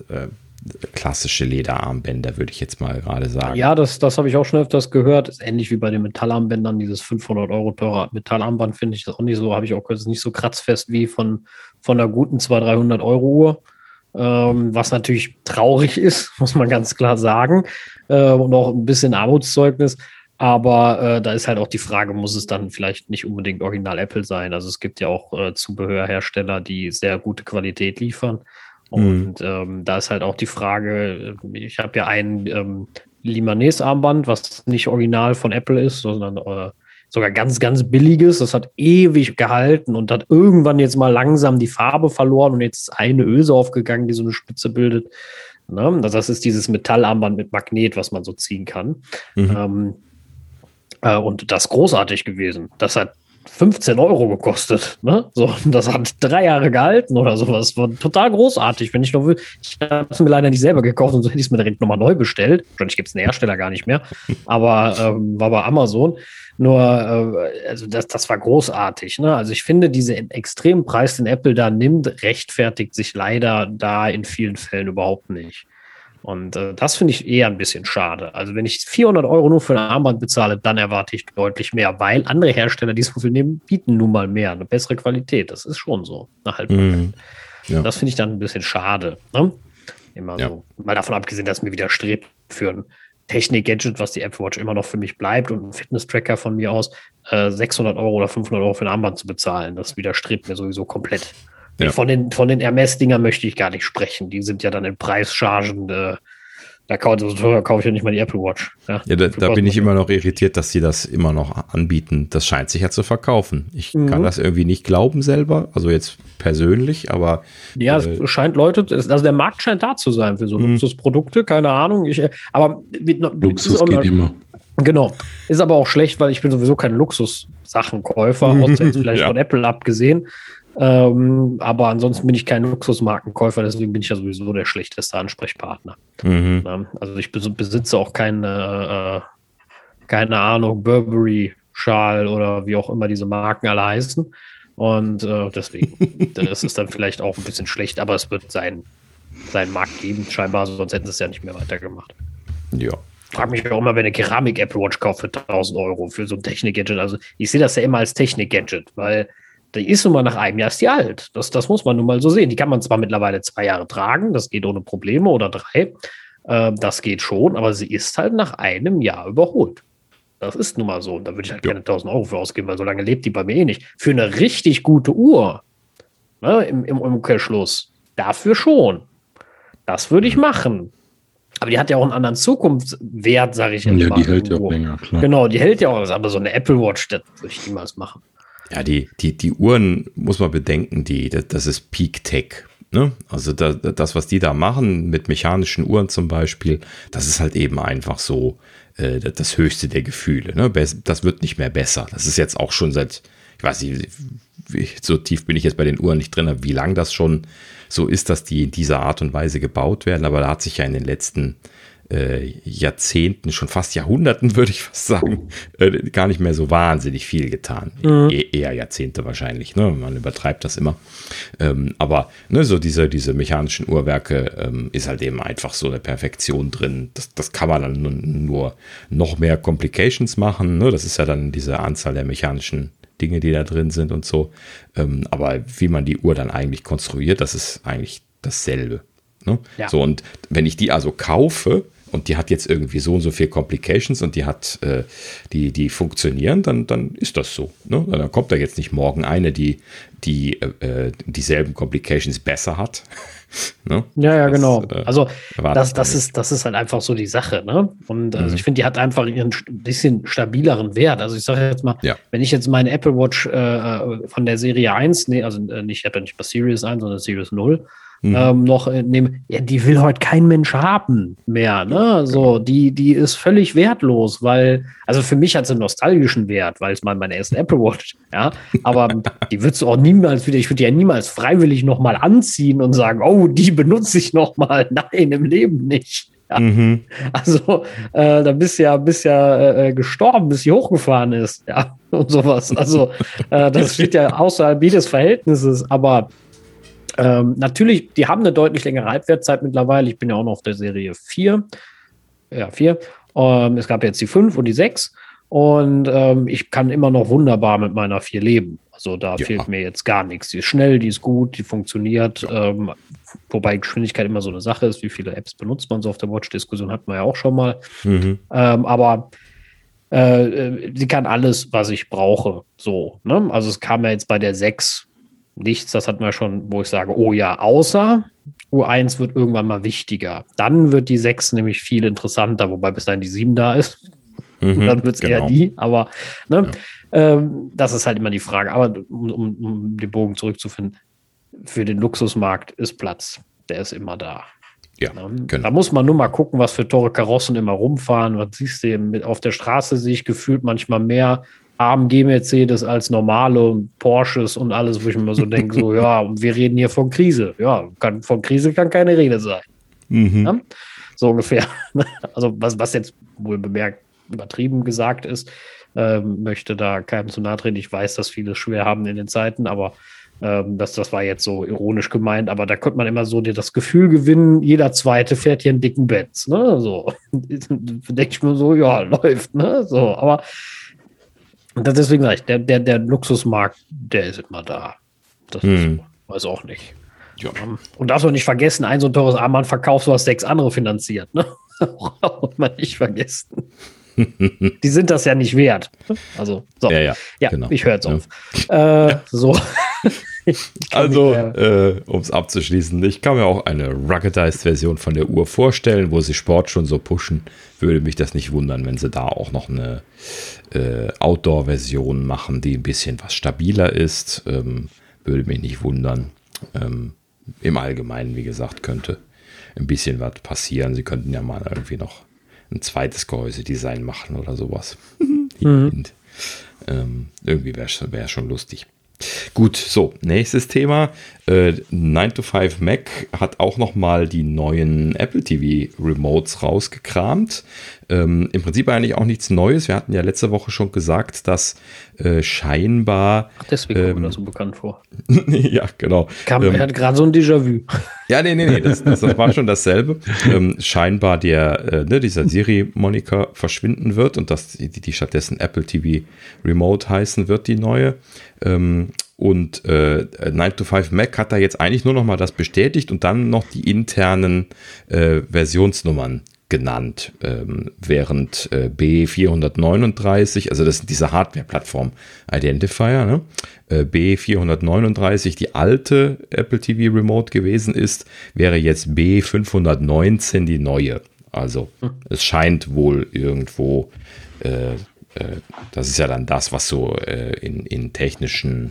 klassische Lederarmbänder, würde ich jetzt mal gerade sagen. Ja, das, das habe ich auch schon öfters gehört. Ist ähnlich wie bei den Metallarmbändern. Dieses fünfhundert Euro teure Metallarmband finde ich das auch nicht so, habe ich auch gehört, nicht so kratzfest wie von, von einer guten zweihundert, dreihundert Euro Uhr. Ähm, was natürlich traurig ist, muss man ganz klar sagen. Äh, und auch ein bisschen Armutszeugnis. Aber äh, da ist halt auch die Frage, muss es dann vielleicht nicht unbedingt Original Apple sein? Also es gibt ja auch äh, Zubehörhersteller, die sehr gute Qualität liefern. Und mhm. ähm, da ist halt auch die Frage, ich habe ja ein ähm, Limanes-Armband, was nicht original von Apple ist, sondern äh, sogar ganz, ganz billiges. Das hat ewig gehalten und hat irgendwann jetzt mal langsam die Farbe verloren und jetzt ist eine Öse aufgegangen, die so eine Spitze bildet. Ne? Das ist dieses Metallarmband mit Magnet, was man so ziehen kann. Mhm. Ähm, äh, und das ist großartig gewesen. Das hat fünfzehn Euro gekostet. Ne? So, das hat drei Jahre gehalten oder sowas. War total großartig. Wenn ich noch will, ich habe es mir leider nicht selber gekauft und so hätte ich es mir direkt nochmal neu bestellt. Wahrscheinlich gibt es den Hersteller gar nicht mehr. Aber ähm, war bei Amazon. Nur, äh, also das, das war großartig. Ne? Also ich finde, diesen extremen Preis, den Apple da nimmt, rechtfertigt sich leider da in vielen Fällen überhaupt nicht. Und äh, das finde ich eher ein bisschen schade. Also wenn ich vierhundert Euro nur für ein Armband bezahle, dann erwarte ich deutlich mehr, weil andere Hersteller, die so viel nehmen, bieten nun mal mehr, eine bessere Qualität. Das ist schon so. Eine Haltbarkeit. Mm, ja. Das finde ich dann ein bisschen schade. Ne? Immer ja. so. Mal davon abgesehen, dass mir widerstrebt für ein Technik-Gadget, was die Apple Watch immer noch für mich bleibt und ein Fitness-Tracker von mir aus, äh, sechshundert Euro oder fünfhundert Euro für ein Armband zu bezahlen. Das widerstrebt mir sowieso komplett. Ja. Von den, von den Hermes-Dingern möchte ich gar nicht sprechen. Die sind ja dann in Preischargen. Äh, da kaufe kauf ich ja nicht mal die Apple Watch. Ja, ja da, da bin ich immer noch irritiert, dass sie das immer noch anbieten. Das scheint sich ja zu verkaufen. Ich mhm. kann das irgendwie nicht glauben selber. Also jetzt persönlich, aber... Ja, äh, es scheint Leute... Also der Markt scheint da zu sein für so mhm. Luxusprodukte. Keine Ahnung. Ich, aber... Luxus geht mal, immer. Genau. Ist aber auch schlecht, weil ich bin sowieso kein Luxussachenkäufer. Außer jetzt vielleicht ja. von Apple abgesehen. Ähm, aber ansonsten bin ich kein Luxusmarkenkäufer, deswegen bin ich ja sowieso der schlechteste Ansprechpartner. Mhm. Ähm, also ich besitze auch keine, äh, keine Ahnung, Burberry-Schal oder wie auch immer diese Marken alle heißen. Und äh, deswegen, das ist dann vielleicht auch ein bisschen schlecht, aber es wird seinen, seinen Markt geben, scheinbar, sonst hätten sie es ja nicht mehr weitergemacht. Ja. Ich frage mich auch immer, wenn eine Keramik-Apple Watch kauft für tausend Euro für so ein Technik-Gadget. Also ich sehe das ja immer als Technik-Gadget, weil die ist nun mal nach einem Jahr ist die alt. Das, das muss man nun mal so sehen. Die kann man zwar mittlerweile zwei Jahre tragen, das geht ohne Probleme oder drei. Äh, das geht schon, aber sie ist halt nach einem Jahr überholt. Das ist nun mal so. Und da würde ich halt ja. keine tausend Euro für ausgeben, weil so lange lebt die bei mir eh nicht. Für eine richtig gute Uhr, ne, im, im Umkehrschluss, dafür schon. Das würde ich machen. Aber die hat ja auch einen anderen Zukunftswert, sage ich jetzt ja, mal. Ja, die hält ja auch länger, klar. Genau, die hält ja auch. Aber so eine Apple Watch, das würde ich niemals machen. Ja, die, die, die Uhren muss man bedenken, die, das, das ist Peak Tech. Ne? Also da, das, was die da machen mit mechanischen Uhren zum Beispiel, das ist halt eben einfach so äh, das höchste der Gefühle. Ne? Das wird nicht mehr besser. Das ist jetzt auch schon seit, ich weiß nicht, wie, so tief bin ich jetzt bei den Uhren nicht drin, wie lange das schon so ist, dass die in dieser Art und Weise gebaut werden. Aber da hat sich ja in den letzten Äh, Jahrzehnten, schon fast Jahrhunderten, würde ich fast sagen, äh, gar nicht mehr so wahnsinnig viel getan. Mhm. E- eher Jahrzehnte wahrscheinlich, ne? Man übertreibt das immer. Ähm, aber ne, so diese, diese mechanischen Uhrwerke ähm, ist halt eben einfach so eine Perfektion drin. Das, das kann man dann nur, nur noch mehr Complications machen. Ne? Das ist ja dann diese Anzahl der mechanischen Dinge, die da drin sind und so. Ähm, aber wie man die Uhr dann eigentlich konstruiert, das ist eigentlich dasselbe. Ne? Ja. So, und wenn ich die also kaufe, und die hat jetzt irgendwie so und so viel Complications und die hat, äh, die, die funktionieren, dann, dann ist das so. Ne? Dann kommt da jetzt nicht morgen eine, die, die äh, dieselben Complications besser hat. Ne? Ja, ja, das, genau. Äh, also das, das, ist, das ist halt einfach so die Sache. Ne? Und also mhm. ich finde, die hat einfach ihren ein bisschen stabileren Wert. Also ich sage jetzt mal, ja. wenn ich jetzt meine Apple Watch äh, von der Serie eins, nee, also äh, nicht, ich habe ja nicht mal Series eins, sondern Series null, Mhm. Ähm, noch nehmen, ja, die will heute kein Mensch haben mehr, ne? So, die, die ist völlig wertlos, weil, also für mich hat sie einen nostalgischen Wert, weil es mal meine erste Apple Watch, ja, aber die würdest du auch niemals wieder, ich würde die ja niemals freiwillig nochmal anziehen und sagen, oh, die benutze ich nochmal. Nein, im Leben nicht. Ja. Mhm. Also, äh, da bist ja, bist ja äh, gestorben, bis sie hochgefahren ist, ja, und sowas. Also, äh, das steht ja außerhalb jedes Verhältnisses, aber Ähm, natürlich, die haben eine deutlich längere Halbwertszeit mittlerweile. Ich bin ja auch noch auf der Serie vier. Ja, vier. Ähm, es gab jetzt die fünf und die sechs. Und ähm, ich kann immer noch wunderbar mit meiner vier leben. Also da ja. fehlt mir jetzt gar nichts. Die ist schnell, die ist gut, die funktioniert. Ähm, wobei Geschwindigkeit immer so eine Sache ist. Wie viele Apps benutzt man so auf der Watch-Diskussion? Hatten wir ja auch schon mal. Mhm. Ähm, aber Äh, sie kann alles, was ich brauche. So, ne? Also es kam ja jetzt bei der sechs nichts, das hatten wir schon, wo ich sage, oh ja, außer U eins wird irgendwann mal wichtiger. Dann wird die sechs nämlich viel interessanter, wobei bis dahin die sieben da ist. Mhm, dann wird es genau. eher die, aber ne? ja. ähm, das ist halt immer die Frage. Aber um, um, um den Bogen zurückzufinden, für den Luxusmarkt ist Platz. Der ist immer da. Ja, ne? genau. Da muss man nur mal gucken, was für teure Karossen immer rumfahren. Was siehst du eben? Auf der Straße sehe ich gefühlt manchmal mehr A M G Mercedes als normale Porsches und alles, wo ich mir so denke, so ja, und wir reden hier von Krise. Ja, kann, von Krise kann keine Rede sein. Mhm. Ja? So ungefähr. Also was, was jetzt wohl bemerkt übertrieben gesagt ist, ähm, möchte da keinem zu nahe treten. Ich weiß, dass viele es schwer haben in den Zeiten, aber ähm, das, das war jetzt so ironisch gemeint, aber da könnte man immer so dir das Gefühl gewinnen, jeder Zweite fährt hier einen dicken Benz. Ne? So. Denke ich mir so, ja, läuft. Ne? So, aber das deswegen sage ich, der, der, der Luxusmarkt, der ist immer da. Das hm. ist, weiß auch nicht. Ja. Und darfst du nicht vergessen, ein so ein teures Armband verkaufst, du hast sechs andere finanziert. Ne? Muss man nicht vergessen. Die sind das ja nicht wert. Also, so. Ja, ja, ja genau. Ich höre jetzt auf. Ja. Äh, so. Also, äh, um es abzuschließen, ich kann mir auch eine Ruggedized-Version von der Uhr vorstellen, wo sie Sport schon so pushen. Würde mich das nicht wundern, wenn sie da auch noch eine äh, Outdoor-Version machen, die ein bisschen was stabiler ist. Ähm, würde mich nicht wundern. Ähm, im Allgemeinen, wie gesagt, könnte ein bisschen was passieren. Sie könnten ja mal irgendwie noch ein zweites Gehäusedesign machen oder sowas. mhm. ähm, irgendwie wäre wär schon lustig. Gut, so, nächstes Thema. Äh, nine to five Mac hat auch nochmal die neuen Apple T V Remotes rausgekramt. Ähm, Im Prinzip eigentlich auch nichts Neues. Wir hatten ja letzte Woche schon gesagt, dass äh, scheinbar... Ach, deswegen ähm, kommt mir das so bekannt vor. Ja, genau. Kam, ähm, er hat gerade so ein Déjà-vu. Ja, nee, nee, nee, das, das, das war schon dasselbe. ähm, scheinbar der, äh, ne, dieser Siri-Moniker verschwinden wird und dass die, die stattdessen Apple T V Remote heißen wird, die neue. Ähm, und äh, nine to five Mac hat da jetzt eigentlich nur noch mal das bestätigt und dann noch die internen äh, Versionsnummern genannt, ähm, während äh, B vierhundertneununddreißig, also das sind diese Hardware-Plattform Identifier, ne? äh, B vierhundertneununddreißig die alte Apple T V Remote gewesen ist, wäre jetzt B fünfhundertneunzehn die neue. Also hm. es scheint wohl irgendwo äh, das ist ja dann das, was so äh, in, in technischen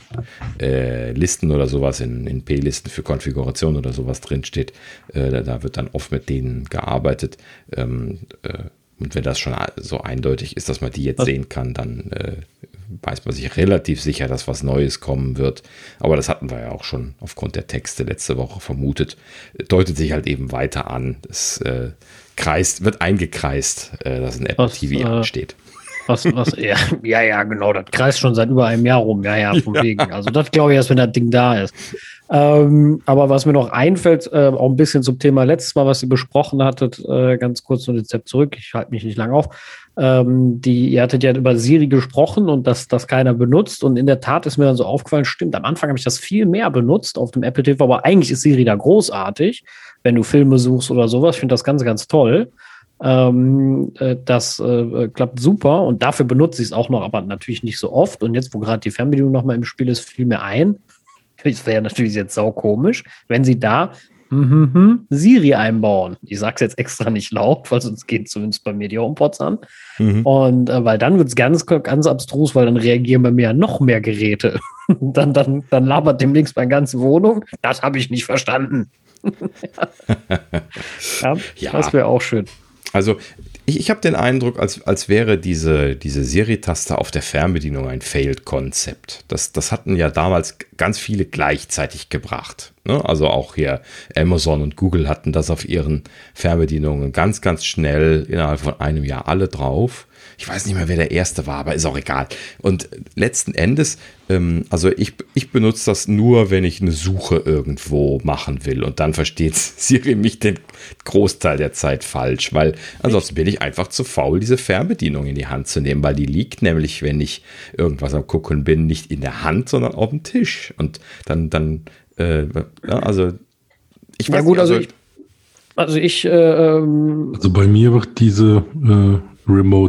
äh, Listen oder sowas, in, in P-Listen für Konfiguration oder sowas drinsteht. Äh, da, da wird dann oft mit denen gearbeitet. Ähm, äh, und wenn das schon so eindeutig ist, dass man die jetzt was? sehen kann, dann äh, weiß man sich relativ sicher, dass was Neues kommen wird. Aber das hatten wir ja auch schon aufgrund der Texte letzte Woche vermutet. Deutet sich halt eben weiter an. Es äh, kreist, wird eingekreist, äh, dass ein Apple was, T V äh, ansteht. Was, was, ja, ja, ja, genau, das kreist schon seit über einem Jahr rum, ja, ja, von ja. wegen. Also das glaube ich erst, wenn das Ding da ist. Ähm, aber was mir noch einfällt, äh, auch ein bisschen zum Thema letztes Mal, was ihr besprochen hattet, äh, ganz kurz nur den Step zurück, ich halte mich nicht lang auf. Ähm, die, ihr hattet ja über Siri gesprochen und dass das keiner benutzt und in der Tat ist mir dann so aufgefallen, stimmt, am Anfang habe ich das viel mehr benutzt auf dem Apple T V, aber eigentlich ist Siri da großartig, wenn du Filme suchst oder sowas, ich finde das ganz, ganz toll. Ähm, äh, das äh, klappt super und dafür benutze ich es auch noch, aber natürlich nicht so oft. Und jetzt, wo gerade die Fernbedienung nochmal im Spiel ist, fiel mir ein, das wäre natürlich jetzt saukomisch, wenn sie da mm-hmm, Siri einbauen. Ich sage es jetzt extra nicht laut, weil sonst geht zumindest bei mir die HomePods an. Mhm. Und äh, weil dann wird es ganz, ganz abstrus, weil dann reagieren bei mir ja noch mehr Geräte. dann, dann, dann labert demnächst meine ganze Wohnung. Das habe ich nicht verstanden. ja, ja, das wäre auch schön. Also ich, ich habe den Eindruck, als, als wäre diese, diese Siri-Taste auf der Fernbedienung ein Failed-Konzept. Das, das hatten ja damals ganz viele gleichzeitig gebracht. Ne? Also auch hier Amazon und Google hatten das auf ihren Fernbedienungen ganz, ganz schnell innerhalb von einem Jahr alle drauf. Ich weiß nicht mehr, wer der Erste war, aber ist auch egal. Und letzten Endes, ähm, also ich, ich benutze das nur, wenn ich eine Suche irgendwo machen will. Und dann versteht Siri mich den Großteil der Zeit falsch, weil ansonsten bin ich einfach zu faul, diese Fernbedienung in die Hand zu nehmen, weil die liegt nämlich, wenn ich irgendwas am Gucken bin, nicht in der Hand, sondern auf dem Tisch. Und dann, dann äh, ja, also ich weiß ja, gut, nicht, also, also ich, also ich äh, ähm also bei mir wird diese äh, Remote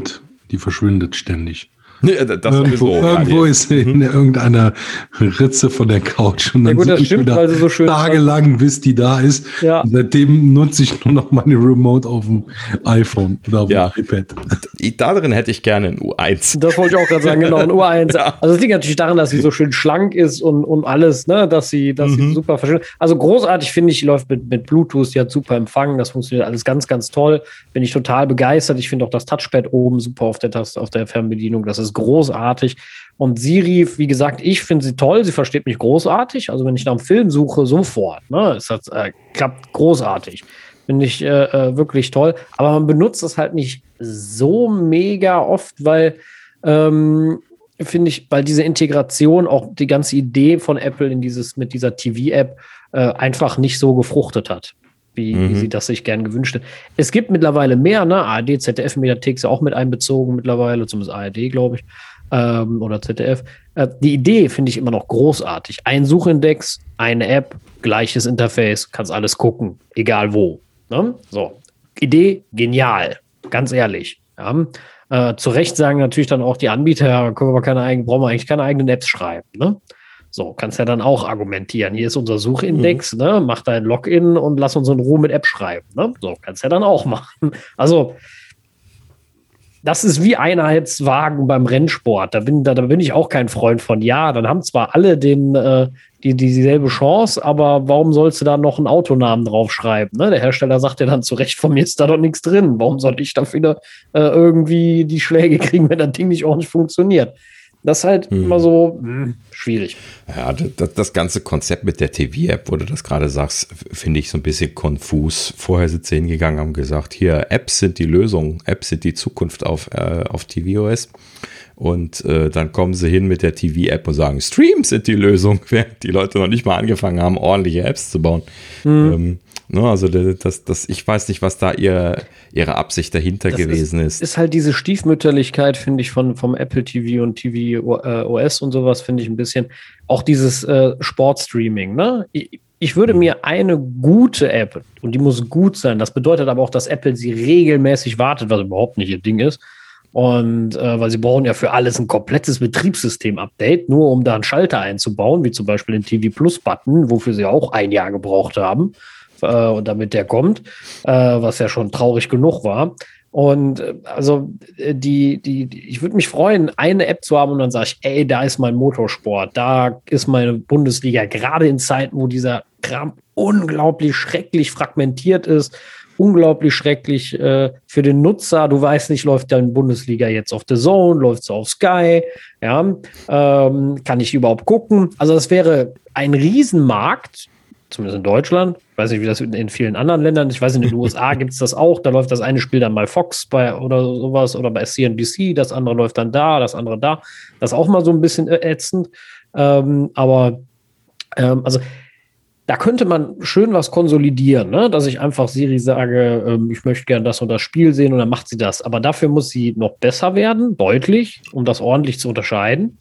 Die verschwindet ständig. Ja, das irgendwo sowieso, irgendwo ja, ist sie in irgendeiner Ritze von der Couch und Ja dann gut, das suche ich stimmt, wieder weil sie so schön tagelang, bis die da ist. Ja. Und seitdem nutze ich nur noch meine Remote auf dem iPhone oder auf Ja. dem iPad. Da drin hätte ich gerne ein U eins. Das wollte ich auch gerade sagen, genau, ein U eins. Ja. Also es liegt natürlich daran, dass sie so schön schlank ist und, und alles, ne, dass sie, dass Mhm. sie super verschwindet. Also großartig finde ich, läuft mit, mit Bluetooth, sie hat super Empfang, das funktioniert alles ganz, ganz toll. Bin ich total begeistert. Ich finde auch das Touchpad oben super auf der Taste, auf der Fernbedienung. Das ist großartig. Und Siri, wie gesagt, ich finde sie toll, sie versteht mich großartig. Also wenn ich nach einem Film suche, sofort, ne, es hat, äh, klappt großartig. Finde ich äh, äh, wirklich toll. Aber man benutzt das halt nicht so mega oft, weil, ähm, finde ich, weil diese Integration, auch die ganze Idee von Apple in dieses, mit dieser T V-App äh, einfach nicht so gefruchtet hat, wie, Mhm. wie sie das sich gern gewünscht hätte. Es gibt mittlerweile mehr, ne? A R D, Z D F-Mediathek ist ja auch mit einbezogen mittlerweile, zumindest A R D, glaube ich, ähm, oder Z D F. Äh, die Idee finde ich immer noch großartig. Ein Suchindex, eine App, gleiches Interface, kannst alles gucken, egal wo. Ne? So, Idee, genial, ganz ehrlich. Ja. Äh, zu Recht sagen natürlich dann auch die Anbieter, ja, können wir aber keine eigenen, brauchen wir eigentlich keine eigenen Apps schreiben. Ne? So, kannst ja dann auch argumentieren. Hier ist unser Suchindex, mhm. ne? Mach dein Login und lass uns in Ruhe mit App schreiben. Ne? So, kannst ja dann auch machen. Also, das ist wie Einheitswagen beim Rennsport. Da bin, da, da bin ich auch kein Freund von. Ja, dann haben zwar alle den, äh, die, die dieselbe Chance, aber warum sollst du da noch einen Autonamen draufschreiben? Ne? Der Hersteller sagt ja dann zu Recht, von mir ist da doch nichts drin. Warum soll ich dafür äh, irgendwie die Schläge kriegen, wenn das Ding nicht ordentlich funktioniert? Das ist halt hm. immer so mh, schwierig. Ja, das, das ganze Konzept mit der T V-App, wo du das gerade sagst, finde ich so ein bisschen konfus. Vorher sind sie hingegangen, haben gesagt, hier, Apps sind die Lösung, Apps sind die Zukunft auf, äh, auf tvOS. Und äh, dann kommen sie hin mit der T V-App und sagen, Streams sind die Lösung, während die Leute noch nicht mal angefangen haben, ordentliche Apps zu bauen. Hm. Ähm, ne, also das, das, ich weiß nicht, was da ihr, ihre Absicht dahinter das gewesen ist. ist. Ist halt diese Stiefmütterlichkeit, finde ich, von vom Apple T V und T V O S und sowas, finde ich ein bisschen. Auch dieses äh, Sportstreaming, ne? Ich, ich würde mir eine gute App, und die muss gut sein, das bedeutet aber auch, dass Apple sie regelmäßig wartet, was überhaupt nicht ihr Ding ist. Und äh, weil sie brauchen ja für alles ein komplettes Betriebssystem-Update, nur um da einen Schalter einzubauen, wie zum Beispiel den T V Plus-Button, wofür sie auch ein Jahr gebraucht haben, äh, und damit der kommt, äh, was ja schon traurig genug war. Und äh, also die, die, die, ich würde mich freuen, eine App zu haben und dann sage ich, ey, da ist mein Motorsport, da ist meine Bundesliga, gerade in Zeiten, wo dieser Kram unglaublich schrecklich fragmentiert ist, unglaublich schrecklich äh, für den Nutzer. Du weißt nicht, läuft deine Bundesliga jetzt auf The Zone, läuft es auf Sky, ja, ähm, kann ich überhaupt gucken? Also das wäre ein Riesenmarkt, zumindest in Deutschland. Ich weiß nicht, wie das in, in vielen anderen Ländern ist. Ich weiß nicht, in den U S A gibt es das auch. Da läuft das eine Spiel dann bei Fox bei, oder sowas oder bei C N B C, das andere läuft dann da, das andere da. Das ist auch mal so ein bisschen ätzend. Ähm, aber ähm, also da könnte man schön was konsolidieren, ne? Dass ich einfach Siri sage, ähm, ich möchte gerne das und das Spiel sehen und dann macht sie das. Aber dafür muss sie noch besser werden, deutlich, um das ordentlich zu unterscheiden.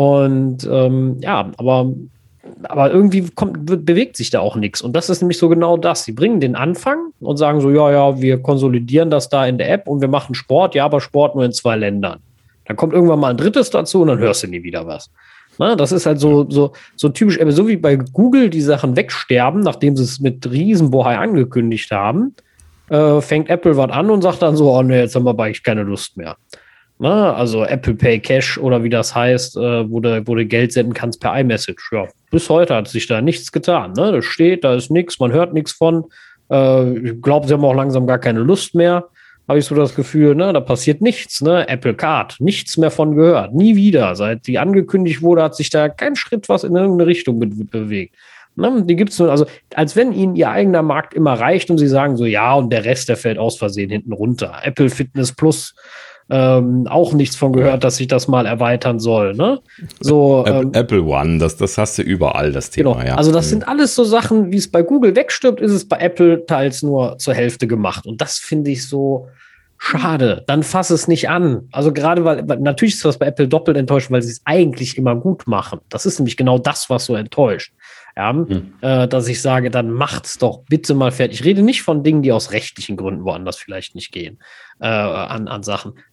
Und ähm, ja, aber, aber irgendwie kommt, bewegt sich da auch nichts. Und das ist nämlich so genau das. Sie bringen den Anfang und sagen so, ja, ja, wir konsolidieren das da in der App und wir machen Sport, ja, aber Sport nur in zwei Ländern. Dann kommt irgendwann mal ein drittes dazu und dann hörst du nie wieder was. Na, das ist halt so, so, so typisch, so wie bei Google die Sachen wegsterben, nachdem sie es mit Riesenbohai angekündigt haben, äh, fängt Apple was an und sagt dann so, oh ne, jetzt haben wir aber eigentlich keine Lust mehr. Na, also Apple Pay Cash oder wie das heißt, äh, wo, du, wo du Geld senden kannst per iMessage. Ja, bis heute hat sich da nichts getan. Ne? Das steht, da ist nichts, man hört nichts von. Äh, ich glaube, sie haben auch langsam gar keine Lust mehr. Habe ich so das Gefühl, ne, da passiert nichts, ne? Apple Card, nichts mehr von gehört, nie wieder. Seit die angekündigt wurde, hat sich da kein Schritt was in irgendeine Richtung be- bewegt. Ne? Die gibt's nur, also als wenn ihnen ihr eigener Markt immer reicht und sie sagen so, ja, und der Rest, der fällt aus Versehen hinten runter. Apple Fitness Plus, ähm, auch nichts von gehört, dass sich das mal erweitern soll. Ne? So, Apple, ähm, Apple One, das, das hast du überall, das Thema. Genau. Ja. Also das sind alles so Sachen, wie es bei Google wegstirbt, ist es bei Apple teils nur zur Hälfte gemacht. Und das finde ich so schade. Dann fass es nicht an. Also gerade, weil, weil natürlich ist das bei Apple doppelt enttäuscht, weil sie es eigentlich immer gut machen. Das ist nämlich genau das, was so enttäuscht. Ja, hm. äh, dass ich sage, dann macht's doch bitte mal fertig. Ich rede nicht von Dingen, die aus rechtlichen Gründen woanders vielleicht nicht gehen, äh, an, an Sachen.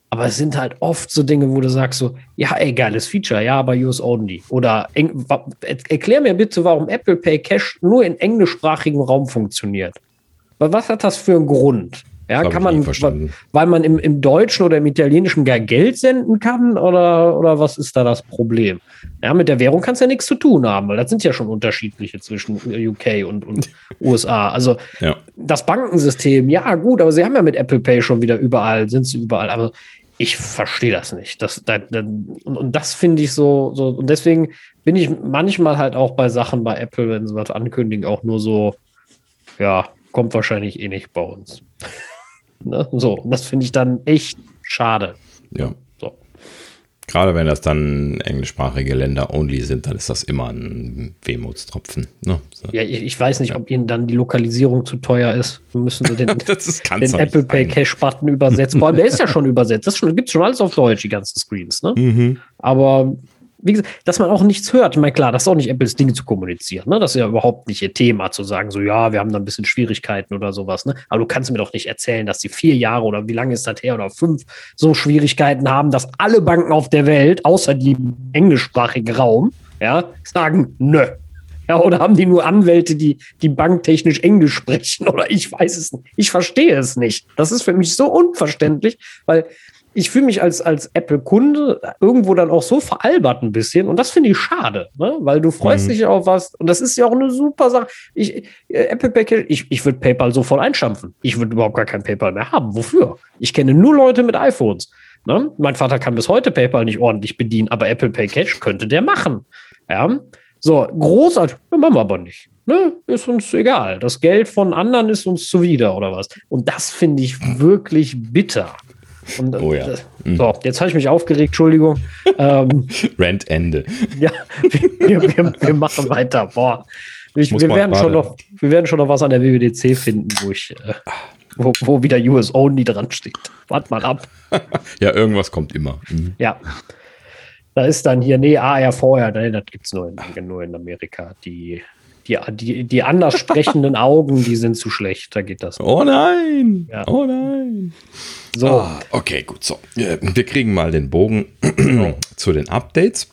Aber es sind halt oft so Dinge, wo du sagst so, ja, ey, geiles Feature, ja, aber U S only. Oder eng, erklär mir bitte, warum Apple Pay Cash nur in englischsprachigem Raum funktioniert. Weil was hat das für einen Grund? Ja, kann man, weil man im, im Deutschen oder im Italienischen gar Geld senden kann oder, oder was ist da das Problem? Ja, mit der Währung kannst du ja nichts zu tun haben, weil das sind ja schon unterschiedliche zwischen U K und, und U S A. Also ja. Das Bankensystem, ja gut, aber sie haben ja mit Apple Pay schon wieder überall, sind sie überall, aber ich verstehe das nicht. Das, das, das, und, und das finde ich so, so, und deswegen bin ich manchmal halt auch bei Sachen bei Apple, wenn sie was ankündigen, auch nur so, ja, kommt wahrscheinlich eh nicht bei uns. Ne? So, das finde ich dann echt schade. Ja. So. Gerade wenn das dann englischsprachige Länder only sind, dann ist das immer ein Wehmutstropfen. Ne? So. Ja, ich, ich weiß nicht, ja. ob ihnen dann die Lokalisierung zu teuer ist. Müssen sie den, den Apple Pay Cash-Button übersetzen. Vor allem, der ist ja schon übersetzt. Das gibt es schon alles auf Deutsch, die ganzen Screens. Ne? Mhm. Aber wie gesagt, dass man auch nichts hört. Ich meine, klar, das ist auch nicht Apples Ding zu kommunizieren. Ne? Das ist ja überhaupt nicht ihr Thema, zu sagen, so, ja, wir haben da ein bisschen Schwierigkeiten oder sowas. Ne? Aber du kannst mir doch nicht erzählen, dass die vier Jahre oder wie lange ist das her oder fünf so Schwierigkeiten haben, dass alle Banken auf der Welt, außer die englischsprachigen Raum, ja, sagen, nö. Ja, oder haben die nur Anwälte, die, die banktechnisch Englisch sprechen? Oder ich weiß es nicht. Ich verstehe es nicht. Das ist für mich so unverständlich, weil ich fühle mich als, als Apple-Kunde irgendwo dann auch so veralbert ein bisschen. Und das finde ich schade, ne? Weil du freust mhm. dich auf was. Und das ist ja auch eine super Sache. Ich, äh, Apple Pay Cash, ich, ich würde PayPal sofort einschampfen. Ich würde überhaupt gar kein PayPal mehr haben. Wofür? Ich kenne nur Leute mit iPhones. Ne? Mein Vater kann bis heute PayPal nicht ordentlich bedienen, aber Apple Pay Cash könnte der machen. Ja? So, großartig. Ja, machen wir aber nicht. Ne? Ist uns egal. Das Geld von anderen ist uns zuwider oder was. Und das finde ich wirklich bitter. Und, oh ja. Mhm. So, jetzt habe ich mich aufgeregt, Entschuldigung. ähm, Rant Ende. Ja, wir, wir, wir machen weiter. Boah. Ich, wir, werden schon noch, wir werden schon noch was an der W W D C finden, wo ich, äh, wo, wo wieder U S Only dran steht. Wart mal ab. Ja, irgendwas kommt immer. Mhm. Ja. Da ist dann hier, nee, A R vorher, nee, das gibt es nur in, nur in Amerika. Die, die, die, die anders sprechenden Augen, die sind zu schlecht. Da geht das. Oh nein! Ja. Oh nein! So. Ah, okay, gut. So. Wir kriegen mal den Bogen zu den Updates.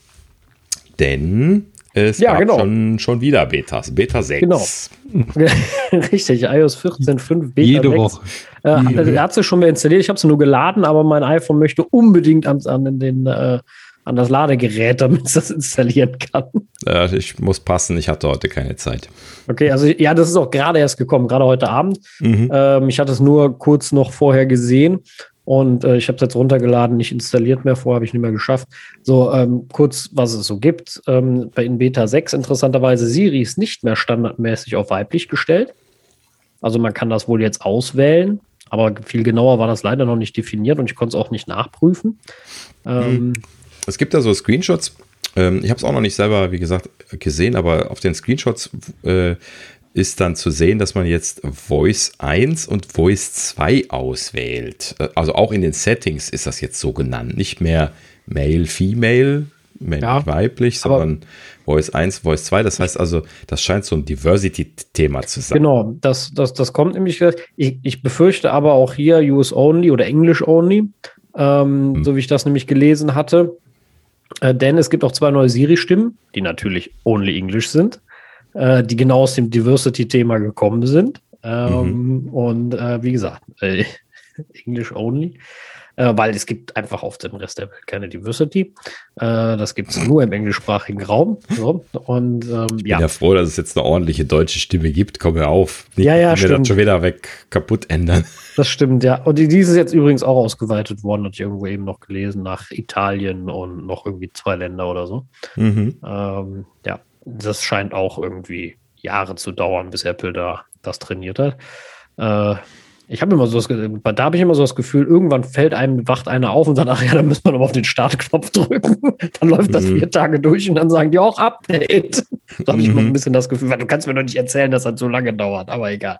Denn es ja, gab genau. schon, schon wieder Betas. Beta sechs. Genau. Richtig, iOS vierzehn Punkt fünf Beta Jede sechs. Woche. Äh, Jede. Er hat sie schon mal installiert. Ich habe sie nur geladen, aber mein iPhone möchte unbedingt an, an, den, äh, an das Ladegerät, damit es das installieren kann. Äh, ich muss passen, ich hatte heute keine Zeit. Okay, also ja, das ist auch gerade erst gekommen, gerade heute Abend. Mhm. Ähm, ich hatte es nur kurz noch vorher gesehen. Und äh, ich habe es jetzt runtergeladen, nicht installiert mehr, vorher habe ich nicht mehr geschafft. So, ähm, kurz, was es so gibt. Ähm, bei in Beta sechs interessanterweise, Siri ist nicht mehr standardmäßig auf weiblich gestellt. Also man kann das wohl jetzt auswählen, aber viel genauer war das leider noch nicht definiert und ich konnte es auch nicht nachprüfen. Ähm, es gibt da so Screenshots, ähm, ich habe es auch noch nicht selber, wie gesagt, gesehen, aber auf den Screenshots äh, ist dann zu sehen, dass man jetzt Voice eins und Voice zwei auswählt. Also auch in den Settings ist das jetzt so genannt. Nicht mehr Male, Female, männlich, ja, weiblich, sondern Voice eins, Voice zwei. Das heißt also, das scheint so ein Diversity-Thema zu sein. Genau, das, das, das kommt nämlich. Ich, ich befürchte aber auch hier U S-Only oder English-Only, ähm, hm. so wie ich das nämlich gelesen hatte. Äh, denn es gibt auch zwei neue Siri-Stimmen, die natürlich Only English sind, die genau aus dem Diversity-Thema gekommen sind. Ähm, mhm. Und äh, wie gesagt, äh, English only, äh, weil es gibt einfach auf dem Rest der Welt keine Diversity. Äh, das gibt es nur im englischsprachigen Raum. So. Und, ähm, ich bin ja. ja froh, dass es jetzt eine ordentliche deutsche Stimme gibt. Komm hör auf. Nicht, ja, ja, wir stimmt. das schon wieder weg kaputt ändern. Das stimmt, ja. Und die, die ist jetzt übrigens auch ausgeweitet worden, hatte ich irgendwo eben noch gelesen, nach Italien und noch irgendwie zwei Länder oder so. Mhm. Ähm, ja. Das scheint auch irgendwie Jahre zu dauern, bis Apple da das trainiert hat. Äh, ich habe immer so das, da habe ich immer so das Gefühl, irgendwann fällt einem, wacht einer auf und sagt, ach ja, dann müssen wir nochmal auf den Startknopf drücken. Dann läuft das mhm. vier Tage durch und dann sagen die auch Update. Da habe ich mhm. immer ein bisschen das Gefühl, weil du kannst mir doch nicht erzählen, dass das so lange dauert, aber egal.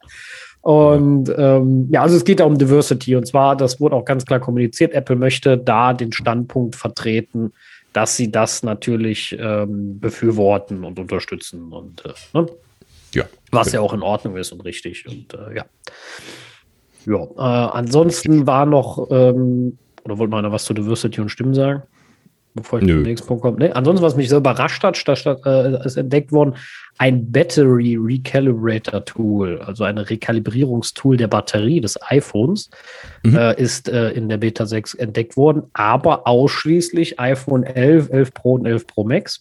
Und ähm, ja, also es geht da um Diversity und zwar, das wurde auch ganz klar kommuniziert, Apple möchte da den Standpunkt vertreten, dass sie das natürlich ähm, befürworten und unterstützen und äh, ne? Ja, was ja auch in Ordnung ist und richtig und äh, ja. Ja, äh, ansonsten war noch ähm, Oder wollte man da was zu Diversity und Stimmen sagen? Bevor ich Nö. zum nächsten Punkt komme. Nee, ansonsten, was mich so überrascht hat, statt, statt, äh, ist entdeckt worden, ein Battery Recalibrator Tool, also ein Rekalibrierungstool der Batterie des iPhones, Mhm. äh, ist äh, in der Beta sechs entdeckt worden, aber ausschließlich iPhone elf, elf Pro und elf Pro Max.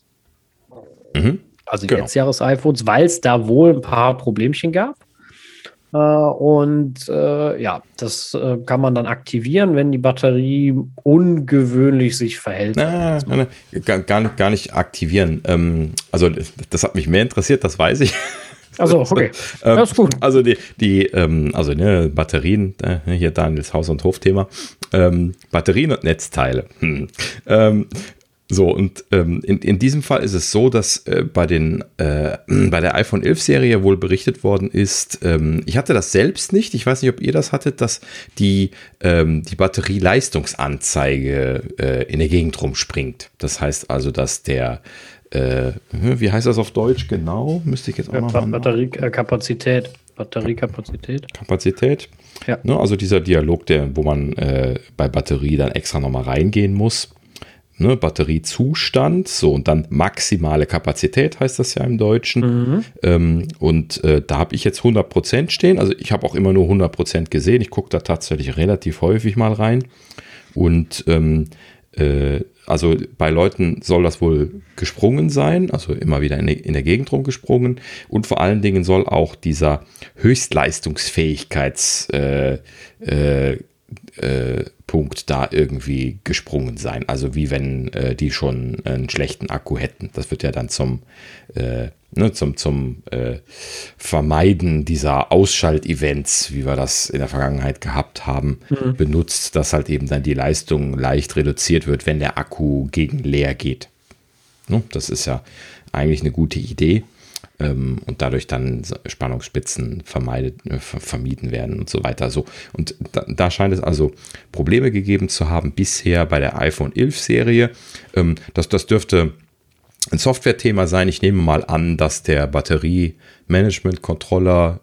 Mhm. Also Genau. jetzt Jahres-iPhones, weil es da wohl ein paar Problemchen gab. Äh, und äh, ja, das äh, kann man dann aktivieren, wenn die Batterie ungewöhnlich sich verhält. Na, na, na, gar, gar, nicht, gar nicht aktivieren. Ähm, also das, das hat mich mehr interessiert, das weiß ich. Also okay, ähm, das ist gut. Also die, die ähm, also ne, Batterien, äh, hier Daniels Haus- und Hofthema, ähm, Batterien und Netzteile. Hm. Ähm, So, und ähm, in, in diesem Fall ist es so, dass äh, bei, den, äh, bei der iPhone elf Serie wohl berichtet worden ist, ähm, ich hatte das selbst nicht, ich weiß nicht, ob ihr das hattet, dass die, ähm, die Batterieleistungsanzeige äh, in der Gegend rumspringt. Das heißt also, dass der, äh, wie heißt das auf Deutsch genau? Müsste ich jetzt auch Ja, noch Ba- mal Batteriekapazität. Batteriekapazität. Kapazität. Ja. Ne, also dieser Dialog, der, wo man äh, bei Batterie dann extra nochmal reingehen muss. Ne, Batteriezustand, so und dann maximale Kapazität heißt das ja im Deutschen. Mhm. Ähm, und äh, da habe ich jetzt hundert Prozent stehen. Also ich habe auch immer nur hundert Prozent gesehen. Ich gucke da tatsächlich relativ häufig mal rein. Und ähm, äh, also bei Leuten soll das wohl gesprungen sein, also immer wieder in, in der Gegend rumgesprungen. Und vor allen Dingen soll auch dieser Höchstleistungsfähigkeits äh, äh, Äh, Punkt da irgendwie gesprungen sein. Also wie wenn äh, die schon einen schlechten Akku hätten. Das wird ja dann zum, äh, ne, zum, zum äh, Vermeiden dieser Ausschaltevents, wie wir das in der Vergangenheit gehabt haben, mhm. benutzt, dass halt eben dann die Leistung leicht reduziert wird, wenn der Akku gegen leer geht. Ne, das ist ja eigentlich eine gute Idee. Und dadurch dann Spannungsspitzen vermeidet, vermieden werden und so weiter. So. Und da, da scheint es also Probleme gegeben zu haben bisher bei der iPhone elf Serie. Das, das dürfte ein Software-Thema sein. Ich nehme mal an, dass der Batterie-Management-Controller,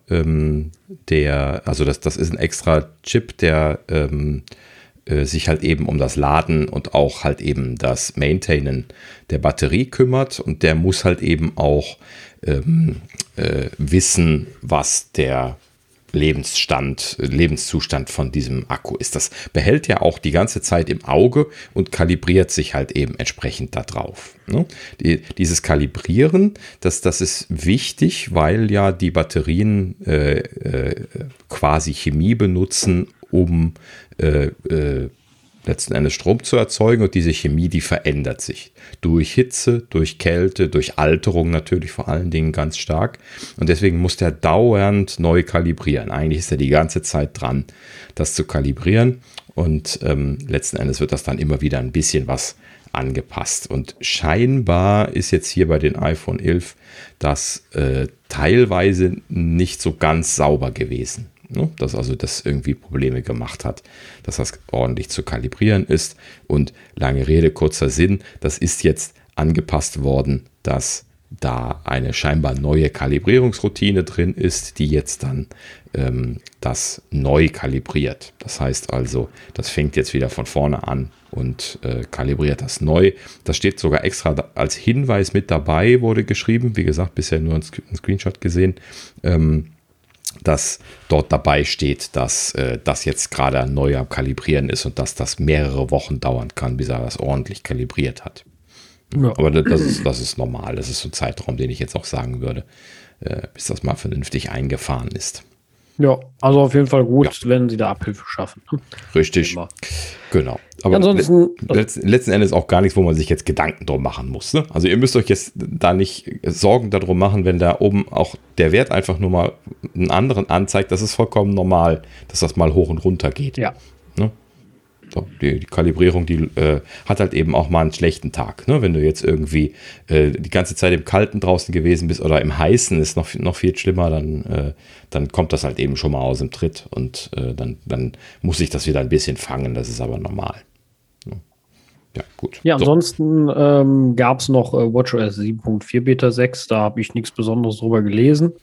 der, also das, das ist ein extra Chip, der ähm, sich halt eben um das Laden und auch halt eben das Maintainen der Batterie kümmert und der muss halt eben auch ähm, äh, wissen, was der Lebensstand, Lebenszustand von diesem Akku ist. Das behält ja auch die ganze Zeit im Auge und kalibriert sich halt eben entsprechend da drauf. Ne? Die, dieses Kalibrieren, das, das ist wichtig, weil ja die Batterien äh, äh, quasi Chemie benutzen, um äh, äh, letzten Endes Strom zu erzeugen, und diese Chemie, die verändert sich durch Hitze, durch Kälte, durch Alterung natürlich vor allen Dingen ganz stark, und deswegen muss der dauernd neu kalibrieren. Eigentlich ist er die ganze Zeit dran, das zu kalibrieren, und ähm, letzten Endes wird das dann immer wieder ein bisschen was angepasst, und scheinbar ist jetzt hier bei den iPhone elf das äh, teilweise nicht so ganz sauber gewesen. Dass also das irgendwie Probleme gemacht hat, dass das ordentlich zu kalibrieren ist. Und lange Rede, kurzer Sinn, das ist jetzt angepasst worden, dass da eine scheinbar neue Kalibrierungsroutine drin ist, die jetzt dann ähm, das neu kalibriert. Das heißt also, das fängt jetzt wieder von vorne an und äh, kalibriert das neu. Das steht sogar extra als Hinweis mit dabei, wurde geschrieben. Wie gesagt, bisher nur ein Screenshot gesehen. Ähm, dass dort dabei steht, dass äh, das jetzt gerade neu am Kalibrieren ist und dass das mehrere Wochen dauern kann, bis er das ordentlich kalibriert hat. Ja. Aber das ist, das ist normal. Das ist so ein Zeitraum, den ich jetzt auch sagen würde, äh, bis das mal vernünftig eingefahren ist. Ja, also auf jeden Fall gut, ja, wenn sie da Abhilfe schaffen. Richtig, genau. Aber ansonsten, letzten, letzten Endes auch gar nichts, wo man sich jetzt Gedanken drum machen muss. Ne? Also ihr müsst euch jetzt da nicht Sorgen darum machen, wenn da oben auch der Wert einfach nur mal einen anderen anzeigt. Das ist vollkommen normal, dass das mal hoch und runter geht. Ja. Ne? So, die, die Kalibrierung, die äh, hat halt eben auch mal einen schlechten Tag. Ne? Wenn du jetzt irgendwie äh, die ganze Zeit im Kalten draußen gewesen bist oder im Heißen, ist noch, noch viel schlimmer, dann, äh, dann kommt das halt eben schon mal aus dem Tritt, und äh, dann, dann muss ich das wieder ein bisschen fangen. Das ist aber normal. Ne? Ja, gut. Ja, ansonsten so. ähm, gab es noch äh, WatchOS sieben Punkt vier Beta sechs, da habe ich nichts Besonderes drüber gelesen.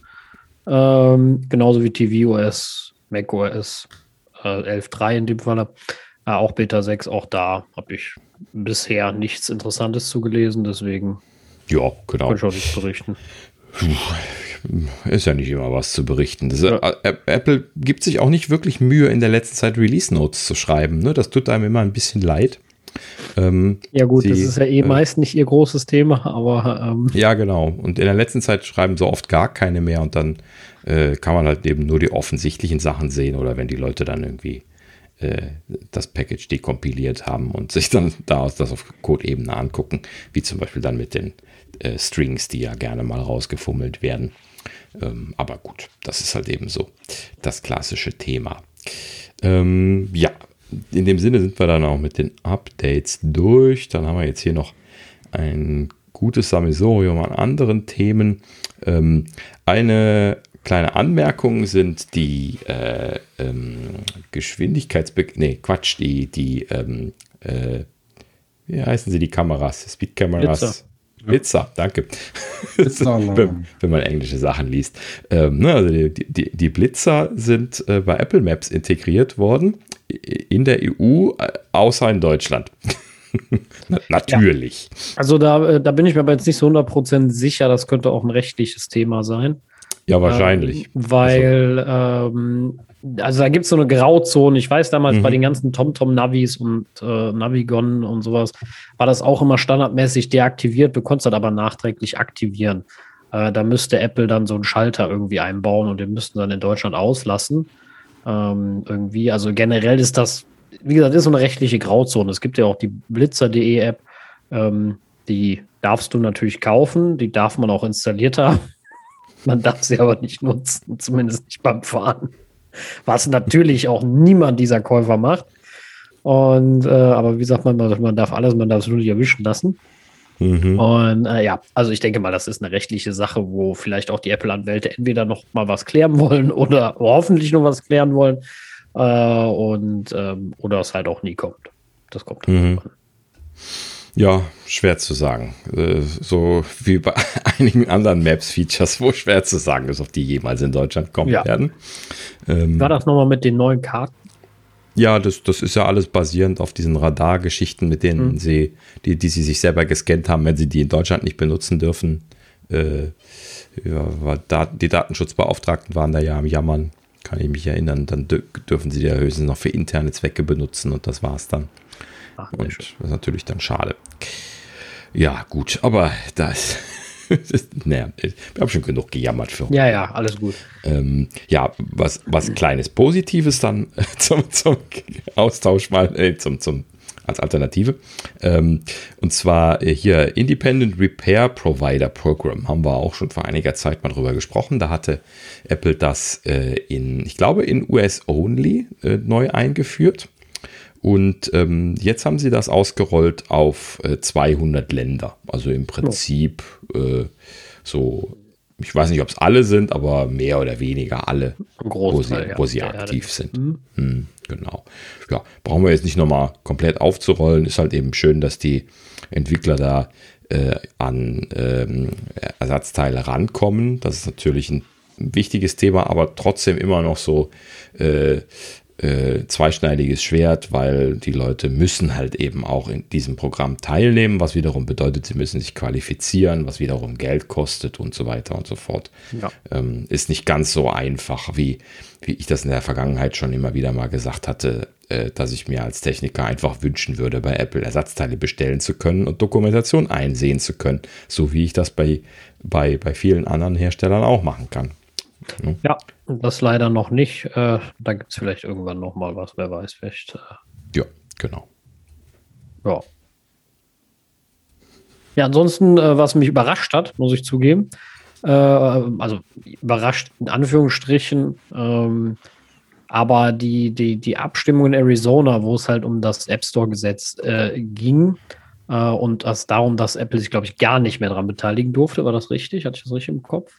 Ähm, genauso wie tvOS, macOS äh, elf Punkt drei in dem Fall. Äh, auch Beta sechs, auch da habe ich bisher nichts Interessantes zugelesen, deswegen ja, genau. kann ich auch nichts berichten. Ist ja nicht immer was zu berichten. Das, ja. äh, Apple gibt sich auch nicht wirklich Mühe, in der letzten Zeit Release Notes zu schreiben. Ne? Das tut einem immer ein bisschen leid. Ähm, ja gut, sie, das ist ja eh äh, meist nicht ihr großes Thema, aber ähm, ja, genau. Und in der letzten Zeit schreiben so oft gar keine mehr und dann äh, kann man halt eben nur die offensichtlichen Sachen sehen oder wenn die Leute dann irgendwie äh, das Package dekompiliert haben und sich dann daraus das auf Code-Ebene angucken, wie zum Beispiel dann mit den äh, Strings, die ja gerne mal rausgefummelt werden. Ähm, aber gut, das ist halt eben so das klassische Thema. Ähm, ja, in dem Sinne sind wir dann auch mit den Updates durch. Dann haben wir jetzt hier noch ein gutes Sammelsurium an anderen Themen. Ähm, eine kleine Anmerkung sind die äh, ähm, Geschwindigkeitsbe... Nee, Quatsch, die, die ähm, äh, wie heißen sie, die Kameras? Speedkameras. Blitzer. Blitzer, danke. wenn, wenn man englische Sachen liest. Ähm, ne, also die, die, die Blitzer sind äh, bei Apple Maps integriert worden in der E U, außer in Deutschland. Na, natürlich. Ja. Also da, da bin ich mir aber jetzt nicht so hundert Prozent sicher, das könnte auch ein rechtliches Thema sein. Ja, wahrscheinlich. Ähm, weil, also, ähm, also da gibt es so eine Grauzone. Ich weiß damals mhm. bei den ganzen TomTom-Navis und äh, Navigon und sowas, war das auch immer standardmäßig deaktiviert. Du konntest das aber nachträglich aktivieren. Äh, da müsste Apple dann so einen Schalter irgendwie einbauen und den müssten dann in Deutschland auslassen. Ähm, irgendwie, also generell ist das, wie gesagt, ist so eine rechtliche Grauzone. Es gibt ja auch die Blitzer punkt de App, ähm, die darfst du natürlich kaufen, die darf man auch installiert haben. Man darf sie aber nicht nutzen, zumindest nicht beim Fahren. Was natürlich auch niemand dieser Käufer macht. Und äh, aber wie sagt man, man darf alles, man darf es nur nicht erwischen lassen. Mhm. Und äh, ja, also ich denke mal, das ist eine rechtliche Sache, wo vielleicht auch die Apple-Anwälte entweder noch mal was klären wollen oder hoffentlich noch was klären wollen äh, und ähm, oder es halt auch nie kommt. Das kommt dann mhm. an. Ja, schwer zu sagen. Äh, so wie bei einigen anderen Maps-Features, wo schwer zu sagen ist, ob die jemals in Deutschland kommen ja. werden. Ähm, War das nochmal mit den neuen Karten? Ja, das, das ist ja alles basierend auf diesen Radargeschichten, mit denen mhm. sie, die, die sie sich selber gescannt haben, wenn sie die in Deutschland nicht benutzen dürfen. Äh, ja, war da, die Datenschutzbeauftragten waren da ja am Jammern, kann ich mich erinnern. Dann dürfen sie die ja höchstens noch für interne Zwecke benutzen und das war's dann. Ach, und das ist natürlich dann schade. Ja, gut, aber das naja, ich habe schon genug gejammert für heute. Ja, ja, alles gut. Ähm, ja, was, was kleines Positives dann zum, zum Austausch mal, äh, zum, zum, als Alternative. Ähm, und zwar hier Independent Repair Provider Program. Haben wir auch schon vor einiger Zeit mal drüber gesprochen. Da hatte Apple das äh, in, ich glaube, in U S Only äh, neu eingeführt. Und ähm, jetzt haben sie das ausgerollt auf äh, zweihundert Länder. Also im Prinzip äh, so, ich weiß nicht, ob es alle sind, aber mehr oder weniger alle, wo sie, ja, wo sie aktiv ja, sind. Mhm. Hm, genau. Ja, brauchen wir jetzt nicht nochmal komplett aufzurollen. Ist halt eben schön, dass die Entwickler da äh, an ähm, Ersatzteile rankommen. Das ist natürlich ein wichtiges Thema, aber trotzdem immer noch so äh, Äh, zweischneidiges Schwert, weil die Leute müssen halt eben auch in diesem Programm teilnehmen, was wiederum bedeutet, sie müssen sich qualifizieren, was wiederum Geld kostet und so weiter und so fort. Ja. Ähm, ist nicht ganz so einfach, wie, wie ich das in der Vergangenheit schon immer wieder mal gesagt hatte, äh, dass ich mir als Techniker einfach wünschen würde, bei Apple Ersatzteile bestellen zu können und Dokumentation einsehen zu können, so wie ich das bei, bei, bei vielen anderen Herstellern auch machen kann. Ja, das leider noch nicht. Äh, da gibt es vielleicht irgendwann noch mal was, wer weiß, vielleicht. Äh, ja, genau. Ja. Ja, ansonsten, äh, was mich überrascht hat, muss ich zugeben, äh, also überrascht in Anführungsstrichen, ähm, aber die, die, die Abstimmung in Arizona, wo es halt um das App Store-Gesetz äh, ging äh, und es darum, dass Apple sich, glaube ich, gar nicht mehr daran beteiligen durfte, war das richtig? Hatte ich das richtig im Kopf?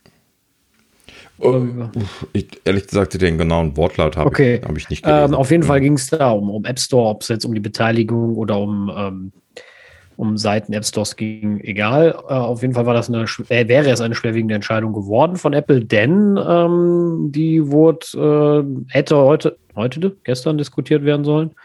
Ich, ehrlich gesagt, den genauen Wortlaut habe okay. ich, hab ich nicht gelesen. Ähm, auf jeden Fall ging es da um, um App Store, ob es jetzt um die Beteiligung oder um, ähm, um Seiten App Stores ging, egal. Äh, auf jeden Fall war das eine, äh, wäre es eine schwerwiegende Entscheidung geworden von Apple, denn ähm, die wurde, äh, hätte heute, heute, gestern diskutiert werden sollen.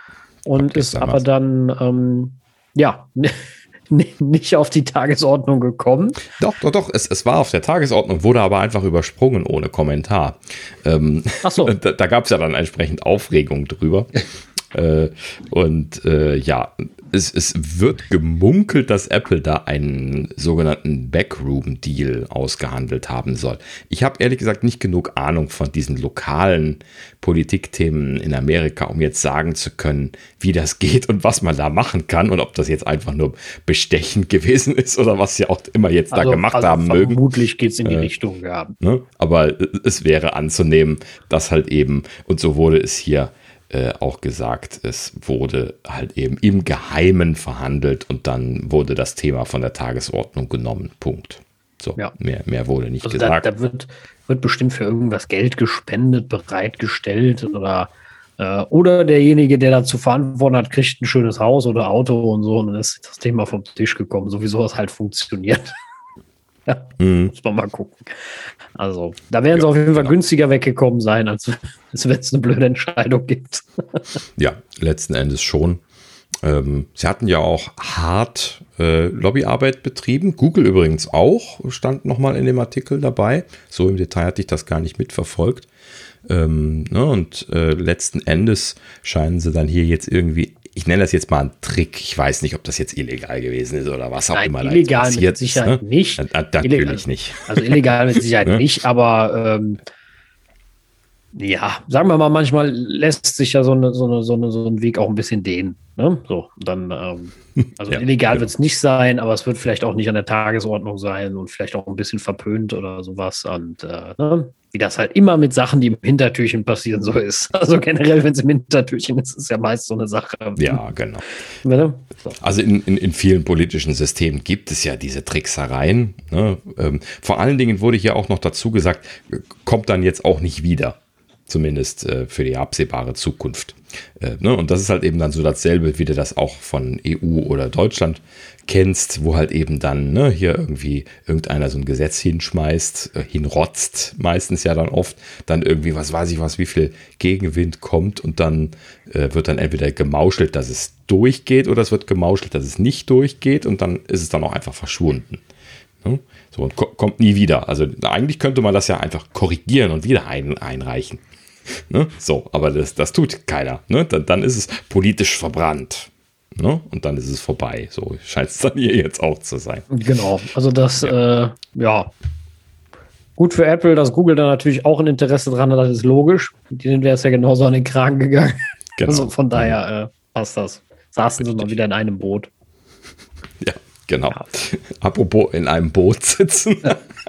und ist aber dann, ähm, ja, nicht auf die Tagesordnung gekommen. Doch, doch, doch, es, es war auf der Tagesordnung, wurde aber einfach übersprungen ohne Kommentar. Ähm, Ach so. Da, da gab es ja dann entsprechend Aufregung drüber. äh, und äh, ja, es, es wird gemunkelt, dass Apple da einen sogenannten Backroom-Deal ausgehandelt haben soll. Ich habe ehrlich gesagt nicht genug Ahnung von diesen lokalen Politikthemen in Amerika, um jetzt sagen zu können, wie das geht und was man da machen kann und ob das jetzt einfach nur bestechend gewesen ist oder was sie auch immer jetzt also, da gemacht also haben mögen. Vermutlich geht es in die äh, Richtung, ja. Ne? Aber es wäre anzunehmen, dass halt eben, und so wurde es hier Äh, auch gesagt, es wurde halt eben im Geheimen verhandelt und dann wurde das Thema von der Tagesordnung genommen. Punkt. So, ja. mehr, mehr wurde nicht also gesagt. Da, da wird, wird bestimmt für irgendwas Geld gespendet, bereitgestellt oder, äh, oder derjenige, der dazu verantworten hat, kriegt ein schönes Haus oder Auto und so und dann ist das Thema vom Tisch gekommen, so wie sowas halt funktioniert. Ja, mhm. Muss man mal gucken. Also, da werden sie ja, auf jeden Fall genau. günstiger weggekommen sein, als, als wenn es eine blöde Entscheidung gibt. Ja, letzten Endes schon. Ähm, sie hatten ja auch hart äh, Lobbyarbeit betrieben. Google übrigens auch, stand nochmal in dem Artikel dabei. So im Detail hatte ich das gar nicht mitverfolgt. Ähm, ne, und äh, letzten Endes scheinen sie dann hier jetzt irgendwie, ich nenne das jetzt mal einen Trick. Ich weiß nicht, ob das jetzt illegal gewesen ist oder was auch Nein, immer. Illegal da mit Sicherheit ne? nicht. Na, natürlich illegal, nicht. Also illegal mit Sicherheit nicht, aber ähm, ja, sagen wir mal, manchmal lässt sich ja so, eine, so, eine, so, eine, so ein Weg auch ein bisschen dehnen. Ne? So, dann, ähm, also ja, illegal genau. wird es nicht sein, aber es wird vielleicht auch nicht an der Tagesordnung sein und vielleicht auch ein bisschen verpönt oder sowas. Und äh, ne? wie das halt immer mit Sachen, die im Hintertürchen passieren, so ist. Also generell, wenn es im Hintertürchen ist, ist es ja meist so eine Sache. Ja, genau. Ne? So. Also in, in, in vielen politischen Systemen gibt es ja diese Tricksereien. Ne? Ähm, vor allen Dingen wurde hier auch noch dazu gesagt, kommt dann jetzt auch nicht wieder. Zumindest äh, für die absehbare Zukunft. Äh, ne? Und das ist halt eben dann so dasselbe, wie du das auch von E U oder Deutschland kennst, wo halt eben dann ne, hier irgendwie irgendeiner so ein Gesetz hinschmeißt, äh, hinrotzt, meistens ja dann oft, dann irgendwie, was weiß ich was, wie viel Gegenwind kommt und dann äh, wird dann entweder gemauschelt, dass es durchgeht oder es wird gemauschelt, dass es nicht durchgeht und dann ist es dann auch einfach verschwunden. Ne? So, und ko- kommt nie wieder. Also eigentlich könnte man das ja einfach korrigieren und wieder ein- einreichen. Ne? So, aber das, das tut keiner. Ne? Dann, dann ist es politisch verbrannt. Ne? Und dann ist es vorbei. So scheint es dann hier jetzt auch zu sein. Genau, also das, ja. Äh, ja. Gut für Apple, dass Google da natürlich auch ein Interesse dran hat, das ist logisch. Denen wäre es ja genauso an den Kragen gegangen. Genau. Also von daher äh, passt das. Saßen Richtig. Sie mal wieder in einem Boot. Ja. Genau. Ja. Apropos in einem Boot sitzen.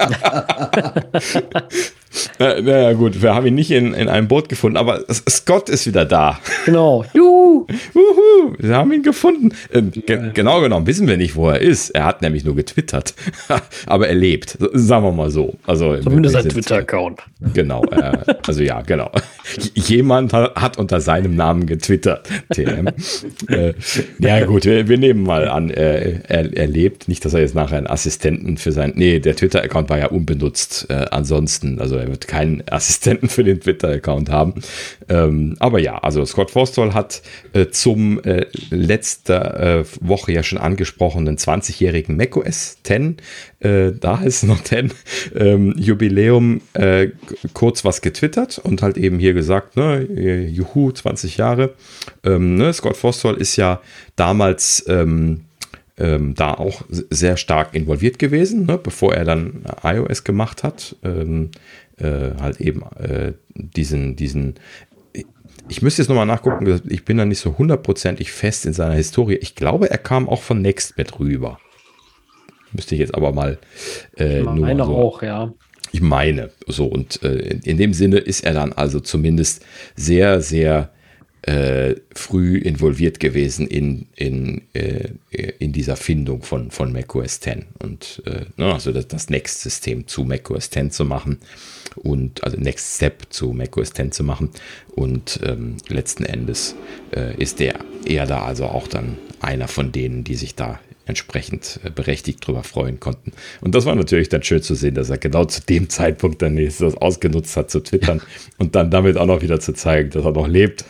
Na, naja, gut, wir haben ihn nicht in, in einem Boot gefunden, aber Scott ist wieder da. Genau. Juhu. Juhu. Wir haben ihn gefunden. Äh, ge- genau genommen wissen wir nicht, wo er ist. Er hat nämlich nur getwittert. Aber er lebt, sagen wir mal so. Also, zumindest ein Twitter-Account. Genau. Äh, also ja, genau. Jemand hat unter seinem Namen getwittert. T M. äh, ja gut, wir, wir nehmen mal an, äh, er, er lebt. Nicht, dass er jetzt nachher einen Assistenten für sein... Nee, der Twitter-Account war ja unbenutzt. Äh, ansonsten, also er wird keinen Assistenten für den Twitter-Account haben. Ähm, aber ja, also Scott Forstall hat äh, zum äh, letzter äh, Woche ja schon angesprochenen zwanzigjährigen macOS zehn, äh, da ist noch zehn, ähm, Jubiläum äh, kurz was getwittert und halt eben hier gesagt, ne, juhu, zwanzig Jahre. Ähm, ne, Scott Forstall ist ja damals ähm, ähm, da auch sehr stark involviert gewesen, ne, bevor er dann iOS gemacht hat. Ähm, äh, halt eben äh, diesen, diesen ich müsste jetzt nochmal nachgucken, ich bin da nicht so hundertprozentig fest in seiner Historie. Ich glaube, er kam auch von Nextbed rüber. Müsste ich jetzt aber mal äh, ich meine nur so, auch, ja. Ich meine, so und äh, in, in dem Sinne ist er dann also zumindest sehr, sehr äh, früh involviert gewesen in, in, äh, in dieser Findung von, von macOS zehn und äh, ne, also das, das Next-System zu macOS zehn zu machen und also Next Step zu macOS zehn zu machen und ähm, letzten Endes äh, ist der er da also auch dann einer von denen, die sich da entsprechend äh, berechtigt drüber freuen konnten. Und das war natürlich dann schön zu sehen, dass er genau zu dem Zeitpunkt dann das ausgenutzt hat zu twittern und dann damit auch noch wieder zu zeigen, dass er noch lebt.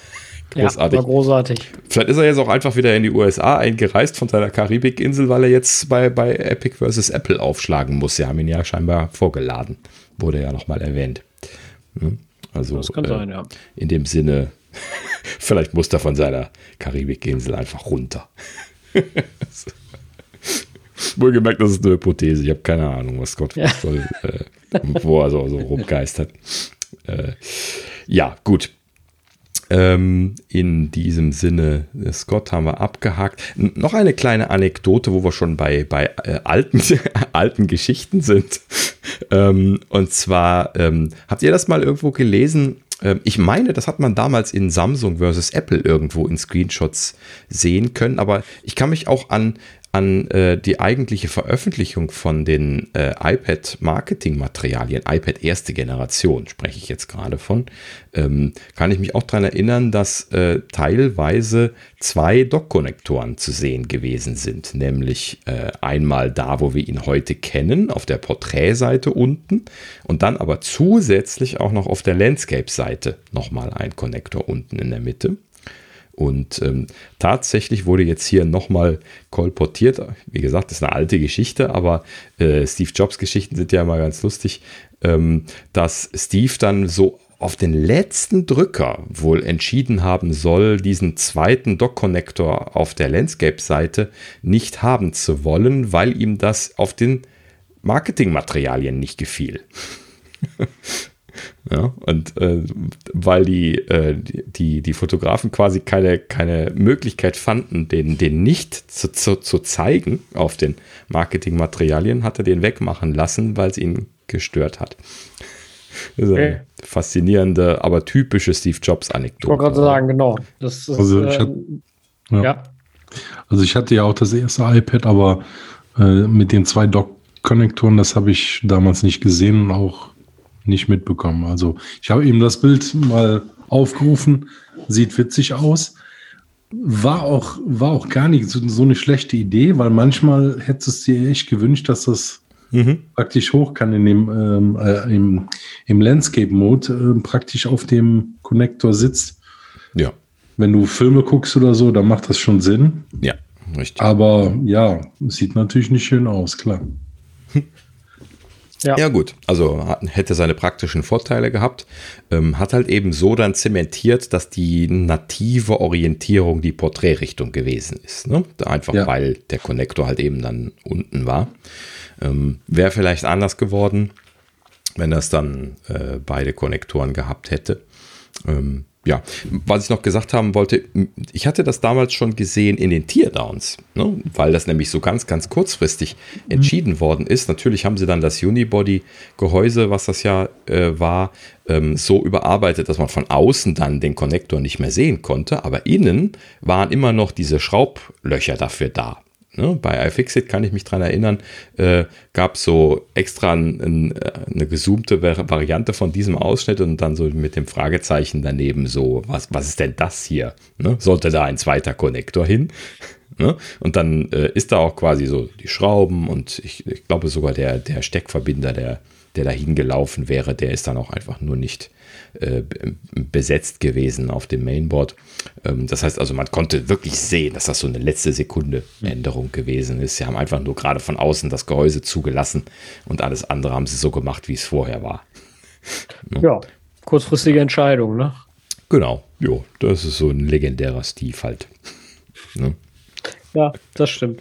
Großartig. Ja, war großartig. Vielleicht ist er jetzt auch einfach wieder in die U S A eingereist von seiner Karibikinsel, weil er jetzt bei, bei Epic versus. Apple aufschlagen muss. Sie haben ihn ja scheinbar vorgeladen. Wurde ja nochmal erwähnt. Also, das kann äh, sein, ja. In dem Sinne, vielleicht muss er von seiner Karibikinsel einfach runter. Wohlgemerkt, das ist eine Hypothese. Ich habe keine Ahnung, was Scott ja. soll, äh, wo er so, so rumgeistert. Äh, ja, gut. Ähm, in diesem Sinne, Scott haben wir abgehakt. N- noch eine kleine Anekdote, wo wir schon bei, bei äh, alten, alten Geschichten sind. ähm, und zwar, ähm, habt ihr das mal irgendwo gelesen? Ähm, ich meine, das hat man damals in Samsung versus. Apple irgendwo in Screenshots sehen können, aber ich kann mich auch an an äh, die eigentliche Veröffentlichung von den äh, iPad-Marketing-Materialien, iPad erste Generation, spreche ich jetzt gerade von, ähm, kann ich mich auch daran erinnern, dass äh, teilweise zwei Dock-Konnektoren zu sehen gewesen sind, nämlich äh, einmal da, wo wir ihn heute kennen, auf der Porträtseite unten und dann aber zusätzlich auch noch auf der Landscape-Seite nochmal ein Konnektor unten in der Mitte. Und ähm, tatsächlich wurde jetzt hier nochmal kolportiert. Wie gesagt, das ist eine alte Geschichte, aber äh, Steve Jobs Geschichten sind ja immer ganz lustig, ähm, dass Steve dann so auf den letzten Drücker wohl entschieden haben soll, diesen zweiten Dock-Konnektor auf der Landscape-Seite nicht haben zu wollen, weil ihm das auf den Marketingmaterialien nicht gefiel. Ja, und äh, weil die, äh, die, die Fotografen quasi keine, keine Möglichkeit fanden, den, den nicht zu, zu, zu zeigen auf den Marketingmaterialien, hat er den wegmachen lassen, weil es ihn gestört hat. Das ist eine okay. faszinierende, aber typische Steve Jobs-Anekdote. Ich wollte gerade sagen, genau. Das ist, also, ich äh, hatte, ja. ja. also ich hatte ja auch das erste iPad, aber äh, mit den zwei Dock-Konnektoren, das habe ich damals nicht gesehen und auch nicht mitbekommen. Also ich habe eben das Bild mal aufgerufen, sieht witzig aus. War auch, war auch gar nicht so, so eine schlechte Idee, weil manchmal hättest du es dir echt gewünscht, dass das mhm. praktisch hoch kann in dem ähm, äh, im, im Landscape-Mode äh, praktisch auf dem Konnektor sitzt. Ja. Wenn du Filme guckst oder so, dann macht das schon Sinn. Ja, richtig. Aber ja, sieht natürlich nicht schön aus, klar. Ja. ja gut, also hätte seine praktischen Vorteile gehabt, ähm, hat halt eben so dann zementiert, dass die native Orientierung die Porträtrichtung gewesen ist, ne? Einfach ja. weil der Konnektor halt eben dann unten war. Ähm, wäre vielleicht anders geworden, wenn das dann äh, beide Konnektoren gehabt hätte. Ähm, Ja, was ich noch gesagt haben wollte, ich hatte das damals schon gesehen in den Teardowns, ne? Weil das nämlich so ganz, ganz kurzfristig entschieden mhm. worden ist. Natürlich haben sie dann das Unibody-Gehäuse, was das ja äh, war, ähm, so überarbeitet, dass man von außen dann den Konnektor nicht mehr sehen konnte, aber innen waren immer noch diese Schraublöcher dafür da. Ne, bei iFixit kann ich mich dran erinnern, äh, gab es so extra ein, ein, eine gezoomte Variante von diesem Ausschnitt und dann so mit dem Fragezeichen daneben so, was, was ist denn das hier? Ne? Sollte da ein zweiter Konnektor hin? Ne? Und dann äh, ist da auch quasi so die Schrauben und ich, ich glaube sogar der, der Steckverbinder, der, der da hingelaufen wäre, der ist dann auch einfach nur nicht äh, besetzt gewesen auf dem Mainboard. Ähm, das heißt also, man konnte wirklich sehen, dass das so eine letzte Sekunde Änderung gewesen ist. Sie haben einfach nur gerade von außen das Gehäuse zugelassen und alles andere haben sie so gemacht, wie es vorher war. Ja, ja, kurzfristige Entscheidung, ne? Genau, jo, das ist so ein legendärer Steve halt. Ne? Ja, das stimmt.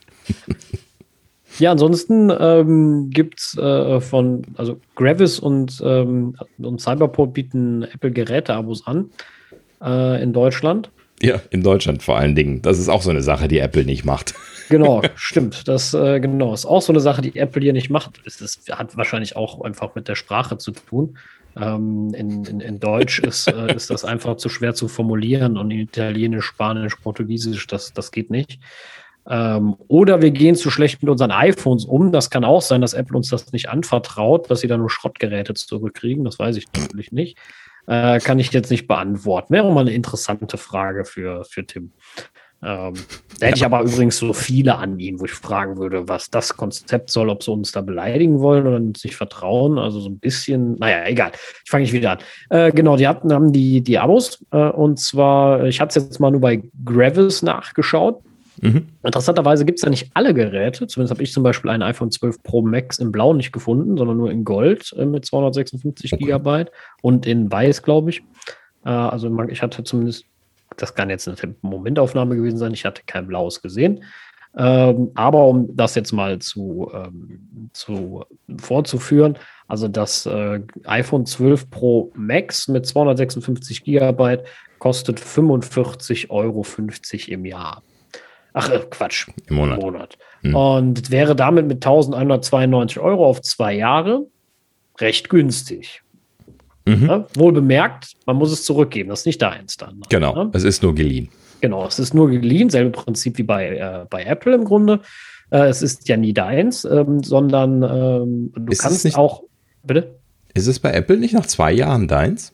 Ja, ansonsten ähm, gibt es äh, von, also Gravis und, ähm, und Cyberport bieten Apple-Geräte-Abos an äh, in Deutschland. Ja, in Deutschland vor allen Dingen. Das ist auch so eine Sache, die Apple nicht macht. Genau, stimmt. Das äh, genau ist auch so eine Sache, die Apple hier nicht macht. Das, das hat wahrscheinlich auch einfach mit der Sprache zu tun. Ähm, in, in, in Deutsch ist, äh, ist das einfach zu schwer zu formulieren und in Italienisch, Spanisch, Portugiesisch, das, das geht nicht. Ähm, oder wir gehen zu schlecht mit unseren iPhones um. Das kann auch sein, dass Apple uns das nicht anvertraut, dass sie da nur Schrottgeräte zurückkriegen. Das weiß ich natürlich nicht. Äh, kann ich jetzt nicht beantworten. Wäre mal eine interessante Frage für, für Tim. Ähm, da hätte ja. ich aber übrigens so viele an ihn, wo ich fragen würde, was das Konzept soll, ob sie uns da beleidigen wollen oder sich vertrauen. Also so ein bisschen, naja, egal. Ich fange nicht wieder an. Äh, genau, die hatten, haben die, die Abos. Äh, und zwar, ich hatte es jetzt mal nur bei Gravis nachgeschaut. Mhm. Interessanterweise gibt es ja nicht alle Geräte. Zumindest habe ich zum Beispiel ein iPhone zwölf Pro Max in Blau nicht gefunden, sondern nur in Gold äh, mit zweihundertsechsundfünfzig okay. Gigabyte und in Weiß, glaube ich. Äh, also ich hatte zumindest, das kann jetzt eine Momentaufnahme gewesen sein, ich hatte kein Blaues gesehen. Ähm, aber um das jetzt mal zu, ähm, zu vorzuführen, also das äh, iPhone zwölf Pro Max mit zweihundertsechsundfünfzig Gigabyte kostet fünfundvierzig Euro fünfzig im Jahr. Ach, äh, Quatsch. Im Monat. Im Monat. Hm. Und wäre damit mit eintausendeinhundertzweiundneunzig Euro auf zwei Jahre recht günstig. Mhm. Ja, wohl bemerkt, man muss es zurückgeben. Das ist nicht deins dann. Genau, ja? Es ist nur geliehen. Genau, es ist nur geliehen. Selbe Prinzip wie bei, äh, bei Apple im Grunde. Äh, es ist ja nie deins, ähm, sondern ähm, du ist kannst nicht, auch... Bitte? Ist es bei Apple nicht nach zwei Jahren deins?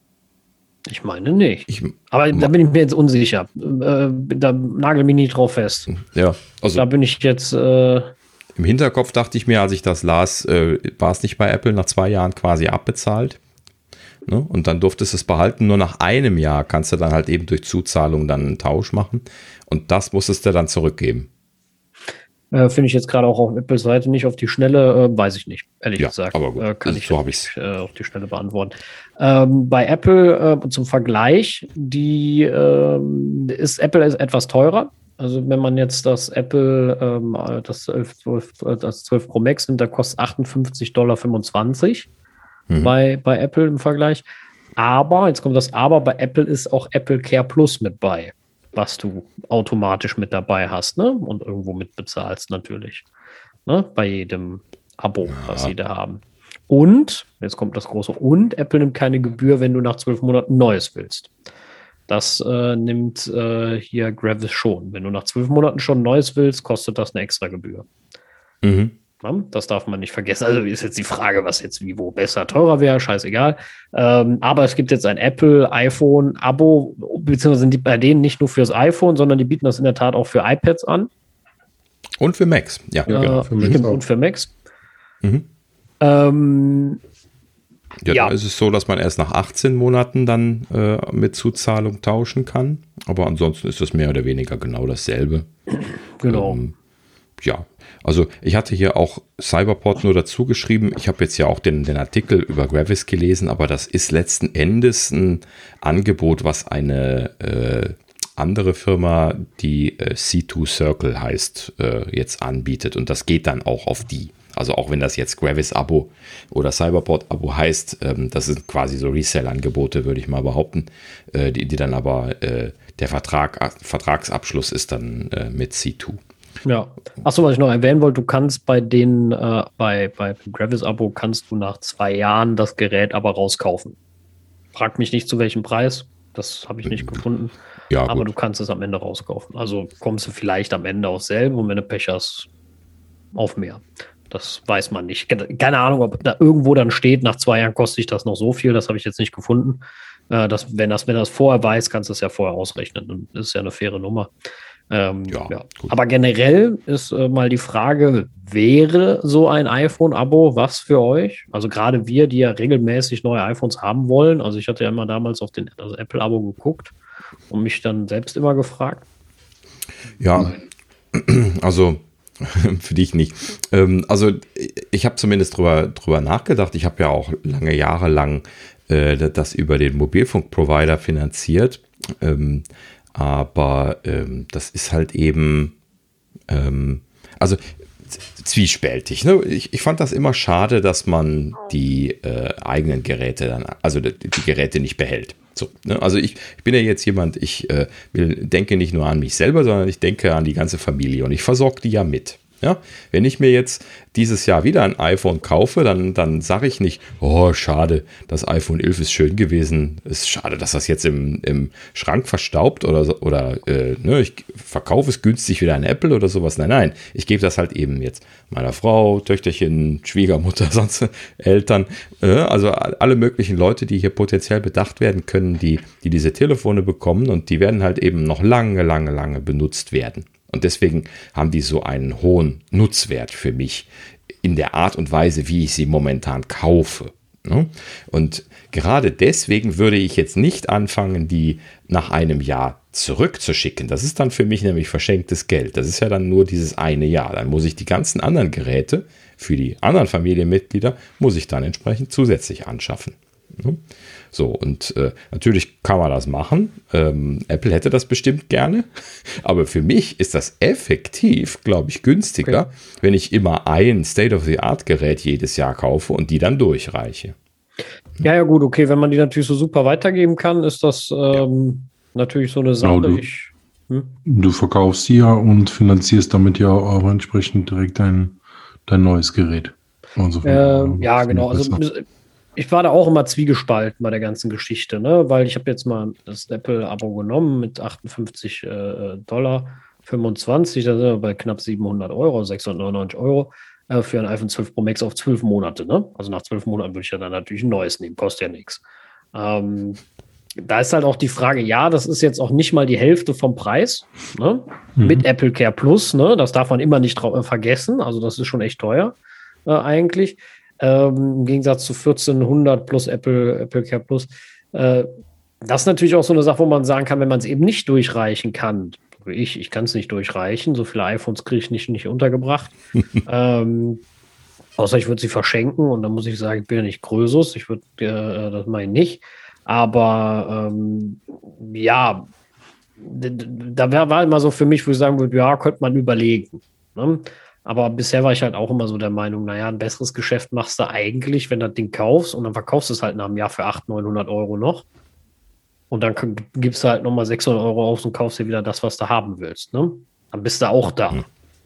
Ich meine nicht. Ich, Aber da bin ich mir jetzt unsicher. Äh, da nagel mich nicht drauf fest. Ja, also da bin ich jetzt. Äh, im Hinterkopf dachte ich mir, als ich das las, äh, war es nicht bei Apple nach zwei Jahren quasi abbezahlt. Ne? Und dann durftest du es behalten. Nur nach einem Jahr kannst du dann halt eben durch Zuzahlung dann einen Tausch machen. Und das musstest du dann zurückgeben. Äh, Finde ich jetzt gerade auch auf Apples Seite nicht auf die Schnelle, äh, weiß ich nicht, ehrlich ja, gesagt. Aber gut. Äh, kann also ich so habe ich äh, auf die Schnelle beantworten. Ähm, bei Apple äh, zum Vergleich, die äh, ist Apple ist etwas teurer. Also wenn man jetzt das Apple, ähm, das, zwölf, das zwölf Pro Max nimmt, da kostet achtundfünfzig Komma fünfundzwanzig Dollar mhm. bei, bei Apple im Vergleich. Aber, jetzt kommt das Aber, bei Apple ist auch Apple Care Plus mit bei, was du automatisch mit dabei hast, ne? Und irgendwo mit bezahlst natürlich. Ne? Bei jedem Abo, ja. was sie da haben. Und, jetzt kommt das große Und, Apple nimmt keine Gebühr, wenn du nach zwölf Monaten Neues willst. Das äh, nimmt äh, hier Gravis schon. Wenn du nach zwölf Monaten schon Neues willst, kostet das eine extra Gebühr. Mhm. Ja, das darf man nicht vergessen. Also ist jetzt die Frage, was jetzt wie wo besser, teurer wäre, scheißegal. Ähm, aber es gibt jetzt ein Apple iPhone Abo, beziehungsweise sind die bei denen nicht nur fürs iPhone, sondern die bieten das in der Tat auch für iPads an. Und für Macs, ja, ja genau. Für Macs und für Macs. Mhm. Ähm, ja, ja. Da ist es so, dass man erst nach achtzehn Monaten dann äh, mit Zuzahlung tauschen kann. Aber ansonsten ist es mehr oder weniger genau dasselbe. Genau. Ähm, ja, also ich hatte hier auch Cyberport nur dazu geschrieben. Ich habe jetzt ja auch den, den Artikel über Gravis gelesen, aber das ist letzten Endes ein Angebot, was eine äh, andere Firma, die äh, C zwei Circle heißt, äh, jetzt anbietet. Und das geht dann auch auf die. Also auch wenn das jetzt Gravis-Abo oder Cyberport-Abo heißt, ähm, das sind quasi so Resell-Angebote, würde ich mal behaupten, äh, die, die dann aber äh, der Vertrag, Vertragsabschluss ist dann äh, mit C zwei. Ja. Achso, was ich noch erwähnen wollte, du kannst bei den, äh, bei, bei Gravis-Abo kannst du nach zwei Jahren das Gerät aber rauskaufen. Frag mich nicht zu welchem Preis, das habe ich nicht gefunden. Ja, aber gut. du kannst es am Ende rauskaufen. Also kommst du vielleicht am Ende auch selber und wenn du Pech hast, auf mehr. Das weiß man nicht. Keine Ahnung, ob da irgendwo dann steht, nach zwei Jahren kostet ich das noch so viel, das habe ich jetzt nicht gefunden. Äh, das, wenn das, wenn das vorher weiß, kannst du es ja vorher ausrechnen. Und das ist ja eine faire Nummer. Ähm, ja, ja. Aber generell ist äh, mal die Frage, wäre so ein iPhone-Abo was für euch? Also gerade wir, die ja regelmäßig neue iPhones haben wollen. Also ich hatte ja immer damals auf den also Apple-Abo geguckt und mich dann selbst immer gefragt. Ja, also für dich nicht. Ähm, also ich habe zumindest drüber, drüber nachgedacht. Ich habe ja auch lange Jahre lang äh, das über den Mobilfunkprovider finanziert. Ähm, aber ähm, das ist halt eben, ähm, also zwiespältig. Ne? Ich, ich fand das immer schade, dass man die äh, eigenen Geräte dann, also die, die Geräte nicht behält. So, ne? Also ich, ich bin ja jetzt jemand, ich äh, will, denke nicht nur an mich selber, sondern ich denke an die ganze Familie und ich versorge die ja mit. Ja, wenn ich mir jetzt dieses Jahr wieder ein iPhone kaufe, dann, dann sage ich nicht, oh, schade, das iPhone elf ist schön gewesen. Es ist schade, dass das jetzt im, im Schrank verstaubt oder, so, oder äh, ne, ich verkaufe es günstig wieder an Apple oder sowas. Nein, nein, ich gebe das halt eben jetzt meiner Frau, Töchterchen, Schwiegermutter, sonst Eltern, äh, also alle möglichen Leute, die hier potenziell bedacht werden können, die, die diese Telefone bekommen, und die werden halt eben noch lange, lange, lange benutzt werden. Und deswegen haben die so einen hohen Nutzwert für mich in der Art und Weise, wie ich sie momentan kaufe. Und gerade deswegen würde ich jetzt nicht anfangen, die nach einem Jahr zurückzuschicken. Das ist dann für mich nämlich verschenktes Geld. Das ist ja dann nur dieses eine Jahr. Dann muss ich die ganzen anderen Geräte für die anderen Familienmitglieder, muss ich dann entsprechend zusätzlich anschaffen. So, und äh, natürlich kann man das machen. Ähm, Apple hätte das bestimmt gerne. Aber für mich ist das effektiv, glaube ich, günstiger, okay, wenn ich immer ein State-of-the-Art-Gerät jedes Jahr kaufe und die dann durchreiche. Ja, ja, gut, okay. Wenn man die natürlich so super weitergeben kann, ist das ähm, ja. natürlich so eine Sache. Genau, du, ich, hm? du verkaufst sie ja und finanzierst damit ja auch entsprechend direkt dein, dein neues Gerät. Also äh, ja, genau. Also ich war da auch immer zwiegespalten bei der ganzen Geschichte, ne? Weil ich habe jetzt mal das Apple-Abo genommen mit achtundfünfzig Dollar fünfundzwanzig, da sind wir bei knapp siebenhundert Euro, sechshundertneunundneunzig Euro äh, für ein iPhone zwölf Pro Max auf zwölf Monate. Ne? Also nach zwölf Monaten würde ich ja dann natürlich ein neues nehmen, kostet ja nichts. Ähm, da ist halt auch die Frage, ja, das ist jetzt auch nicht mal die Hälfte vom Preis, ne? Mhm. Mit Apple Care Plus, ne? Das darf man immer nicht äh, vergessen, also das ist schon echt teuer äh, eigentlich. Ähm, im Gegensatz zu vierzehnhundert plus Apple, Apple Care Plus. Äh, das ist natürlich auch so eine Sache, wo man sagen kann, wenn man es eben nicht durchreichen kann, wie ich, ich kann es nicht durchreichen, so viele iPhones kriege ich nicht, nicht untergebracht, ähm, außer ich würde sie verschenken, und dann muss ich sagen, ich bin ja nicht Krösus, ich würde, äh, das mache ich nicht, aber ähm, ja, da wär, war immer so für mich, wo ich sagen würde, ja, könnte man überlegen, ne? Aber bisher war ich halt auch immer so der Meinung, naja, ein besseres Geschäft machst du eigentlich, wenn du das Ding kaufst, und dann verkaufst du es halt nach einem Jahr für achthundert, neunhundert Euro noch. Und dann gibst du halt nochmal sechshundert Euro aus und kaufst dir wieder das, was du haben willst. Ne? Dann bist du auch da.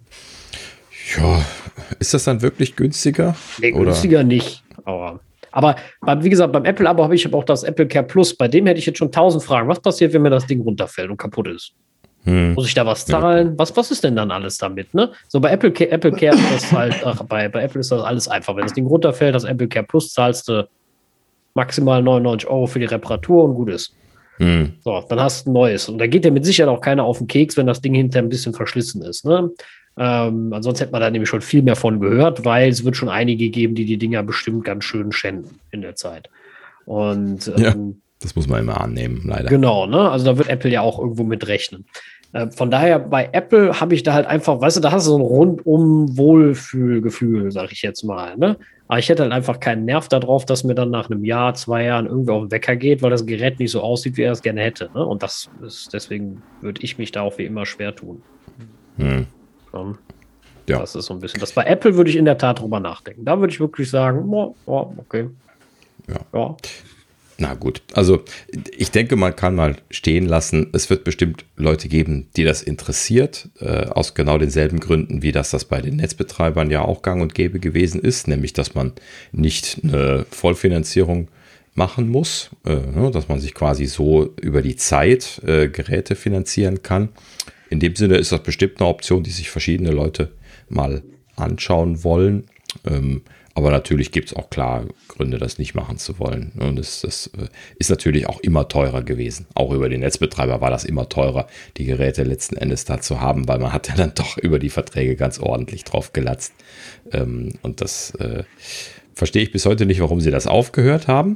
Ja, ist das dann wirklich günstiger? Nee, günstiger oder? Nicht. Aber, aber beim, wie gesagt, beim Apple-Abo habe ich auch das Apple Care Plus. Bei dem hätte ich jetzt schon tausend Fragen. Was passiert, wenn mir das Ding runterfällt und kaputt ist? Hm. Muss ich da was zahlen? Ja. Was, was ist denn dann alles damit? Ne? So bei Apple, Apple Care ist das halt, ach, bei, bei Apple ist das alles einfach. Wenn das Ding runterfällt, das Apple Care Plus zahlst du maximal neunundneunzig Euro für die Reparatur und gut ist. Hm. So, dann hast du ein neues. Und da geht dir mit Sicherheit auch keiner auf den Keks, wenn das Ding hinterher ein bisschen verschlissen ist. Ne? Ähm, ansonsten hätte man da nämlich schon viel mehr von gehört, weil es wird schon einige geben, die die Dinger bestimmt ganz schön schänden in der Zeit. Und ähm, ja, das muss man immer annehmen, leider. Genau, ne? Also da wird Apple ja auch irgendwo mit rechnen. Äh, von daher, bei Apple habe ich da halt einfach, weißt du, da hast du so ein rundum Wohlfühlgefühl, sag ich jetzt mal, ne? Aber ich hätte halt einfach keinen Nerv darauf, dass mir dann nach einem Jahr, zwei Jahren irgendwie auf den Wecker geht, weil das Gerät nicht so aussieht, wie er es gerne hätte, ne? Und das ist, deswegen würde ich mich da auch wie immer schwer tun. Hm. Um, ja. Das ist so ein bisschen, das bei Apple würde ich in der Tat drüber nachdenken. Da würde ich wirklich sagen, oh, oh, okay. Ja. ja. Na gut, also ich denke, man kann mal stehen lassen. Es wird bestimmt Leute geben, die das interessiert, äh, aus genau denselben Gründen, wie das das bei den Netzbetreibern ja auch gang und gäbe gewesen ist, nämlich, dass man nicht eine Vollfinanzierung machen muss, äh, ne, dass man sich quasi so über die Zeit äh, Geräte finanzieren kann. In dem Sinne ist das bestimmt eine Option, die sich verschiedene Leute mal anschauen wollen. Ähm, aber natürlich gibt es auch klar Gründe, das nicht machen zu wollen. Und das, das ist natürlich auch immer teurer gewesen. Auch über den Netzbetreiber war das immer teurer, die Geräte letzten Endes da zu haben, weil man hat ja dann doch über die Verträge ganz ordentlich drauf gelatzt. Ähm, und das äh, verstehe ich bis heute nicht, warum sie das aufgehört haben.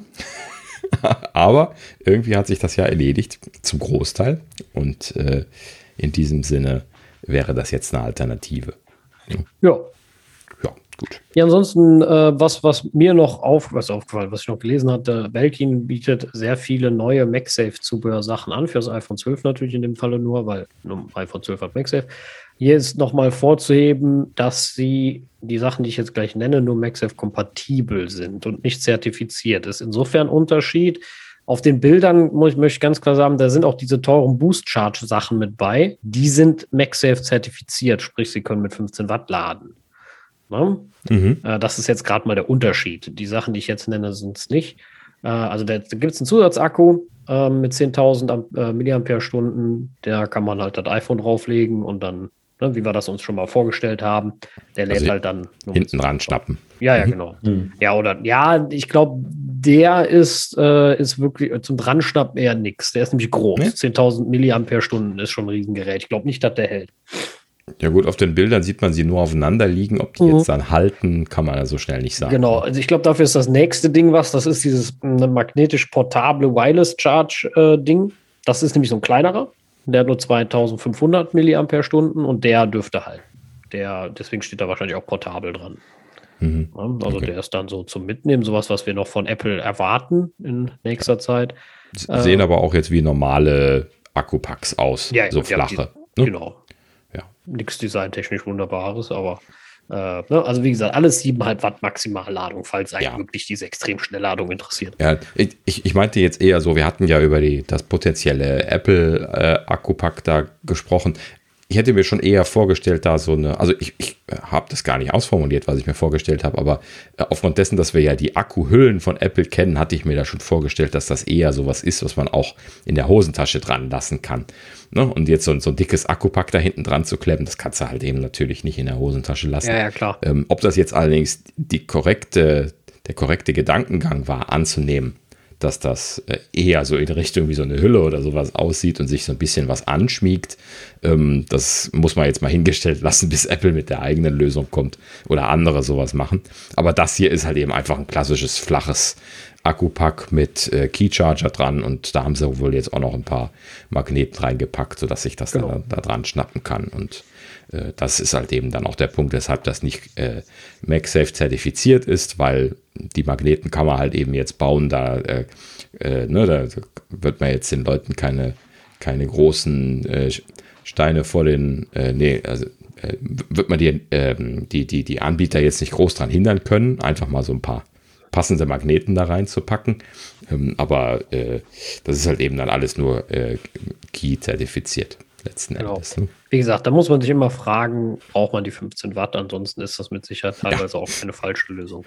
Aber irgendwie hat sich das ja erledigt, zum Großteil. Und äh, in diesem Sinne wäre das jetzt eine Alternative. Ja. Ja, gut. Ja, ansonsten, äh, was, was mir noch auf, was aufgefallen, was ich noch gelesen hatte, Belkin bietet sehr viele neue MagSafe-Zubehörsachen an, für das iPhone zwölf natürlich in dem Falle nur, weil nur iPhone zwölf hat MagSafe. Hier ist nochmal vorzuheben, dass sie die Sachen, die ich jetzt gleich nenne, nur MagSafe-kompatibel sind und nicht zertifiziert. Ist insofern ein Unterschied, Auf den Bildern muss ich, möchte ich ganz klar sagen, da sind auch diese teuren Boost-Charge-Sachen mit bei. Die sind MagSafe zertifiziert, sprich, sie können mit fünfzehn Watt laden. Ne? Mhm. Äh, das ist jetzt gerade mal der Unterschied. Die Sachen, die ich jetzt nenne, sind es nicht. Äh, also da, da gibt es einen Zusatzakku äh, mit zehntausend äh, Milliampere-Stunden. Da kann man halt das iPhone drauflegen und dann, ne, wie wir das uns schon mal vorgestellt haben, der lädt also halt dann hinten ran schnappen. Ja, ja, genau. Mhm. Ja, oder ja, ich glaube, der ist, äh, ist wirklich zum Dranschnappen eher nix. Der ist nämlich groß. Ja? zehntausend Milliampere-Stunden ist schon ein Riesengerät. Ich glaube nicht, dass der hält. Ja gut, auf den Bildern sieht man sie nur aufeinander liegen. Ob die mhm. jetzt dann halten, kann man ja so schnell nicht sagen. Genau, also ich glaube, dafür ist das nächste Ding was. Das ist dieses eine magnetisch portable Wireless Charge äh, Ding. Das ist nämlich so ein kleinerer. Der hat nur zweitausendfünfhundert Milliampere-Stunden und der dürfte halten. Der, deswegen steht da wahrscheinlich auch portabel dran. Mhm. Ja, also okay. Der ist dann so zum Mitnehmen, sowas, was wir noch von Apple erwarten in nächster Zeit. Sehen äh, aber auch jetzt wie normale Akkupacks aus, ja, so flache. Die, ne? Genau. Ja. Nichts designtechnisch Wunderbares, aber äh, ne? Also wie gesagt, alles sieben Komma fünf Watt Maximalladung, falls eigentlich ja. wirklich diese extrem Schnellladung interessiert. Ja, ich, ich meinte jetzt eher so, wir hatten ja über die, das potenzielle Apple äh, Akkupack da gesprochen. Ich hätte mir schon eher vorgestellt, da so eine, also ich, ich habe das gar nicht ausformuliert, was ich mir vorgestellt habe, aber aufgrund dessen, dass wir ja die Akkuhüllen von Apple kennen, hatte ich mir da schon vorgestellt, dass das eher sowas ist, was man auch in der Hosentasche dran lassen kann. Ne? Und jetzt so, so ein dickes Akkupack da hinten dran zu klemmen, das kannst du halt eben natürlich nicht in der Hosentasche lassen. Ja, ja, klar. Ähm, ob das jetzt allerdings die korrekte, der korrekte Gedankengang war, anzunehmen, dass das eher so in Richtung wie so eine Hülle oder sowas aussieht und sich so ein bisschen was anschmiegt. Ähm, das muss man jetzt mal hingestellt lassen, bis Apple mit der eigenen Lösung kommt oder andere sowas machen. Aber das hier ist halt eben einfach ein klassisches flaches Akkupack mit äh, Keycharger dran und da haben sie wohl jetzt auch noch ein paar Magneten reingepackt, sodass ich das genau. da, da dran schnappen kann. Und äh, das ist halt eben dann auch der Punkt, weshalb das nicht äh, MagSafe zertifiziert ist, weil die Magneten kann man halt eben jetzt bauen, da, äh, äh, ne, da wird man jetzt den Leuten keine, keine großen äh, Steine vor den, äh, nee, also äh, wird man die, äh, die, die, die Anbieter jetzt nicht groß dran hindern können, einfach mal so ein paar passende Magneten da reinzupacken, ähm, aber äh, das ist halt eben dann alles nur äh, Key-zertifiziert. Letzten genau. Endes. Ne? Wie gesagt, da muss man sich immer fragen, braucht man die fünfzehn Watt? Ansonsten ist das mit Sicherheit teilweise ja. auch keine falsche Lösung.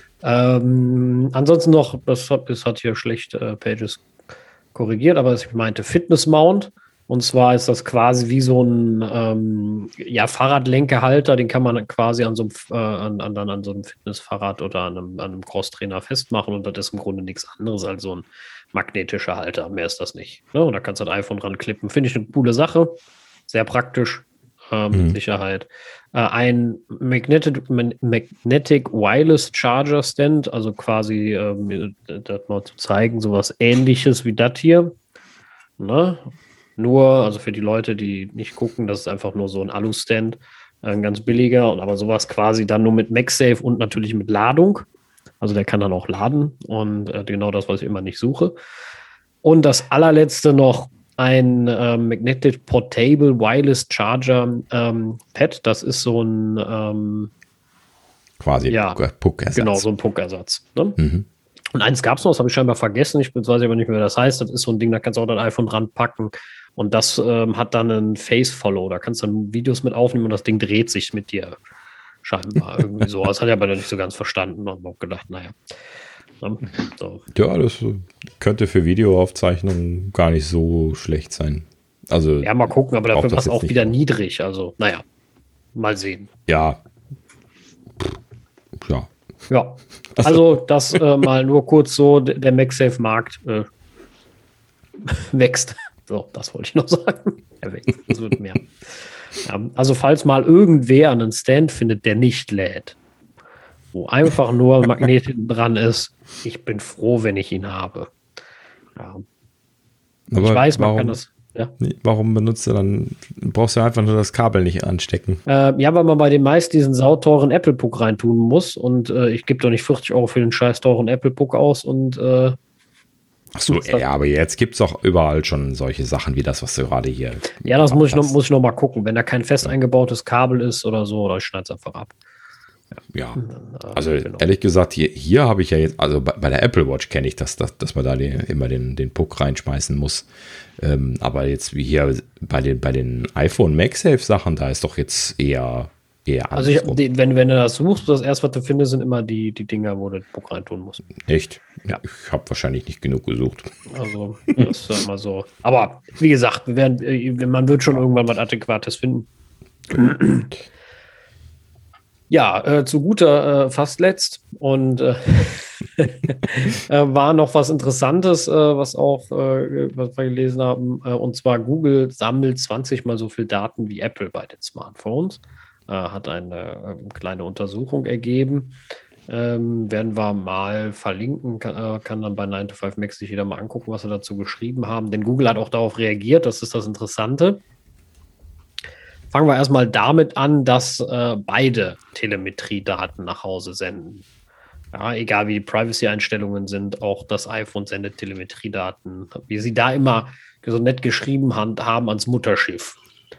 Ähm, ansonsten noch, das hat, das hat hier schlecht äh, Pages korrigiert, aber ich meinte Fitness Mount. Und zwar ist das quasi wie so ein ähm, ja, Fahrradlenkerhalter, den kann man quasi an so einem, äh, an, an, an so einem Fitnessfahrrad oder an einem, an einem Crosstrainer festmachen und das ist im Grunde nichts anderes als so ein magnetischer Halter. Mehr ist das nicht. Ne? Und da kannst du das iPhone dran klippen. Finde ich eine coole Sache. Sehr praktisch. Äh, mit mhm. Sicherheit. Äh, ein Magnetic, Magnetic Wireless Charger Stand, also quasi, ähm, das mal zu zeigen, sowas Ähnliches wie das hier. Ne? Nur, also für die Leute, die nicht gucken, das ist einfach nur so ein Alu-Stand, ein ganz billiger, und aber sowas quasi dann nur mit MagSafe und natürlich mit Ladung. Also der kann dann auch laden und äh, genau das, was ich immer nicht suche. Und das allerletzte noch ein äh, Magnetic Portable Wireless Charger ähm, Pad. Das ist so ein ähm, quasi ja, Puckersatz. Genau, so ein Puckersatz. Ne? Mhm. Und eins gab es noch, das habe ich scheinbar vergessen. Ich weiß aber nicht mehr, wie das heißt. Das ist so ein Ding, da kannst du auch dein iPhone dran packen. Und das ähm, hat dann einen Face-Follow. Da kannst du dann Videos mit aufnehmen und das Ding dreht sich mit dir. Scheinbar irgendwie so. Das hat ich aber nicht so ganz verstanden. Und auch gedacht, naja. So. Ja, das könnte für Videoaufzeichnungen gar nicht so schlecht sein. Also, ja, mal gucken, aber dafür war es auch wieder nicht niedrig. Also, naja, mal sehen. Ja. Ja. Ja, also das äh, mal nur kurz so, der MagSafe-Markt äh, wächst. So, das wollte ich noch sagen. Er wächst, es wird mehr. Ja, also falls mal irgendwer einen Stand findet, der nicht lädt, wo einfach nur ein Magnet hinten dran ist, ich bin froh, wenn ich ihn habe. Ja. Aber ich weiß, man warum, kann das. Ja. Warum benutzt du dann, brauchst du einfach nur das Kabel nicht anstecken? Äh, ja, weil man bei den meisten diesen sauteuren Apple-Puck reintun muss und äh, ich gebe doch nicht vierzig Euro für den scheiß teuren Apple-Puck aus und äh, Ach so, ja, aber jetzt gibt es auch überall schon solche Sachen wie das, was du gerade hier. Ja, das muss ich, noch, muss ich noch mal gucken. Wenn da kein fest eingebautes Kabel ist oder so, oder ich schneide es einfach ab. Ja, also genau. Ehrlich gesagt, hier, hier habe ich ja jetzt, also bei, bei der Apple Watch kenne ich das, dass, dass man da den, immer den, den Puck reinschmeißen muss. Ähm, aber jetzt wie hier bei den, bei den iPhone MagSafe Sachen, da ist doch jetzt eher, eher Also ich, die, wenn, wenn du das suchst, das erste, was du findest, sind immer die, die Dinger, wo du den Puck reintun musst. Echt? Ja. Ich habe wahrscheinlich nicht genug gesucht. Also, das ist ja immer so. Aber wie gesagt, wir werden, man wird schon irgendwann was Adäquates finden. Ja, äh, zu guter äh, fast letzt und äh, war noch was Interessantes, äh, was auch, äh, was wir gelesen haben, äh, und zwar Google sammelt zwanzig mal so viel Daten wie Apple bei den Smartphones, äh, hat eine äh, kleine Untersuchung ergeben, ähm, werden wir mal verlinken, kann, äh, kann dann bei nine to five Mac sich jeder mal angucken, was sie dazu geschrieben haben, denn Google hat auch darauf reagiert, das ist das Interessante. Fangen wir erstmal damit an, dass äh, beide Telemetriedaten nach Hause senden. Ja, egal wie die Privacy-Einstellungen sind, auch das iPhone sendet Telemetriedaten, wie sie da immer so nett geschrieben haben, haben ans Mutterschiff.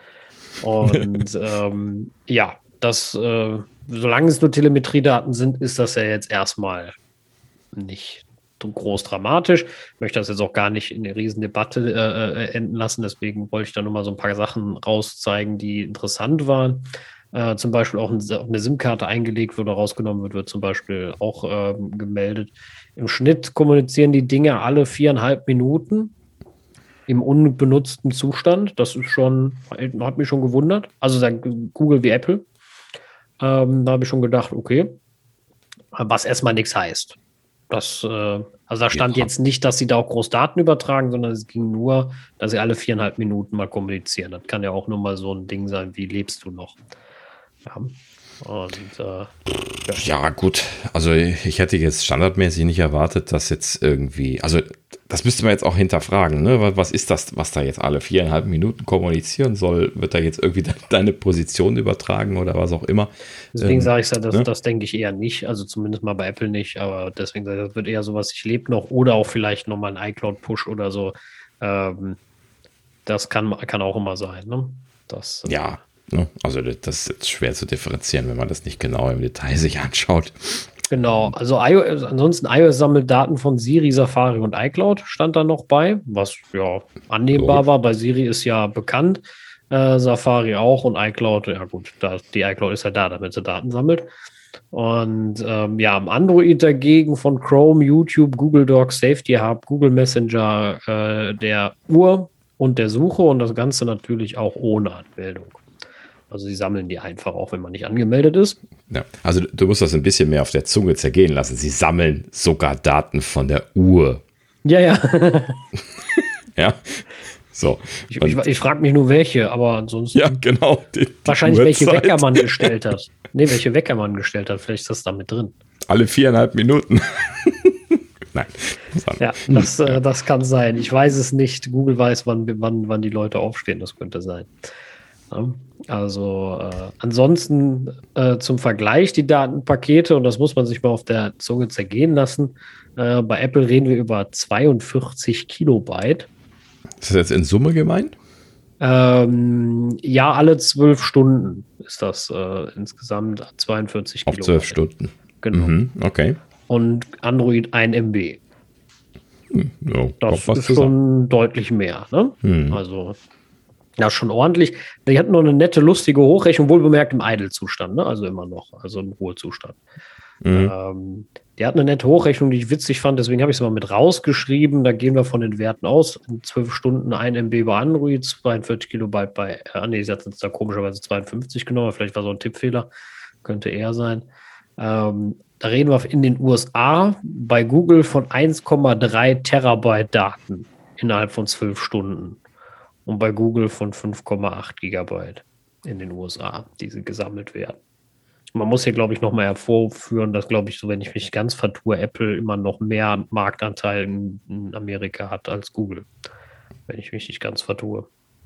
Und ähm, ja, das, äh, solange es nur Telemetriedaten sind, ist das ja jetzt erstmal nicht groß dramatisch. Ich möchte das jetzt auch gar nicht in eine Riesendebatte äh, enden lassen, deswegen wollte ich da nur mal so ein paar Sachen rauszeigen, die interessant waren. Äh, zum Beispiel auch ein, eine SIM-Karte eingelegt wird oder rausgenommen wird, wird zum Beispiel auch ähm, gemeldet. Im Schnitt kommunizieren die Dinge alle viereinhalb Minuten im unbenutzten Zustand. Das ist schon, hat mich schon gewundert. Also sagt Google wie Apple. Ähm, da habe ich schon gedacht, okay, was erstmal nichts heißt. Das, äh, also da stand ja. jetzt nicht, dass sie da auch groß Daten übertragen, sondern es ging nur, dass sie alle viereinhalb Minuten mal kommunizieren. Das kann ja auch nur mal so ein Ding sein, wie lebst du noch? Ja. Und, äh, ja. ja, gut. Also ich hätte jetzt standardmäßig nicht erwartet, dass jetzt irgendwie, also das müsste man jetzt auch hinterfragen, ne? Was ist das, was da jetzt alle viereinhalb Minuten kommunizieren soll? Wird da jetzt irgendwie de- deine Position übertragen oder was auch immer? Deswegen ähm, sage ich ja, das, ne? das denke ich eher nicht, also zumindest mal bei Apple nicht, aber deswegen sage ich, das wird eher sowas, ich lebe noch oder auch vielleicht nochmal ein iCloud-Push oder so. Ähm, das kann, kann auch immer sein, ne? Das, ja. Also das ist jetzt schwer zu differenzieren, wenn man das nicht genau im Detail sich anschaut. Genau, also iOS, ansonsten iOS sammelt Daten von Siri, Safari und iCloud, stand da noch bei, was ja annehmbar war. Bei Siri ist ja bekannt, äh, Safari auch und iCloud, ja gut, da, die iCloud ist ja da, damit sie Daten sammelt. Und ähm, ja, am Android dagegen von Chrome, YouTube, Google Docs, Safety Hub, Google Messenger, äh, der Uhr und der Suche und das Ganze natürlich auch ohne Anmeldung. Also sie sammeln die einfach auch, wenn man nicht angemeldet ist. Ja, also du musst das ein bisschen mehr auf der Zunge zergehen lassen. Sie sammeln sogar Daten von der Uhr. Ja, ja. Ja, so. Ich, ich, ich frage mich nur welche, aber ansonsten. Ja, genau. Die, die wahrscheinlich Uhrzeit. Welche Wecker man gestellt hat. Nee, welche Wecker man gestellt hat. Vielleicht ist das da mit drin. Alle viereinhalb Minuten. Nein. Ja, das, äh, das kann sein. Ich weiß es nicht. Google weiß, wann, wann, wann die Leute aufstehen. Das könnte sein. Ja, also äh, ansonsten äh, zum Vergleich die Datenpakete, und das muss man sich mal auf der Zunge zergehen lassen. Äh, bei Apple reden wir über zweiundvierzig Kilobyte. Ist das jetzt in Summe gemeint? Ähm, ja, alle zwölf Stunden ist das äh, insgesamt zweiundvierzig Kilobyte. Auf zwölf Stunden. Genau. Mhm, okay. Und Android ein Megabyte. Hm, ja, das ist schon deutlich mehr. Ne? Hm. Also ja, schon ordentlich. Die hatten noch eine nette, lustige Hochrechnung, wohlbemerkt im Idle-Zustand, ne? Also immer noch, also im Ruhezustand. Mhm. Ähm, die hatten eine nette Hochrechnung, die ich witzig fand, deswegen habe ich es mal mit rausgeschrieben. Da gehen wir von den Werten aus. In zwölf Stunden ein Megabyte bei Android, zweiundvierzig Kilobyte bei, äh, nee, sie hatten jetzt da komischerweise zweiundfünfzig genommen, vielleicht war so ein Tippfehler, könnte eher sein. Ähm, da reden wir in den U S A bei Google von eins Komma drei Terabyte Daten innerhalb von zwölf Stunden. Und bei Google von fünf Komma acht Gigabyte in den U S A, die sie gesammelt werden. Man muss hier, glaube ich, nochmal hervorführen, dass, glaube ich, so, wenn ich mich ganz vertue, Apple immer noch mehr Marktanteil in, in Amerika hat als Google. Wenn ich mich nicht ganz vertue.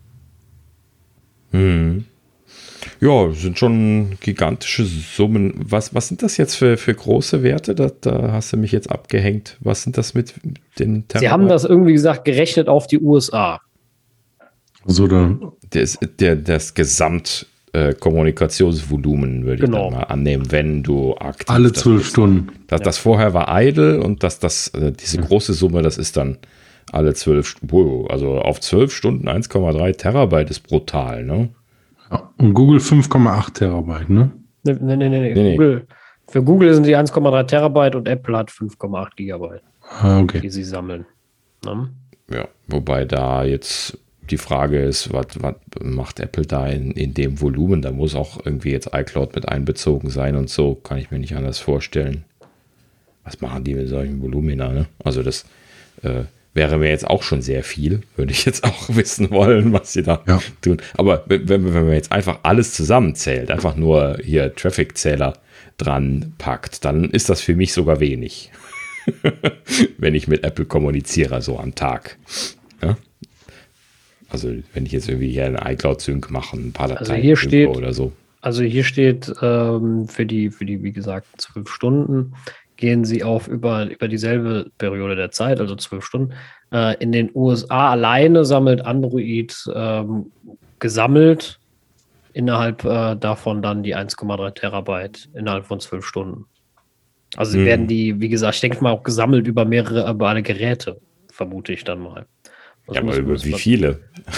Hm. Ja, sind schon gigantische Summen. Was, was sind das jetzt für, für große Werte? Da, da hast du mich jetzt abgehängt. Was sind das mit den Terabyte? Sie haben das irgendwie gesagt, gerechnet auf die U S A. So, dann. Der, der, das Gesamt äh, Kommunikationsvolumen, würde Genau. ich dann mal annehmen, wenn du aktiv Alle das zwölf bist. Stunden. Das, Ja. das vorher war idle und das, das, äh, diese große Summe, das ist dann alle zwölf Stunden. Also auf zwölf Stunden eins Komma drei Terabyte ist brutal, ne? Ja. Und Google fünf Komma acht Terabyte, ne? Nee, nee, nee, nee. Nee, nee. Google, für Google sind die eins Komma drei Terabyte und Apple hat fünf Komma acht Gigabyte, Ah, okay. die sie sammeln. Ne? Ja, wobei da jetzt die Frage ist, was, was macht Apple da in, in dem Volumen? Da muss auch irgendwie jetzt iCloud mit einbezogen sein und so, kann ich mir nicht anders vorstellen. Was machen die mit solchen Volumina, ne? Also das äh, wäre mir jetzt auch schon sehr viel, würde ich jetzt auch wissen wollen, was sie da Ja. tun. Aber wenn, wenn wenn man jetzt einfach alles zusammenzählt, einfach nur hier Traffic-Zähler dran packt, dann ist das für mich sogar wenig. Wenn ich mit Apple kommuniziere, so am Tag. Ja? Also wenn ich jetzt irgendwie hier einen iCloud-Sync mache, ein paar Also Dateien hier steht- oder so. Also hier steht ähm, für die, für die, wie gesagt, zwölf Stunden gehen sie auf über, über dieselbe Periode der Zeit, also zwölf Stunden. Äh, in den U S A alleine sammelt Android ähm, gesammelt innerhalb äh, davon dann die eins Komma drei Terabyte innerhalb von zwölf Stunden. Also sie Hm. werden die, wie gesagt, ich denke mal auch gesammelt über mehrere, über alle Geräte, vermute ich dann mal. Das Ja, aber muss- über muss wie man- viele?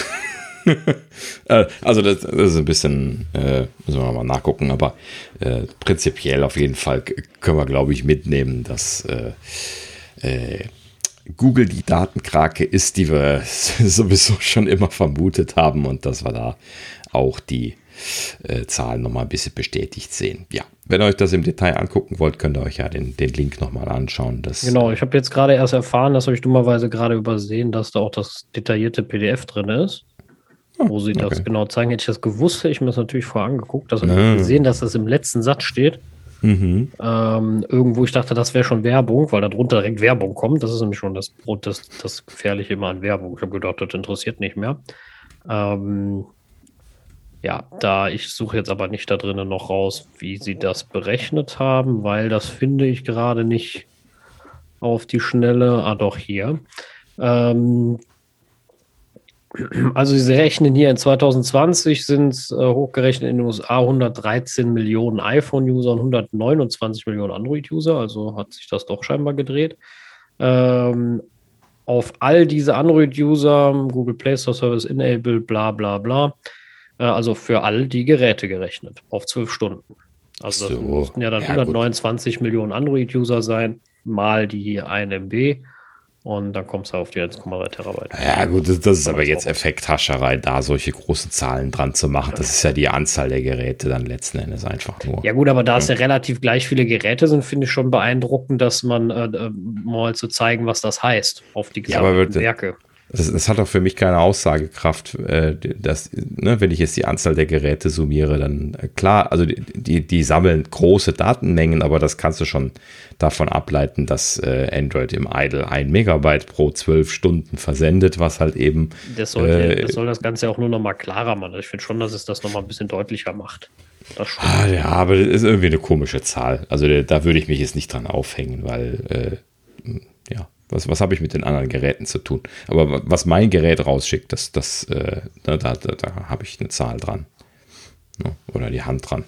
Äh, also das, das ist ein bisschen, äh, müssen wir mal nachgucken, aber äh, prinzipiell auf jeden Fall k- können wir, glaube ich, mitnehmen, dass äh, äh, Google die Datenkrake ist, die wir sowieso schon immer vermutet haben und dass wir da auch die äh, Zahlen nochmal ein bisschen bestätigt sehen. Ja, wenn ihr euch das im Detail angucken wollt, könnt ihr euch ja den, den Link nochmal anschauen. Das, Genau, ich habe jetzt gerade erst erfahren, das habe ich dummerweise gerade übersehen, dass da auch das detaillierte P D F drin ist, wo sie das okay. genau zeigen. Hätte ich das gewusst, hätte ich mir das natürlich vorher angeguckt. Das habe Ah. ich gesehen, dass das im letzten Satz steht. Mhm. Ähm, irgendwo, ich dachte, das wäre schon Werbung, weil da drunter direkt Werbung kommt. Das ist nämlich schon das, das, das Gefährliche immer an Werbung. Ich habe gedacht, das interessiert nicht mehr. Ähm, ja, da ich suche jetzt aber nicht da drinnen noch raus, wie sie das berechnet haben, weil das finde ich gerade nicht auf die Schnelle. Ah, doch, hier. Ähm, also sie rechnen hier in zwanzig zwanzig sind es äh, hochgerechnet in den U S A hundertdreizehn Millionen iPhone-User und hundertneunundzwanzig Millionen Android-User, also hat sich das doch scheinbar gedreht. Ähm, auf all diese Android-User, Google Play Store Service Enable, bla bla bla, äh, also für all die Geräte gerechnet, auf zwölf Stunden. Also das So, müssten ja dann ja, hundertneunundzwanzig Millionen Android-User sein, mal die ein M B. Und dann kommst du auf die eins Komma drei Terabyte. Ja, gut, das, das ist aber Das jetzt auch. Effekthascherei, da solche großen Zahlen dran zu machen. Das ist ja die Anzahl der Geräte dann letzten Endes einfach nur. Ja gut, aber da es ja relativ gleich viele Geräte sind, finde ich schon beeindruckend, dass man äh, äh, mal zu zeigen, was das heißt auf die Ja, aber gesamten wird- Werke. Das, das hat doch für mich keine Aussagekraft, äh, dass, ne, wenn ich jetzt die Anzahl der Geräte summiere, dann äh, klar, also die, die, die sammeln große Datenmengen, aber das kannst du schon davon ableiten, dass äh, Android im Idle ein Megabyte pro zwölf Stunden versendet, was halt eben Das soll, Äh, das soll das Ganze auch nur noch mal klarer machen. Ich finde schon, dass es das noch mal ein bisschen deutlicher macht. Das schon. Ah, ja, aber das ist irgendwie eine komische Zahl. Also da, da würde ich mich jetzt nicht dran aufhängen, weil, äh, ja, was, was habe ich mit den anderen Geräten zu tun? Aber was mein Gerät rausschickt, das, das, äh, da, da, da, da habe ich eine Zahl dran. Ja, oder die Hand dran.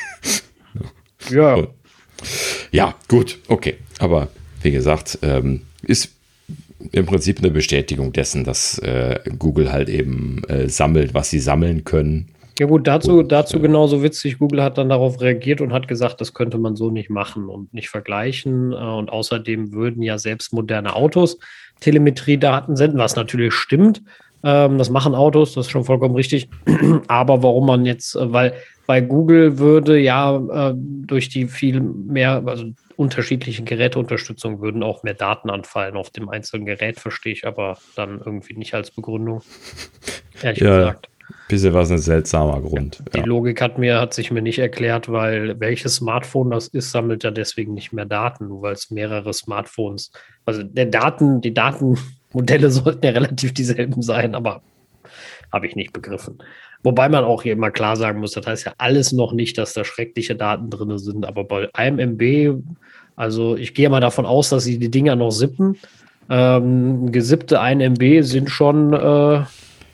Ja, Und- Ja, gut, okay. Aber wie gesagt, ähm, ist im Prinzip eine Bestätigung dessen, dass äh, Google halt eben äh, sammelt, was sie sammeln können. ja gut, dazu, Und, dazu äh, genauso witzig. Google hat dann darauf reagiert und hat gesagt, das könnte man so nicht machen und nicht vergleichen. Äh, Und außerdem würden ja selbst moderne Autos Telemetriedaten senden, was natürlich stimmt. Ähm, Das machen Autos, das ist schon vollkommen richtig. Aber warum man jetzt, äh, weil bei Google würde ja äh, durch die viel mehr, also unterschiedlichen Geräteunterstützung würden auch mehr Daten anfallen auf dem einzelnen Gerät, verstehe ich aber dann irgendwie nicht als Begründung. Ehrlich Ja, gesagt. bisschen was ein seltsamer Grund. Die Ja. Logik hat mir, hat sich mir nicht erklärt, weil welches Smartphone das ist, sammelt ja deswegen nicht mehr Daten, nur weil es mehrere Smartphones, also der Daten, die Datenmodelle sollten ja relativ dieselben sein, aber habe ich nicht begriffen. Wobei man auch hier immer klar sagen muss, das heißt ja alles noch nicht, dass da schreckliche Daten drin sind, aber bei einem M B, also ich gehe mal davon aus, dass sie die Dinger noch sippen. Ähm, gesippte ein M B sind schon äh,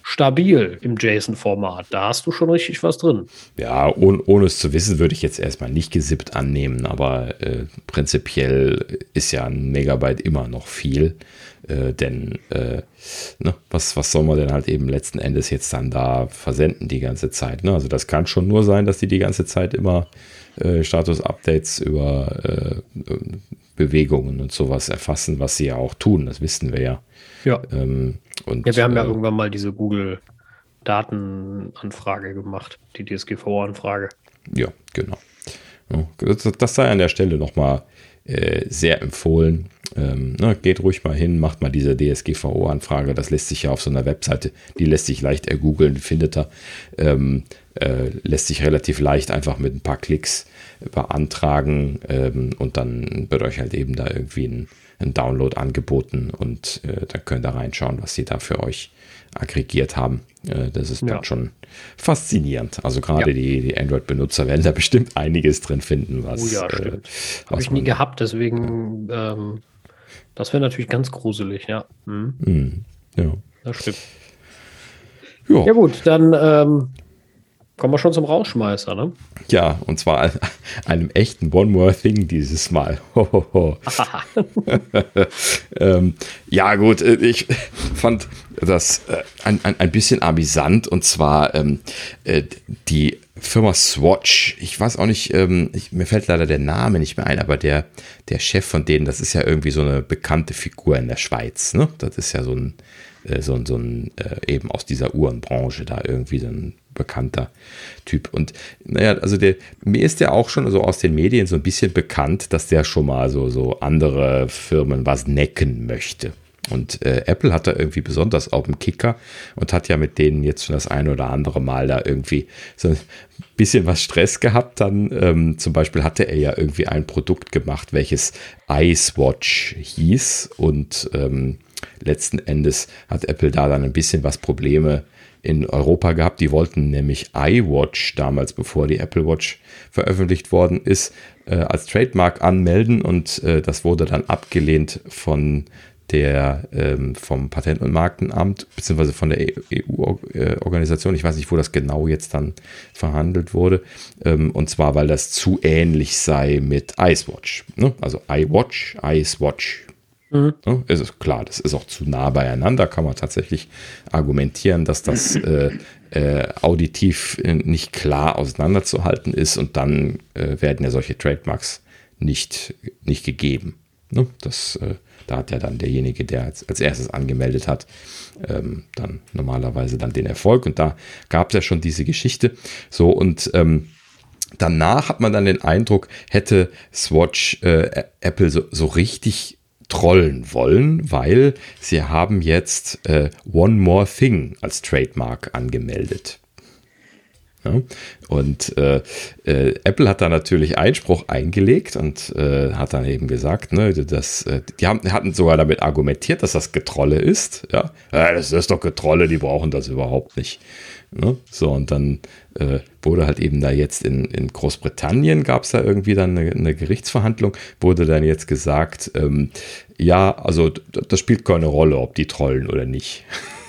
stabil im JSON-Format. Da hast du schon richtig was drin. Ja, ohne, ohne es zu wissen, würde ich jetzt erstmal nicht gesippt annehmen, aber äh, prinzipiell ist ja ein Megabyte immer noch viel. Äh, denn äh, ne, was, was soll man denn halt eben letzten Endes jetzt dann da versenden die ganze Zeit? Ne? Also das kann schon nur sein, dass die die ganze Zeit immer äh, Status-Updates über äh, Bewegungen und sowas erfassen, was sie ja auch tun. Das wissen wir ja. Ja, ähm, und, ja wir haben ja äh, irgendwann mal diese Google-Datenanfrage gemacht, die D S G V O-Anfrage. Ja, genau. Ja, das, das sei an der Stelle nochmal äh, sehr empfohlen. Ähm, na, geht ruhig mal hin, macht mal diese D S G V O-Anfrage. Das lässt sich ja auf so einer Webseite, die lässt sich leicht ergoogeln, findet er. Ähm, äh, lässt sich relativ leicht einfach mit ein paar Klicks beantragen ähm, und dann wird euch halt eben da irgendwie ein, ein Download angeboten und äh, dann könnt ihr reinschauen, was sie da für euch aggregiert haben. Äh, das ist Ja. dann schon faszinierend. Also gerade Ja. die, die Android-Benutzer werden da bestimmt einiges drin finden, was, Oh ja, äh, stimmt. Habe was ich nie man- gehabt, deswegen, ähm, das wäre natürlich ganz gruselig, ja. Mhm. Hm, ja. Das stimmt. Ja. Ja gut, dann ähm, kommen wir schon zum Rausschmeißer, ne? Ja, und zwar an einem echten One More Thing dieses Mal. Ho, ho, ho. ähm, ja, gut, äh, ich fand das äh, ein, ein, ein bisschen amüsant und zwar ähm, äh, die Firma Swatch. Ich weiß auch nicht, ähm, ich, mir fällt leider der Name nicht mehr ein, aber der, der Chef von denen, das ist ja irgendwie so eine bekannte Figur in der Schweiz. Ne? Das ist ja so ein, äh, so ein, so ein äh, eben aus dieser Uhrenbranche da irgendwie so ein bekannter Typ. Und naja, also der, mir ist der auch schon so aus den Medien so ein bisschen bekannt, dass der schon mal so, so andere Firmen was necken möchte. Und äh, Apple hat da irgendwie besonders auf dem Kicker und hat ja mit denen jetzt schon das ein oder andere Mal da irgendwie so ein bisschen was Stress gehabt. Dann ähm, zum Beispiel hatte er ja irgendwie ein Produkt gemacht, welches iSwatch hieß und ähm, letzten Endes hat Apple da dann ein bisschen was Probleme in Europa gehabt. Die wollten nämlich iWatch damals, bevor die Apple Watch veröffentlicht worden ist, äh, als Trademark anmelden und äh, das wurde dann abgelehnt von der ähm, vom Patent- und Markenamt beziehungsweise von der E U-Organisation. Ich weiß nicht, wo das genau jetzt dann verhandelt wurde. Ähm, und zwar, weil das zu ähnlich sei mit iSwatch. Ne? Also iWatch, iSwatch. Mhm. Ne? Es ist klar, das ist auch zu nah beieinander. Kann man tatsächlich argumentieren, dass das äh, äh, auditiv äh, nicht klar auseinanderzuhalten ist und dann äh, werden ja solche Trademarks nicht, nicht gegeben. Ne? Das äh, Da hat ja dann derjenige, der als, als erstes angemeldet hat, ähm, dann normalerweise dann den Erfolg. Und da gab es ja schon diese Geschichte. So, und ähm, danach hat man dann den Eindruck, hätte Swatch äh, Apple so, so richtig trollen wollen, weil sie haben jetzt äh, One More Thing als Trademark angemeldet. Ja, und äh, äh, Apple hat da natürlich Einspruch eingelegt und äh, hat dann eben gesagt, ne, dass, äh, die haben, hatten sogar damit argumentiert, dass das Getrolle ist. Ja, ja das ist doch Getrolle, die brauchen das überhaupt nicht. Ne? So, und dann äh, wurde halt eben da jetzt in, in Großbritannien gab es da irgendwie dann eine, eine Gerichtsverhandlung, wurde dann jetzt gesagt, ähm, ja, also das spielt keine Rolle, ob die trollen oder nicht.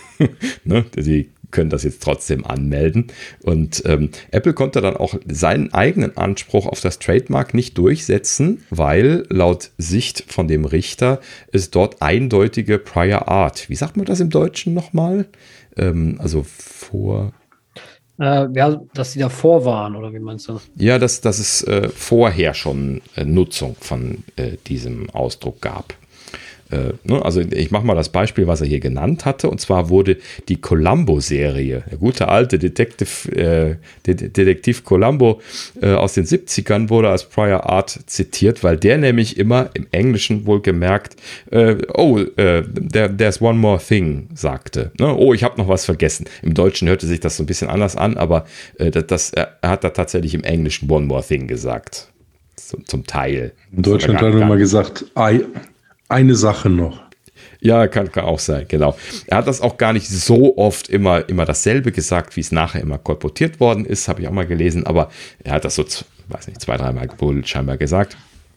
Ne? Die können das jetzt trotzdem anmelden. Und ähm, Apple konnte dann auch seinen eigenen Anspruch auf das Trademark nicht durchsetzen, weil laut Sicht von dem Richter es dort eindeutige Prior Art, wie sagt man das im Deutschen nochmal? Ähm, also vor... Äh, ja, dass die davor waren, oder wie meinst du? Ja, dass, dass es äh, vorher schon äh, Nutzung von äh, diesem Ausdruck gab. Äh, ne? Also ich mache mal das Beispiel, was er hier genannt hatte. Und zwar wurde die Columbo-Serie, der gute alte Detective, äh, De- Detektiv Columbo äh, aus den siebzigern wurde als Prior Art zitiert, weil der nämlich immer im Englischen wohlgemerkt, äh, oh, äh, there, there's one more thing, sagte. Ne? Oh, ich habe noch was vergessen. Im Deutschen hörte sich das so ein bisschen anders an, aber äh, das, das, er hat da tatsächlich im Englischen one more thing gesagt. Zum, zum Teil. In Deutschland hat er mal gesagt, I, eine Sache noch. Ja, kann, kann auch sein, genau. Er hat das auch gar nicht so oft immer, immer dasselbe gesagt, wie es nachher immer kolportiert worden ist, habe ich auch mal gelesen, aber er hat das so, weiß nicht, zwei, dreimal wohl scheinbar gesagt.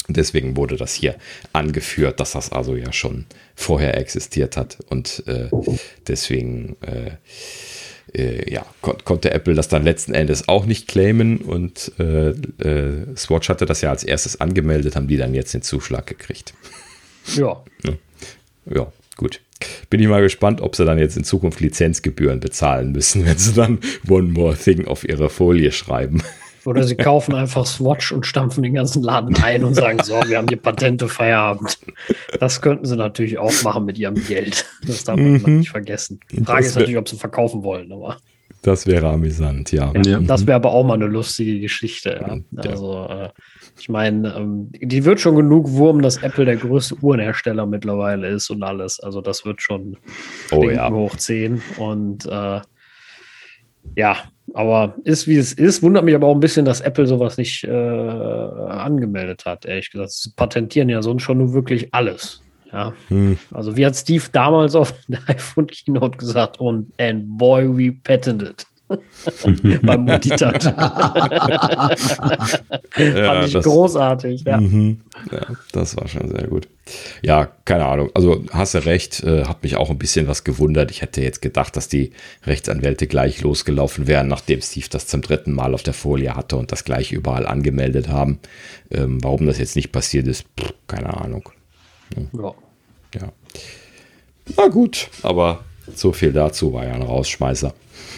Deswegen wurde das hier angeführt, dass das also ja schon vorher existiert hat. Und äh, deswegen äh, äh, ja, kon- konnte Apple das dann letzten Endes auch nicht claimen. Und äh, äh, Swatch hatte das ja als erstes angemeldet, haben die dann jetzt den Zuschlag gekriegt. Ja. Ja, ja, gut. Bin ich mal gespannt, ob sie dann jetzt in Zukunft Lizenzgebühren bezahlen müssen, wenn sie dann One More Thing auf ihre Folie schreiben. Oder sie kaufen einfach Swatch und stampfen den ganzen Laden ein und sagen, so, wir haben hier Patente, Feierabend. Das könnten sie natürlich auch machen mit ihrem Geld. Das darf man mhm. nicht vergessen. Die Frage das ist natürlich, ob sie verkaufen wollen. Aber das wäre amüsant, ja. ja, ja. Das wäre aber auch mal eine lustige Geschichte. Ja. Ja. Also, äh, ich meine, ähm, die wird schon genug Wurm, dass Apple der größte Uhrenhersteller mittlerweile ist und alles. Also das wird schon oh, ja. hoch zehn. Und äh, ja, aber ist wie es ist. Wundert mich aber auch ein bisschen, dass Apple sowas nicht äh, angemeldet hat, ehrlich gesagt. Sie patentieren ja sonst schon nur wirklich alles. Ja. Hm. Also wie hat Steve damals auf der iPhone Keynote gesagt, und and boy, we patented. Beim Multitouch. Ja, Fand ich das, großartig. Ja. Mhm. Ja, das war schon sehr gut. Ja, keine Ahnung. Also hast du recht, äh, hat mich auch ein bisschen was gewundert. Ich hätte jetzt gedacht, dass die Rechtsanwälte gleich losgelaufen wären, nachdem Steve das zum dritten Mal auf der Folie hatte und das gleich überall angemeldet haben. Ähm, warum das jetzt nicht passiert ist, pff, keine Ahnung. Ja. Ja. Na gut, aber so viel dazu, war ja ein Rausschmeißer.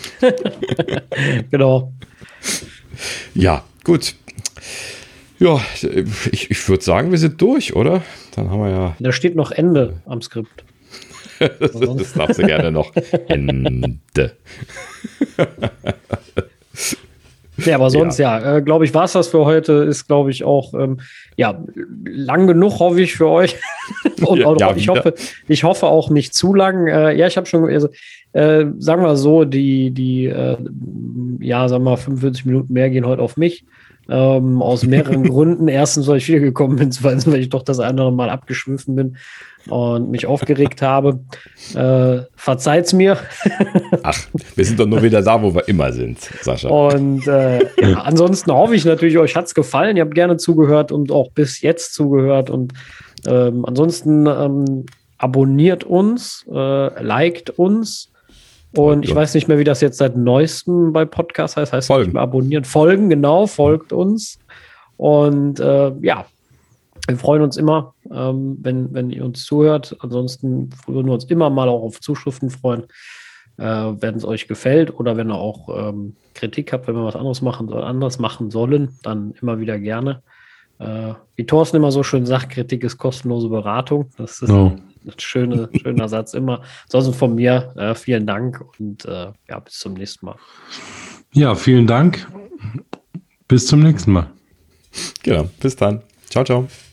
Genau. Ja, gut. Ja, ich, ich würde sagen, wir sind durch, oder? Dann haben wir ja. Da steht noch Ende am Skript. das, das darfst du gerne noch. Ende. Ja, aber sonst ja, ja äh, glaube ich, war es das für heute. Ist, glaube ich, auch ähm, ja, lang genug, hoffe ich, für euch. Und auch, ja, ich, hoffe, ich hoffe auch nicht zu lang. Äh, ja, ich habe schon, also, äh, sagen wir so, die, die äh, ja, sagen wir mal, fünfundvierzig Minuten mehr gehen heute auf mich. Ähm, aus mehreren Gründen. Erstens, weil ich wiedergekommen bin, zweitens, weil ich doch das andere Mal abgeschwiffen bin und mich aufgeregt habe. Äh, verzeiht's mir. Ach, wir sind doch nur wieder da, wo wir immer sind, Sascha. Und äh, ja, ansonsten hoffe ich natürlich, euch hat's gefallen. Ihr habt gerne zugehört und auch bis jetzt zugehört. Und ähm, ansonsten ähm, abonniert uns, äh, liked uns. Und ich weiß nicht mehr, wie das jetzt seit neuestem bei Podcasts heißt. Heißt Folgen. Nicht mehr abonnieren. Folgen, genau, folgt uns. Und äh, ja, wir freuen uns immer, ähm, wenn, wenn ihr uns zuhört. Ansonsten würden wir uns immer mal auch auf Zuschriften freuen, äh, wenn es euch gefällt oder wenn ihr auch ähm, Kritik habt, wenn wir was anderes machen soll, anders machen sollen, dann immer wieder gerne. Äh, wie Thorsten immer so schön sagt, Kritik ist kostenlose Beratung. Das ist no. ein schöner, schöner Satz immer. Ansonsten von mir äh, vielen Dank und äh, ja, bis zum nächsten Mal. Ja, vielen Dank. Bis zum nächsten Mal. Genau, bis dann. Ciao, ciao.